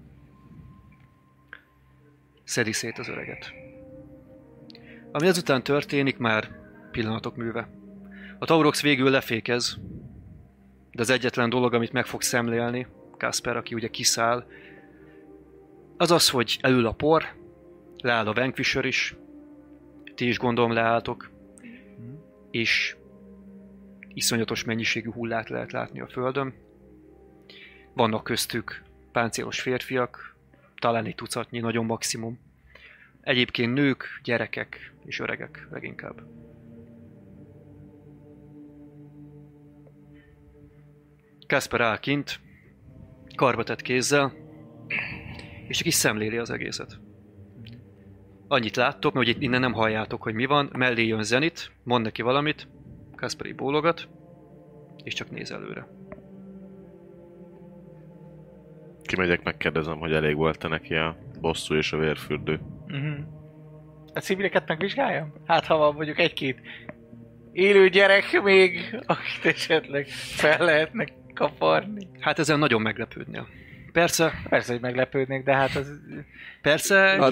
szedi szét az öreget. Ami azután történik, már pillanatok műve. A Taurox végül lefékez, de az egyetlen dolog, amit meg fog szemlélni, Kasper, aki ugye kiszáll, az az, hogy elül a por, leáll a Vanquisher is, ti is gondolom leálltok, és iszonyatos mennyiségű hullát lehet látni a földön. Vannak köztük páncélos férfiak, talán egy tucatnyi, nagyon maximum. Egyébként nők, gyerekek és öregek leginkább. Kasper áll kint, karba tett kézzel, és csak is szemléli az egészet. Annyit láttok, mert hogy innen nem halljátok, hogy mi van, mellé jön Zenit, mond neki valamit, Kasper így bólogat, és csak néz előre. Kimegyek, megkérdezem, hogy elég volt-e neki a bosszú és a vérfürdő. A civileket megvizsgáljam? Hát ha van mondjuk egy-két élő gyerek még, akit esetleg fel lehetnek kaparni. Hát ezen nagyon meglepődnél. Persze, Persze, hogy meglepődnék, de hát az... persze. A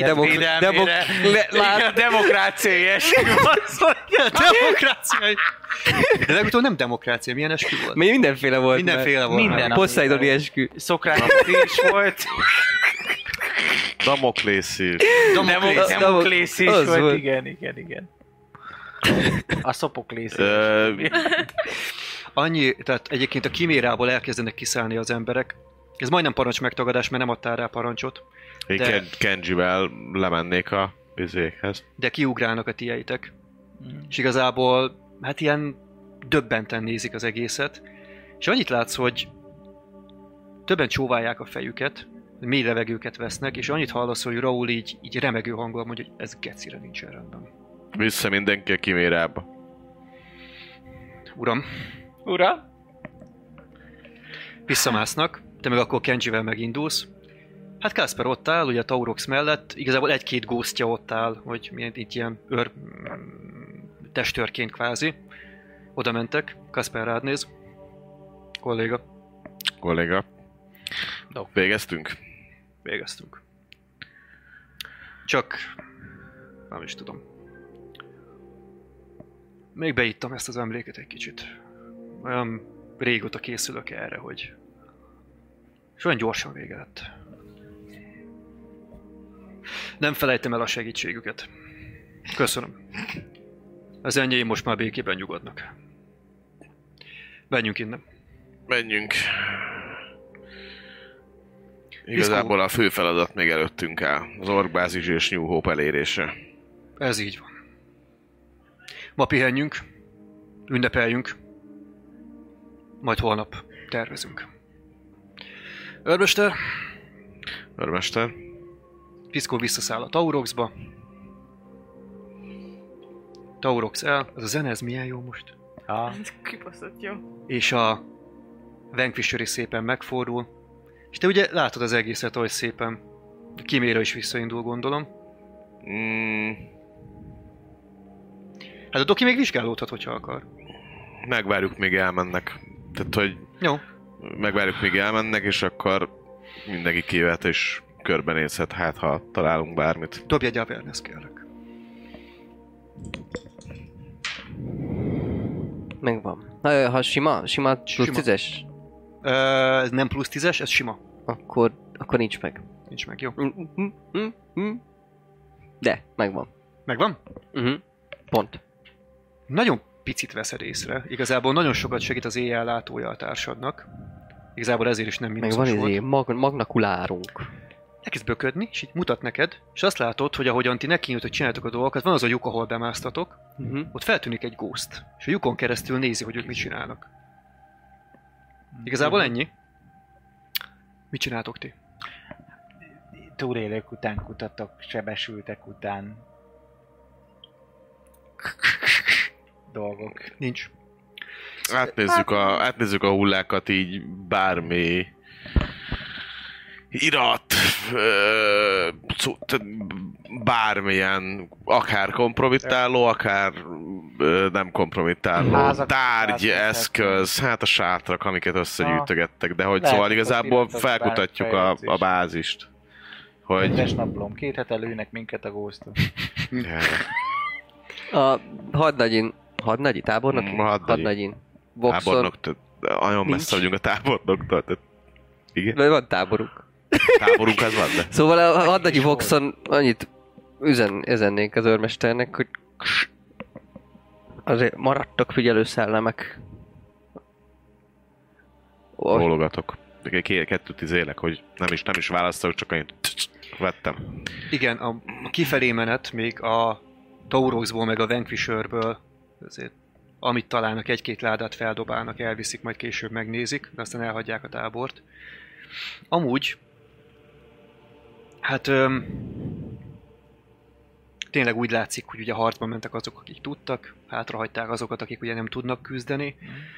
demokráciai eskü. Demokrácia. De legutóbb nem demokrácia, milyen eskü volt? Még mindenféle volt. Mindenféle volt. Minden. Poseidoni eskü. Szokrátes is volt. Damoklész is. Demoklész is az volt. volt. Igen. A Szopoklész is. Annyi, tehát egyébként a kimérából elkezdenek kiszállni az emberek. Ez majdnem parancs megtagadás, mert nem adtál rá parancsot. Én De- Kenjivel lemennék a üzékhez. De kiugrálnak a tieitek. És igazából, hát ilyen döbbenten nézik az egészet. És annyit látsz, hogy többen csóválják a fejüket, mély levegőket vesznek, és annyit hallasz, hogy Raúl így remegő hanggal mondja, hogy ez gecire nincsen rendben. Vissza mindenki a kimérába. Uram, Ura? visszamásznak, te meg akkor Kenjivel megindulsz. Hát Kasper ott áll, ugye a Taurox mellett, igazából egy-két ghostja ott áll, hogy milyen itt ilyen testőrként kvázi. Oda mentek, Kasper rád néz. Kolléga. Végeztünk? Végeztünk. Csak... nem is tudom. Még beittam ezt az emléket egy kicsit. Olyan régóta készülök erre, hogy... és olyan gyorsan vége lett. Nem felejtem el a segítségüket. Köszönöm. Az ennyeim most már békében nyugodnak. Menjünk innen. Menjünk. Igazából a fő feladat még előttünk áll. Az orkbázis és New Hope elérése. Ez így van. Ma pihenjünk, ünnepeljünk, majd holnap tervezünk. Őrmester, Örmester. Fiszkó visszaszáll a Tauroxba. Taurox el, ez a zene, ez milyen jó most. Kibaszott jó. És a Vanquisher is szépen megfordul. És te ugye látod az egészet, ahogy szépen Kiméra is visszaindul, gondolom. Hát a Doki még vizsgálódhat, hogyha akar. Megvárjuk, míg elmennek. Tehát, hogy Jó. megvárjuk, míg elmennek, és akkor mindenki kijöhet és körbenézhet, hát ha találunk bármit. Dobj egy awareness, kérlek. Megvan. Ha sima plusz 10-es, Ez nem plusz 10-es, ez sima. akkor nincs meg. Nincs meg, jó. De, megvan. Megvan? Pont. Nagyon picit veszed észre. Igazából nagyon sokat segít az éjjel látója a társadnak. Igazából ezért is nem Meg mínuszos van volt. izé, magnakulárunk. Elkezd böködni, és így mutat neked, és azt látod, hogy ahogyan ti nekinyújt, hogy csináltok a dolgokat, van az a lyuk, ahol bemásztatok, ott feltűnik egy ghost, és a lyukon keresztül nézi, hogy ők mit csinálnak. Igazából ennyi. Mit csináltok ti? Túlélők után kutatok, sebesültek után. Dolgok. Nincs. Átnézzük a hullákat így bármi irat, bármilyen, akár kompromittáló, akár nem kompromittáló, Házak, tárgy, házak, eszköz, hát a sátrak, amiket összegyűjtögettek, de hogy Lehet, szóval hogy igazából iratok felkutatjuk bármi a feljegyzés. bázist. Hogy... Egyes naplom, 2 hete lőnek minket a ghostok. A hadnagyi tábornok? Hadnagyin. Voxon. Tábornok, nagyon messze vagyunk a tábornoktól. Igen? De van táborunk. Táborunk az van, de... Szóval a hadnagyi Voxon annyit üzennénk az őrmesternek, hogy azért maradtak figyelő szellemek. Rólogatok. Kettőt izélek, hogy nem is választok, csak annyit vettem. Igen, a kifelé menet még a Tauroxból meg a Vanquisherből, azért, amit találnak, egy-két ládát feldobálnak, elviszik, majd később megnézik, de aztán elhagyják a tábort. Amúgy, hát tényleg úgy látszik, hogy ugye harcban mentek azok, akik tudtak, hátrahagyták azokat, akik ugye nem tudnak küzdeni.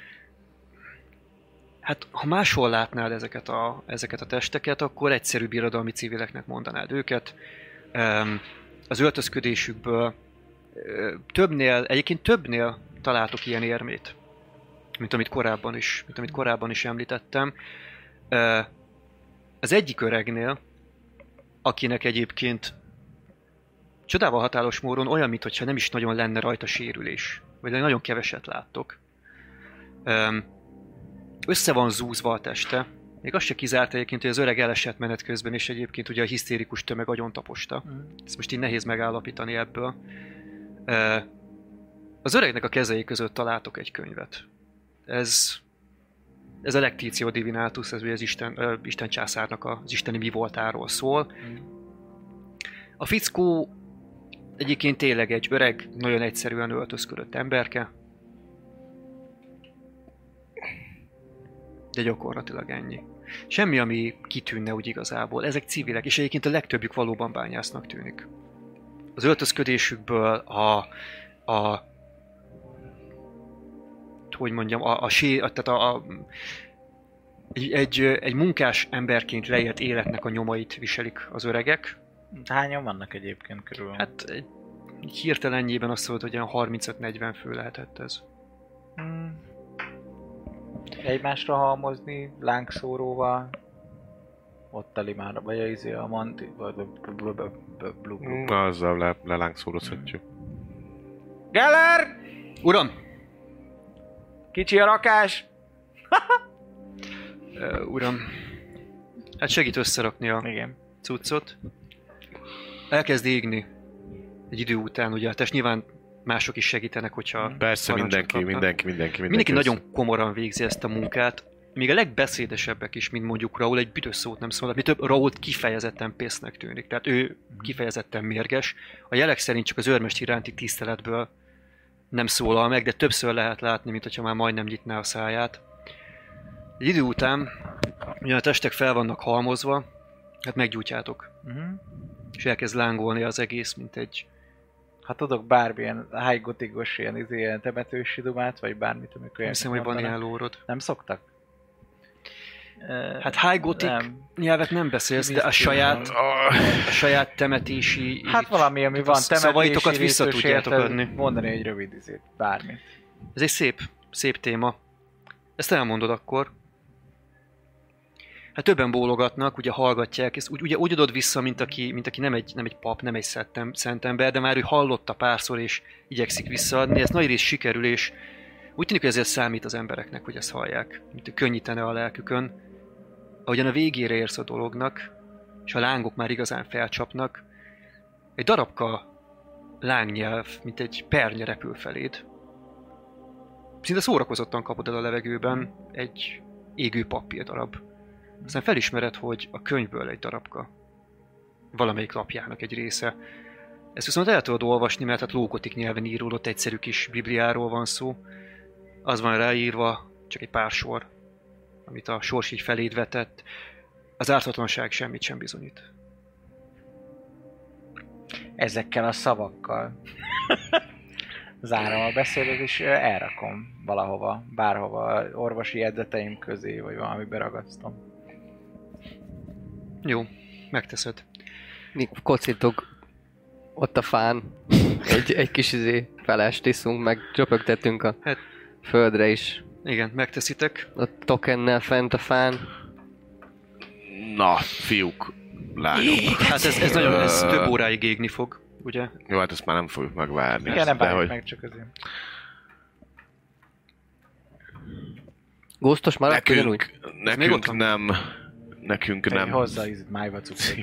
Hát, ha máshol látnád ezeket a testeket, akkor egyszerű birodalmi civileknek mondanád őket. Az öltözködésükből egyébként többnél találtok ilyen érmét, mint amit korábban is említettem. az egyik öregnél, akinek egyébként csodával határos módon olyan, mintha nem is nagyon lenne rajta sérülés. Vagy nagyon keveset láttok. Össze van zúzva a teste. Még azt se kizárt egyébként, hogy az öreg elesett menet közben, és egyébként ugye a hisztérikus tömeg agyon taposta. Ezt most így nehéz megállapítani ebből. Az öregnek a kezei között találtok egy könyvet. Ez a Lectitio Divinatus, ez ugye az Isten császárnak az isteni mi voltáról szól. A fickó egyébként tényleg egy öreg, nagyon egyszerűen öltözködött emberke. De gyakorlatilag ennyi. Semmi, ami kitűnne úgy igazából. Ezek civilek, és egyébként a legtöbbjük valóban bányásznak tűnik. Az öltözködésükből hogy mondjam, egy munkás emberként leélt életnek a nyomait viselik az öregek. Hányan vannak egyébként körül? Hát egy hirtelenjében azt szólt, hogy olyan 35-40 fő lehetett ez. Egymásra halmozni, lángszóróval, ottali már, vagy a manti, Azzal lelángszórozhatjuk. Geller! Uram! Kicsi a rakás! Uram, hát segít összerakni a Igen. cuccot. Elkezd égni egy idő után, ugye a test nyilván mások is segítenek, hogyha... Persze, mindenki nagyon komoran végzi ezt a munkát. Még a legbeszédesebbek is, mint mondjuk Raúl, egy büdös szót nem szól. Mi több, Raúl kifejezetten pésznek tűnik. Tehát ő kifejezetten mérges. A jelek szerint csak az őrmester iránti tiszteletből nem szólal meg, de többször lehet látni, mint hogyha már majdnem nyitná a száját. Egy idő után, ugye a testek fel vannak halmozva, hát meggyújtjátok. És elkezd lángolni az egész, mint egy... Ha tudok bármilyen high gotikos ilyen temetősi dumát, vagy bármit, amikor... Hiszem, hogy van ilyen lórod. Nem szoktak? Hát high gotik nyelvet nem beszélsz, de a saját temetési... Hát valami, ami van, temetési szavaitokat vissza tudjátok adni. Mondani egy rövid izét, bármit. Ez egy szép téma. Ezt elmondod akkor. Hát többen bólogatnak, ugye hallgatják, ezt úgy adod vissza, mint aki nem egy pap, nem egy szent ember, de már ő hallotta párszor, és igyekszik visszaadni. Ez nagy rész sikerül, és úgy tűnik, hogy ezért számít az embereknek, hogy ezt hallják, mint könnyítene a lelkükön. Ahogyan a végére érsz a dolognak, és a lángok már igazán felcsapnak, egy darabka lángnyelv, mint egy pernye repül feléd. Szinte szórakozottan kapod el a levegőben egy égő papírdarab. Aztán felismered, hogy a könyvből egy darabka. Valamelyik lapjának egy része. Ezt viszont el tudod olvasni, mert hát lógotik nyelven íródott egyszerű kis bibliáról van szó. Az van ráírva, csak egy pár sor, amit a sors így feléd vetett. Az ártatlanság semmit sem bizonyít. Ezekkel a szavakkal zárom a beszédet, és elrakom valahova, bárhova, orvosi jegyzeteim közé, vagy valamibe ragasztom. Jó, megteszed. Mi kocítok ott a fán, egy kis felest iszunk, meg csöpögtetünk a földre is. Igen, megteszitek. A tokennel fent a fán. Na, fiúk, lányok. Hát ez több óráig égni fog, ugye? Jó, hát ezt már nem fogjuk megvárni. Igen, nem várjuk meg, csak azért. Góztos maradt ugyanúgy? Nekünk nem... Hozzá májva cuccot.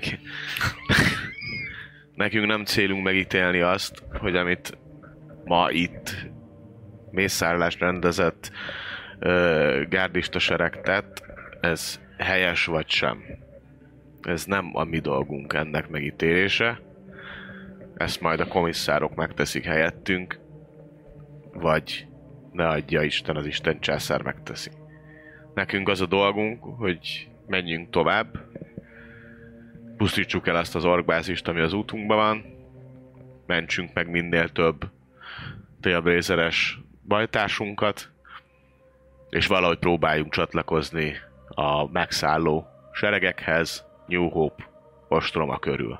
Nekünk nem célunk megítélni azt, hogy amit ma itt mészárlást rendezett gárdista sereg tett, ez helyes vagy sem. Ez nem a mi dolgunk ennek megítélése. Ezt majd a komisszárok megteszik helyettünk, vagy ne adja Isten, az Isten császár megteszi. Nekünk az a dolgunk, hogy menjünk tovább, pusztítsuk el azt az orkbázist, ami az útunkban van, mentsünk meg minél több trailblazeres bajtársunkat, és valahogy próbáljunk csatlakozni a megszálló seregekhez, New Hope ostroma körül.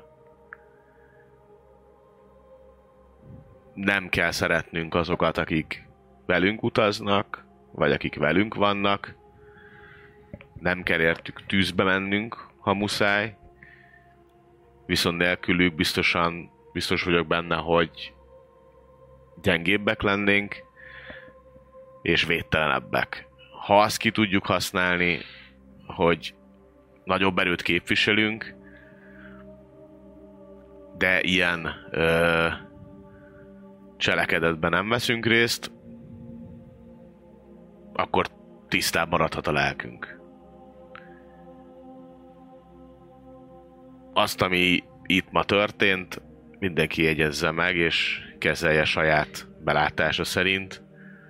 Nem kell szeretnünk azokat, akik velünk utaznak, vagy akik velünk vannak. Nem kell értük tűzbe mennünk, ha muszáj. Viszont nélkülük biztos vagyok benne, hogy gyengébbek lennénk, és védtelenebbek. Ha azt ki tudjuk használni, hogy nagyobb erőt képviselünk, de ilyen cselekedetben nem veszünk részt, akkor tisztább maradhat a lelkünk. Azt, ami itt ma történt, mindenki jegyezze meg, és kezelje saját belátása szerint.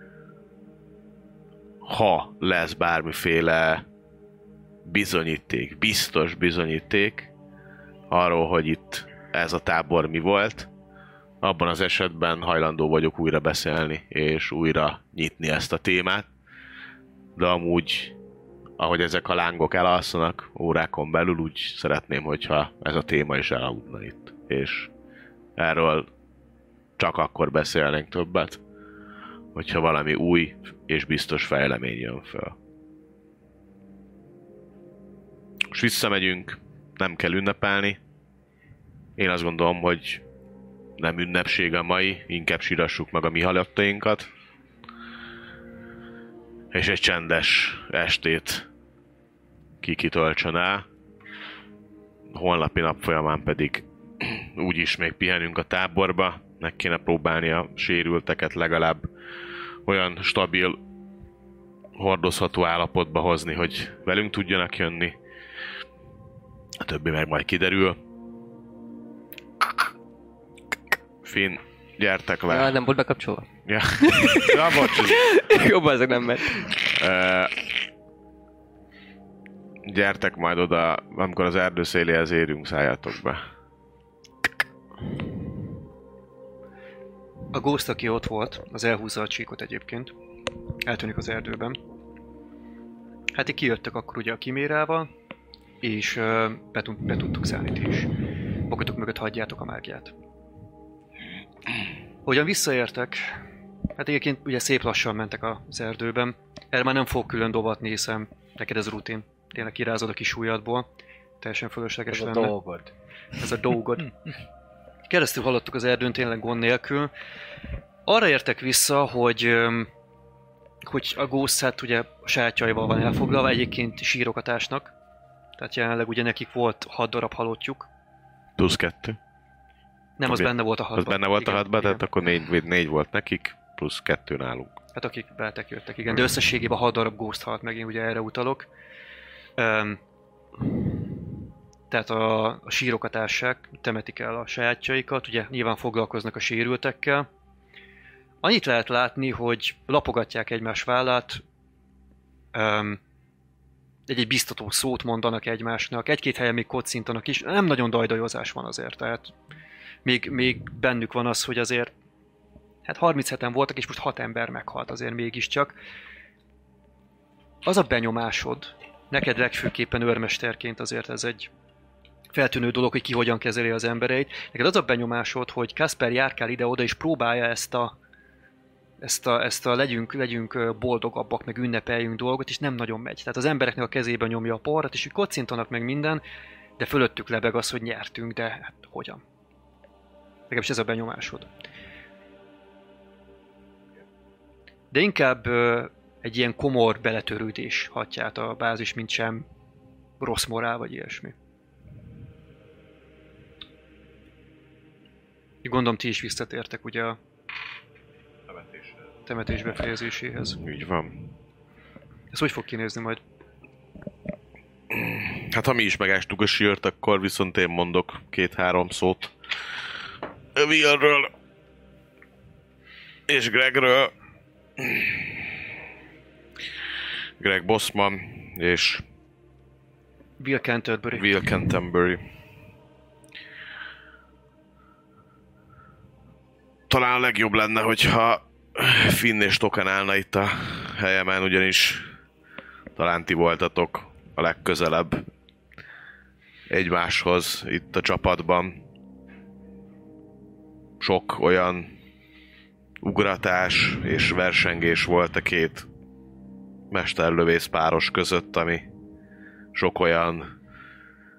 Ha lesz bármiféle bizonyíték, biztos bizonyíték arról, hogy itt ez a tábor mi volt, abban az esetben hajlandó vagyok újra beszélni, és újra nyitni ezt a témát. De amúgy, ahogy ezek a lángok elalszanak órákon belül, úgy szeretném, hogyha ez a téma is elaludna itt. És erről csak akkor beszélnénk többet, hogyha valami új és biztos fejlemény jön föl. Most visszamegyünk, nem kell ünnepelni. Én azt gondolom, hogy nem ünnepség a mai, inkább sírassuk meg a mi halottainkat. És egy csendes estét kitöltsön el. Holnapi nap folyamán pedig úgyis még pihenünk a táborba. Meg kéne próbálni a sérülteket legalább olyan stabil, hordozható állapotba hozni, hogy velünk tudjanak jönni. A többi meg majd kiderül. Finn, gyertek le. Ja, nem volt bekapcsolva. Ja, ja bocs. Jobban ezek nem megy. Gyertek majd oda, amikor az erdő széléhez érünk, szálljátok be. A Ghost, aki ott volt, az elhúzza a csíkot egyébként. Eltűnik az erdőben. Hát így kijöttek akkor ugye a kimérával, és be tudtuk szállni ti is. Magatok mögött hagyjátok a mágiát. Hogyan visszaértek? Hát egyébként ugye szép lassan mentek az erdőben. Erre már nem fog külön dobatni, hiszen neked ez rutin. Tényleg kirázod a kis ujjadból. Teljesen fölösleges lenne. Ez a dolgod. Ez a dolgod. Keresztül haladtuk az erdőn tényleg gond nélkül. Arra értek vissza, hogy a Ghost hát ugye a sajátjaival van elfoglalva, egyébként sírokat ásnak. Tehát jelenleg ugye nekik volt 6 darab halottjuk. Plusz 2. Nem, az benne volt a 6-ban. Az benne volt igen, a 6-ban, tehát igen. akkor 4 volt nekik, plusz 2 nálunk. Hát akik beltek jöttek, igen. De összességében 6 darab Ghost halt meg, én ugye erre utalok. Tehát a sírokat ássák, temetik el a sajátjaikat, ugye nyilván foglalkoznak a sérültekkel. Annyit lehet látni, hogy lapogatják egymás vállát, egy biztató szót mondanak egymásnak, egy-két helyen még kocintanak is, nem nagyon dajdajozás van azért, tehát még bennük van az, hogy azért hát 37-en voltak, és most 6 ember meghalt azért mégiscsak. Az a benyomásod, neked legfőképpen őrmesterként azért ez egy feltűnő dolog, hogy ki hogyan kezeli az embereit. Neked az a benyomásod, hogy Kasper járkál ide-oda és próbálja ezt a legyünk boldogabbak, meg ünnepeljünk dolgot, és nem nagyon megy. Tehát az embereknek a kezében nyomja a porrat, és kocintanak meg minden, de fölöttük lebeg az, hogy nyertünk, de hát hogyan? Legalábbis ez a benyomásod. De inkább egy ilyen komor beletörődés hatja át a bázis, mint sem rossz morál, vagy ilyesmi. Gondolom, ti is visszatértek ugye a temetés befejezéséhez. Így van. Ez hogy fog kinézni majd? Hát ha mi is megástuk a sírt, akkor viszont én mondok 2-3 szót Willről és Gregről. Greg Bossman és Will Canterbury. Will Canterbury. Talán a legjobb lenne, hogyha Finn és Token állna itt a helyemen, ugyanis talán ti voltatok a legközelebb egymáshoz itt a csapatban. Sok olyan ugratás és versengés volt a két mesterlövész páros között, ami sok olyan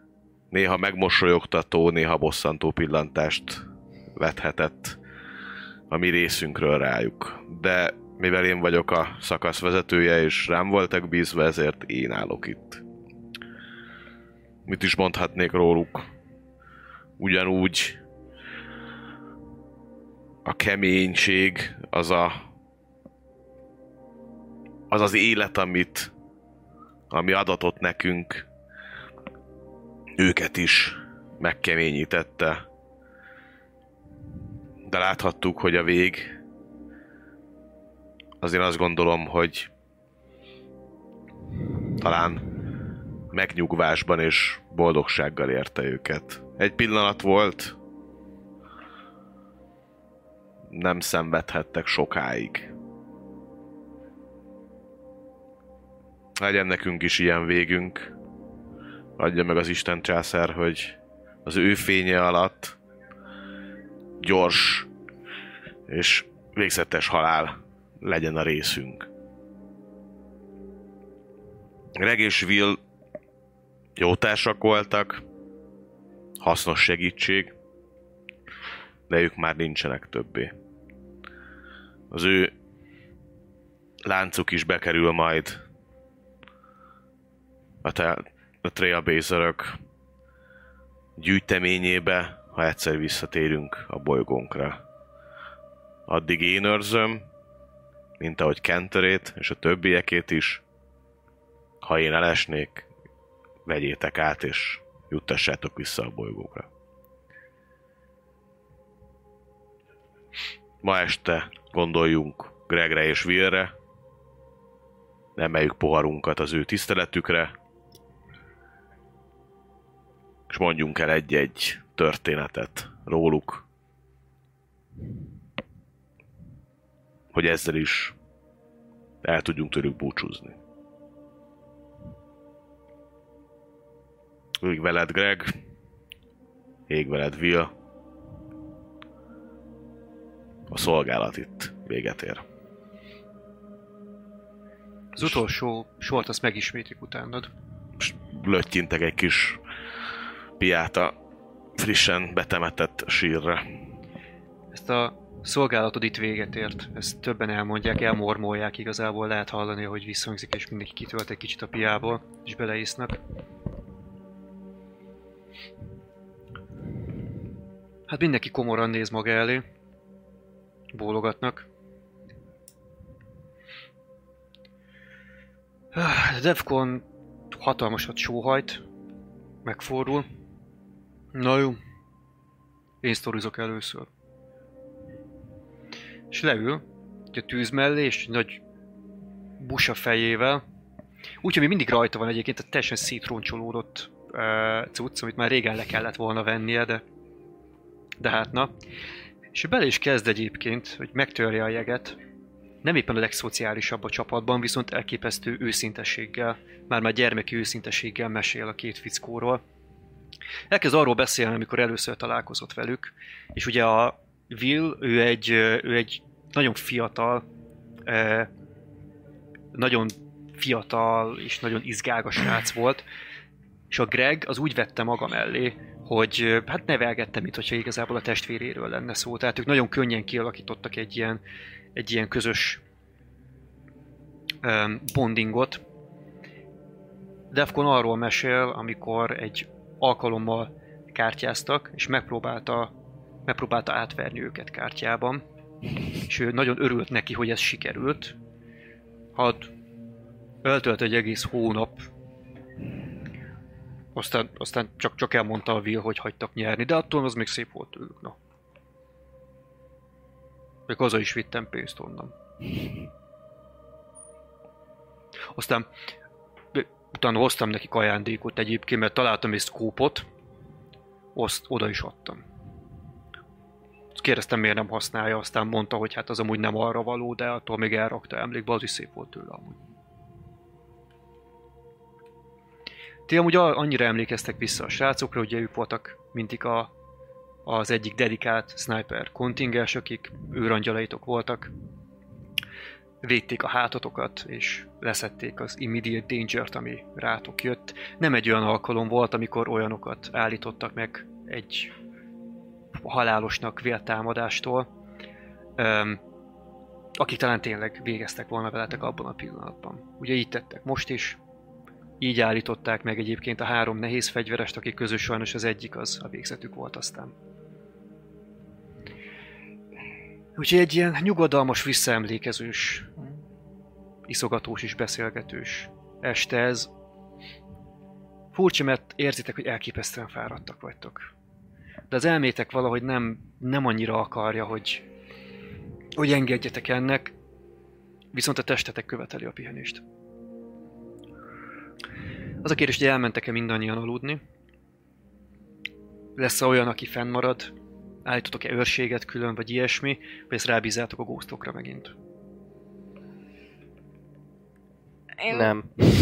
néha megmosolyogtató, néha bosszantó pillantást vethetett a mi részünkről rájuk. De mivel én vagyok a szakasz vezetője, és rám voltak bízva, ezért én állok itt. Mit is mondhatnék róluk? Ugyanúgy a keménység, az az élet, ami adatott nekünk, őket is megkeményítette. De láthattuk, hogy a vég, azért azt gondolom, hogy talán megnyugvásban és boldogsággal érte őket. Egy pillanat volt, nem szenvedhettek sokáig. Legyen nekünk is ilyen végünk. Adja meg az Isten császár, hogy az ő fénye alatt gyors és végzetes halál legyen a részünk. Greg és Will jó társak voltak, hasznos segítség, de ők már nincsenek többé. Az ő láncuk is bekerül majd a Trailblazerök gyűjteményébe, ha egyszer visszatérünk a bolygónkra. Addig én őrzöm, mint ahogy Kenterét és a többiekét is. Ha én elesnék, vegyétek át és juttassátok vissza a bolygókra. Ma este gondoljunk Gregre és Willre, emeljük poharunkat az ő tiszteletükre, és mondjunk el egy-egy történetet róluk, hogy ezzel is el tudjunk tőlük búcsúzni. Ég veled, Greg, ég veled, Will. A szolgálat itt véget ér. Az utolsó sort azt megismétlik utánad. Löttyintek egy kis piát a frissen betemetett sírra. Ezt a szolgálatod itt véget ért. Ezt többen elmondják, elmormolják igazából. Lehet hallani, hogy visszhangzik, és mindenki kitölt egy kicsit a piából, és beleisznak. Hát mindenki komoran néz maga elé. Bólogatnak. Defcon hatalmasat sóhajt. Megfordul. Na jó. Én sztorizok először. És leül a tűz mellé, és nagy busa fejével. Úgy, ami mindig rajta van egyébként, tehát teljesen szétroncsolódott cucc, amit már régen le kellett volna vennie, de hát na. És bele is kezd egyébként, hogy megtörje a jeget. Nem éppen a legszociálisabb a csapatban, viszont elképesztő őszintességgel, már gyermeki őszintességgel mesél a két fickóról. Elkezd arról beszélni, amikor először találkozott velük, és ugye a Will, ő egy nagyon fiatal és nagyon izgágas srác volt, és a Greg az úgy vette maga mellé, hogy hát nevelgette, mintha igazából a testvéréről lenne szó. Tehát ők nagyon könnyen kialakítottak egy ilyen közös bondingot. Defcon arról mesél, amikor egy alkalommal kártyáztak, és megpróbálta átverni őket kártyában. És ő nagyon örült neki, hogy ez sikerült. Hát eltölt egy egész hónap. Aztán csak elmondta a Will, hogy hagytak nyerni, de attól az még szép volt tőlük, na. Még haza is vittem pénzt onnan. Aztán utána hoztam nekik ajándékot egyébként, mert találtam egy szkópot, oda is adtam. Azt kérdeztem, miért nem használja, aztán mondta, hogy hát az amúgy nem arra való, de attól még elrakta emlékbe, az is szép volt tőle amúgy. Ti amúgy annyira emlékeztek vissza a srácokra, hogy ők voltak mindig az egyik dedikált sniper kontingens, akik őrangyalaitok voltak. védték a hátotokat, és leszették az immediate danger-t, ami rátok jött. Nem egy olyan alkalom volt, amikor olyanokat állítottak meg egy halálosnak vélt támadástól, akik talán tényleg végeztek volna veletek abban a pillanatban. Ugye így tettek most is, így állították meg egyébként a 3 nehéz fegyverest, akik közül sajnos az egyik az a végzetük volt aztán. Úgyhogy egy ilyen nyugodalmas, visszaemlékezős, iszogatós és beszélgetős este ez. Furcsa, mert érzitek, hogy elképesztően fáradtak vagytok. De az elmétek valahogy nem annyira akarja, hogy engedjetek ennek, viszont a testetek követeli a pihenést. Az a kérdés, hogy elmentek-e mindannyian aludni? Lesz-e olyan, aki fennmarad? Állítotok-e őrséget külön, vagy ilyesmi? Vagy ezt rábízzátok a ghostokra megint? Nem.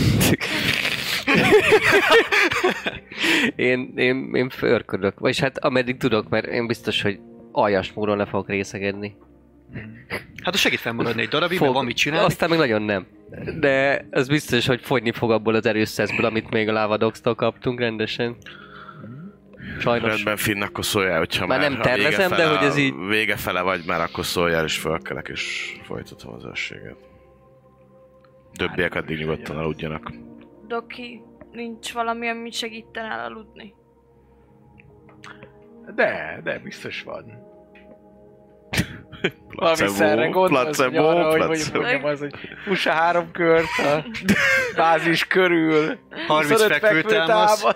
én fölködök. Vagyis hát ameddig tudok, mert én biztos, hogy aljas módon le fogok részegedni. Hát az segít fennmaradni egy darabig, mert van mit csinálni. Aztán meg nagyon nem. De az biztos, hogy fogyni fog abból az erőszeszből, amit még a Lavadox-tól kaptunk rendesen. Sajnos. Rendben, Finn, akkor szóljál, hogyha már nem tervezem, de hogy ez így... vége fele vagy már, akkor szóljál, és fölkelek, és folytatom az őrséget. Többiek addig nyugodtan aludjanak. Doki, nincs valami, amit segítene elaludni? De biztos van. Valami szerre gondolsz, hogy arra, hogy mondjam az, hogy fussa 3 kört a bázis körül. 30 fekvőtámasz.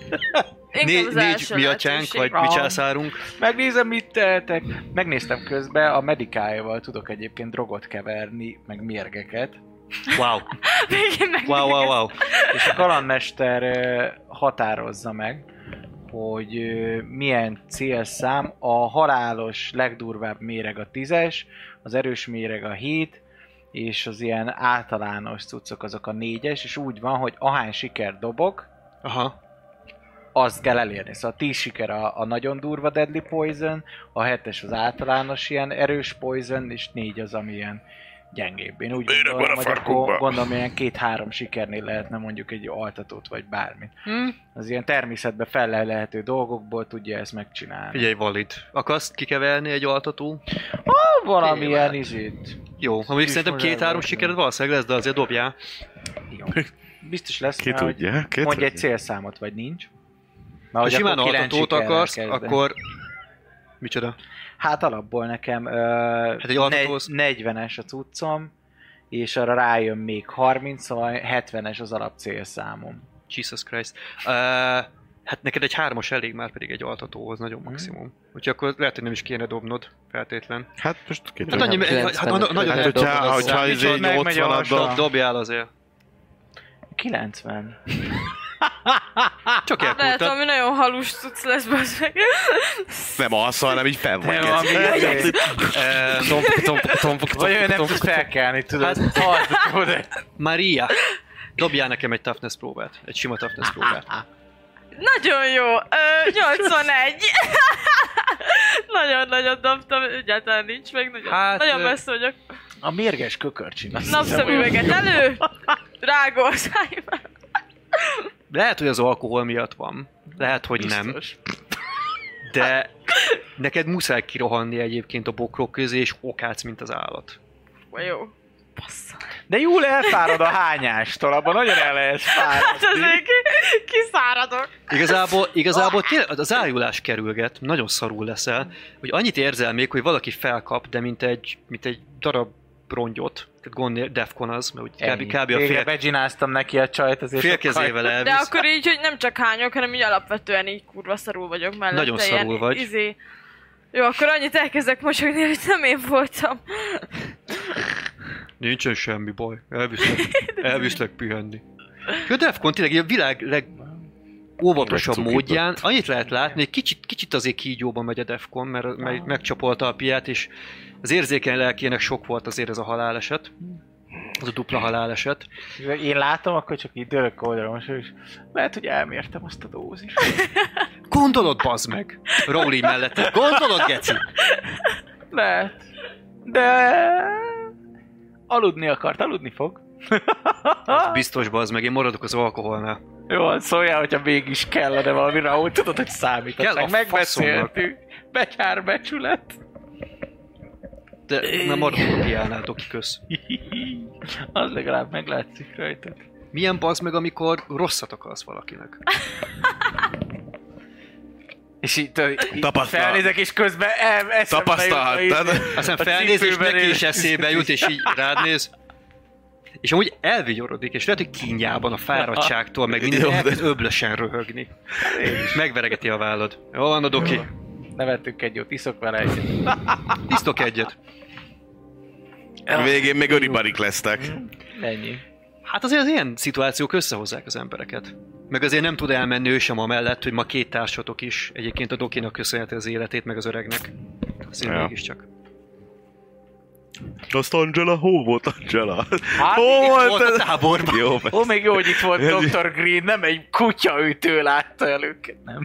4 miatyánk, vagy mi császárunk. Megnézem, mit tehetek. Megnéztem közben, a medikájával tudok egyébként drogot keverni, meg mérgeket. Wow. Wow. És a kalandmester határozza meg, hogy milyen célszám. A halálos legdurvább méreg a 10-es, az erős méreg a 7, és az ilyen általános cuccok azok a 4-es, és úgy van, hogy ahány siker dobok, azt kell elérni. Szóval 10 siker a nagyon durva Deadly Poison, a 7-es az általános ilyen erős Poison, és 4 az, ami ilyen gyengébb. Én úgy gondolom, hogy akkor gondolom, ilyen 2-3 sikernél lehetne mondjuk egy altatót, vagy bármit. Az ilyen természetben fellelhető dolgokból tudja ezt megcsinálni. Figyelj, valid. Akarsz kikeverni egy altató? Valamilyen izét. Jó, ha mondjuk szerintem 2-3 sikered valószínűleg lesz, de azért dobjál. Jó. Biztos lesz, Ki tudja? Mondj egy célszámot, vagy nincs. Ha simán altatót akarsz, akkor... Micsoda? Hát alapból nekem hát egy 40-es a cuccom, és arra rájön még 30, szóval 70-es az alap célszámom. Jesus Christ. Hát neked egy 3-as elég, már pedig egy altatóhoz nagyon maximum. Úgyhogy akkor lehet, hogy nem is kéne dobnod feltétlen. Hát most hát annyi, nagyon lehet dobnod. Hogyha izé 80-at dobjál azért. 90. Csak elkúrtad. Lehet, ami nagyon halus cucc lesz, bazdmeg. Nem alszol, hanem így fel vagy. Vagy ő nem tudsz felkelni, tudod. Maria, dobjál nekem egy toughness próbát. Egy sima toughness próbát. Nagyon jó. 81. Nagyon dobtam, egyáltalán nincs meg. Nagyon messze vagyok. A mérges kökörcsin. Napszemüveget elő. Rágó a szájba. Lehet, hogy az alkohol miatt van. Lehet, hogy biztos. Nem. De neked muszáj kirohanni egyébként a bokrok közé, és okádsz, mint az állat. Jó. Bassza. De jól elfárad a hányástól, abban nagyon el lehet fáradni. Hát azért kiszáradok. Igazából tényleg az ájulás kerülget, nagyon szarul leszel, hogy annyit érzel még, hogy valaki felkap, de mint egy darab rongyot. Tehát gondolj, Defcon az, mert úgy kb. A fél... Beggináztam neki a csajt, azért félkezével elvisz. De akkor így, hogy nem csak hányok, hanem így alapvetően így kurva szarul vagyok mellette. Nagyon szarul vagy. Jó, akkor annyit elkezdek mosolyogni, hogy nem én voltam. Nincsen semmi baj. Elviszlek pihenni. A Defcon tényleg a világ legóvatosabb módján annyit lehet látni, hogy kicsit azért kígyóban megy a Defcon, mert megcsapolta a piát, és az érzékeny lelkének sok volt azért ez a haláleset. Az a dupla haláleset. Én látom, akkor csak így dőlök oldalra most, és lehet, hogy elmértem azt a dózist. Gondolod, bazd meg! Rowley mellett. Gondolod, geci? Lehet. De... Aludni akart, aludni fog. Hát biztos, bazd meg, én maradok az alkoholnál. Jó, szóljál, hogyha mégis kellene valami Raúl, tudod, hogy számított. Kell a Megbeszéltük. Betyár becsület. De nem maradok a piánál, Doki, kösz. Az legalább meglátszik rajtad. Milyen bazd meg, amikor rosszat akarsz valakinek? És így Tapasztalat. és közben Tapasztalhattad. Aztán felnéz, és neki is eszébe jut, és így rád néz. És amúgy elvigyorodik, és lehet, hogy kínjában a fáradtságtól, meg minden elkezd öblösen röhögni. Megveregeti a vállad. Jó van, a Doki. Nevettünk egy jót, iszok vele egyet. Isztok egyet. Végén még öribarik lesztek. Ennyi. Hát azért az ilyen szituációk összehozzák az embereket. Meg azért nem tud elmenni ő sem amellett, hogy ma két társatok is egyébként a Dokinak köszönheti az életét, meg az öregnek. Azért Ja. mégiscsak. Azt Angela, hol volt Angela? Hát, Hol Volt volt a ez? táborban. Jó, Ó, még jó, hogy itt volt Dr. Green, nem egy kutyaütő látta el őket, nem?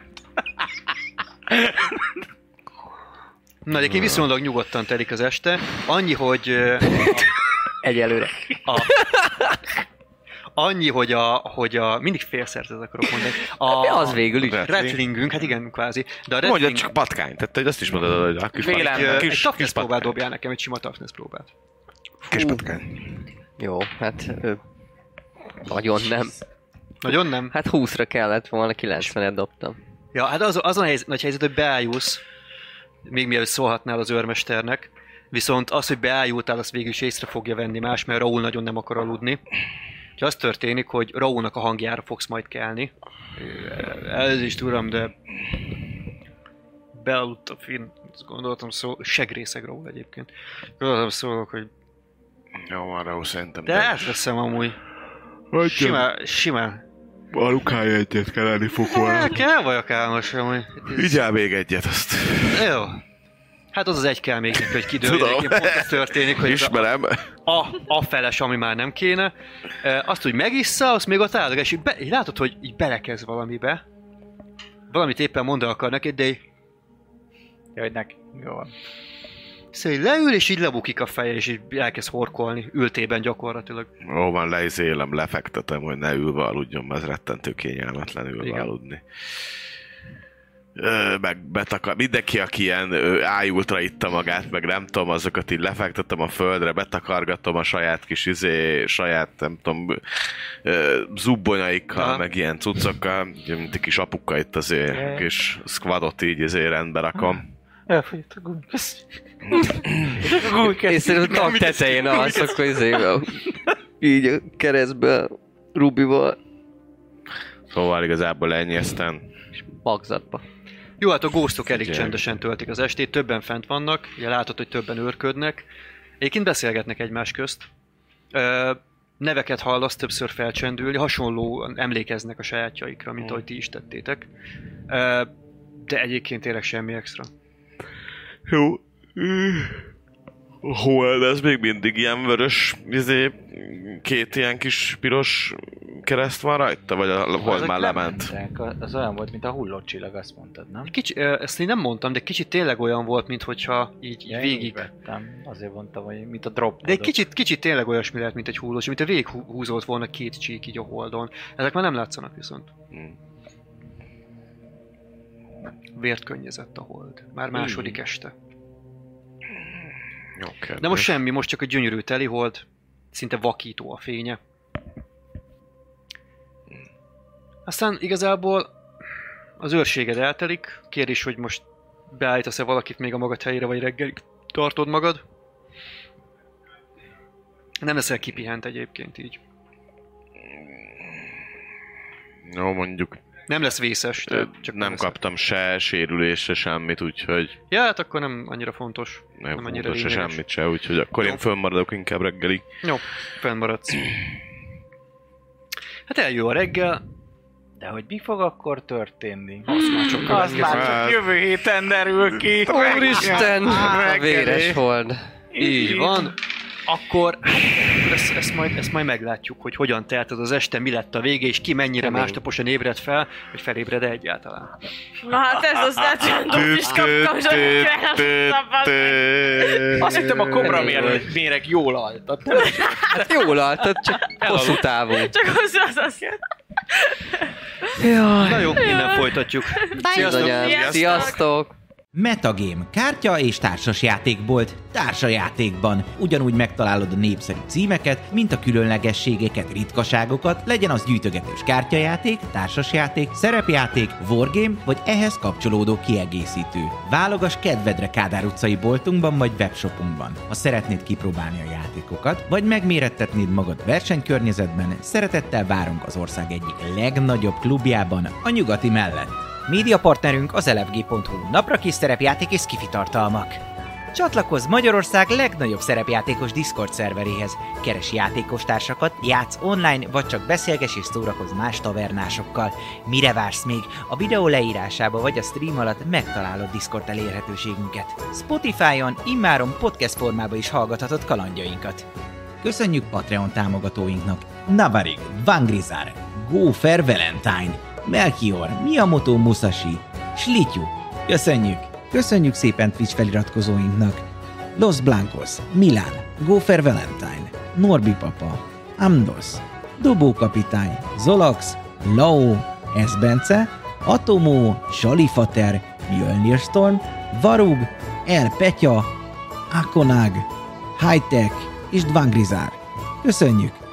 Na, egyébként viszonylag nyugodtan telik az este. Annyi, hogy Egyelőre. annyi, hogy a mindig félszerzet akarok mondani. Az végül is. Rattlingünk, hát igen, kvázi. De a Mondja rattling, csak patkány, tehát hogy azt is mondod, hogy a kis Vélem. patkány. egy Kis toughness próbát patkány. dobjál nekem, egy sima toughness próbát. Kis patkány. Jó, hát nagyon nem. Nagyon nem? Hát 20-ra kellett volna, 90-et dobtam. Ja, hát az a nagy helyzet, hogy beájulsz, még mielőtt szólhatnál az őrmesternek, viszont az, hogy beájultál, azt végül is észre fogja venni más, mert Raúl nagyon nem akar aludni. Úgyhogy az történik, hogy Raúlnak a hangjára fogsz majd kelni. Ez is tudom, de bealudt a Finn, gondoltam segrészeg Raúl egyébként. Gondoltam szólok, hogy Jó, arra szerintem. de átveszem amúgy. Simán. A Lukája egyet kell lenni fog Kell vagyok álmos amúgy. Vigyál még egyet, azt. Jó. Hát az egy kell még neki, hogy kidőljön. Tudom. Egyébként pont ez történik, hogy Ismerem. a feles, ami már nem kéne, azt, hogy megissza, azt még ott áll, és így látod, hogy így belekezd valamibe. Valamit éppen mondani akar neked, de Jaj, neki. Jó van. szóval így leül, és így lebukik a feje, és így elkezd horkolni, ültében gyakorlatilag. Jó van, leizélem, lefektetem, hogy ne ülve aludjon, mert ez rettentő kényelmetlen ülve Igen. aludni. Meg mindenki, aki ilyen ájultra itta magát, meg nem tudom, azokat így lefektetem a földre, betakargatom a saját kis saját, nem tudom, zubbonyaikkal, Aha. meg ilyen cuccokkal, mint egy kis apuka itt azért, kis squadot így rendbe rakom. Elfogyott a gumi, köszönjük. És szerintem a tag tetején alszok, hogy így a keresztbe, Rubival, Szóval igazából ennyi, aztán magzatba. Jó, hát a ghostok elég Figyelj. csendesen töltik az estét, többen fent vannak, ugye látod, hogy többen őrködnek. Egyébként beszélgetnek egymás közt. Neveket hallasz többször felcsendülni, hasonlóan emlékeznek a sajátjaikra, mint ahogy ti is tettétek. De egyébként tényleg semmi extra. jó. Hol, ez még mindig ilyen vörös, két ilyen kis piros kereszt van rajta, vagy a hold Azok már nem lement? mentek, az olyan volt, mint a hullott csillag, azt mondtad, nem? Ezt én nem mondtam, de kicsit tényleg olyan volt, mintha így Ja, én végig... így vettem. Azért mondtam, hogy mint a drop. De egy kicsit tényleg olyasmi lehet, mint egy hullós, mint a végig húzolt volna két csík így a holdon. Ezek már nem látszanak viszont. Vért könnyezett a hold. Már második este. Jó, kedves. De most semmi, most csak a gyönyörű teli hold. Szinte vakító a fénye. Aztán igazából az őrséged eltelik. Kérdés, hogy most beállítasz-e valakit még a magad helyére, vagy reggelig tartod magad. Nem leszel kipihent egyébként így. Jó, mondjuk Nem lesz vészes, de csak nem leszel. kaptam se sérülésre semmit, úgyhogy Ja, hát akkor nem annyira fontos. nem annyira fontos se lényeges. semmit se, úgyhogy akkor én fönnmaradok inkább reggelig. Jó, fennmaradsz. Hát eljön a reggel. De hogy mi fog akkor történni? Azt már csak Az már csak jövő héten derül ki. Úristen! A véres hold. Így van. Akkor ezt majd meglátjuk, hogy hogyan telt az este, mi lett a vége, és ki mennyire másnaposan ébred fel, hogy felébred egyáltalán. Na hát ez az lehet, hogy Dobis kaptam, Azt hittem a kobra méreg jól altat. Hát jól altat, csak hosszú távú. Csak hozzá az. Na jó, innen folytatjuk. Sziasztok! Sziasztok! Metagame, kártya és társasjátékbolt, társajátékban. Ugyanúgy megtalálod a népszerű címeket, mint a különlegességeket, ritkaságokat, legyen az gyűjtögetős kártyajáték, társasjáték, szerepjáték, wargame vagy ehhez kapcsolódó kiegészítő. Válogass kedvedre Kádár utcai boltunkban vagy webshopunkban. Ha szeretnéd kipróbálni a játékokat, vagy megmérettetnéd magad versenykörnyezetben, szeretettel várunk az ország egyik legnagyobb klubjában, a Nyugati mellett. Média partnerünk az elefg.hu, naprakis szerepjáték és skifi tartalmak. Csatlakozz Magyarország legnagyobb szerepjátékos Discord szerveréhez. Keres játékostársakat, játsz online, vagy csak beszélges és szórakozz más tavernásokkal. Mire vársz még? A videó leírásába vagy a stream alatt megtalálod Discord elérhetőségünket. Spotify-on immáron podcast formában is hallgathatod kalandjainkat. Köszönjük Patreon támogatóinknak: Navarig, Vangrizar, Gófer Valentine, Melchior, Miyamoto Musashi, Slityu. Köszönjük! Köszönjük szépen Twitch feliratkozóinknak: Los Blancos, Milán, Gófer Valentine, Norbi Papa, Amdos, Dobó Kapitány, Zolax, Lao, Esbence, Atomó, Salifater, Mjölnir Storm, Varug, El Petya, Akonag, Hightech és Dvangrizár. Köszönjük!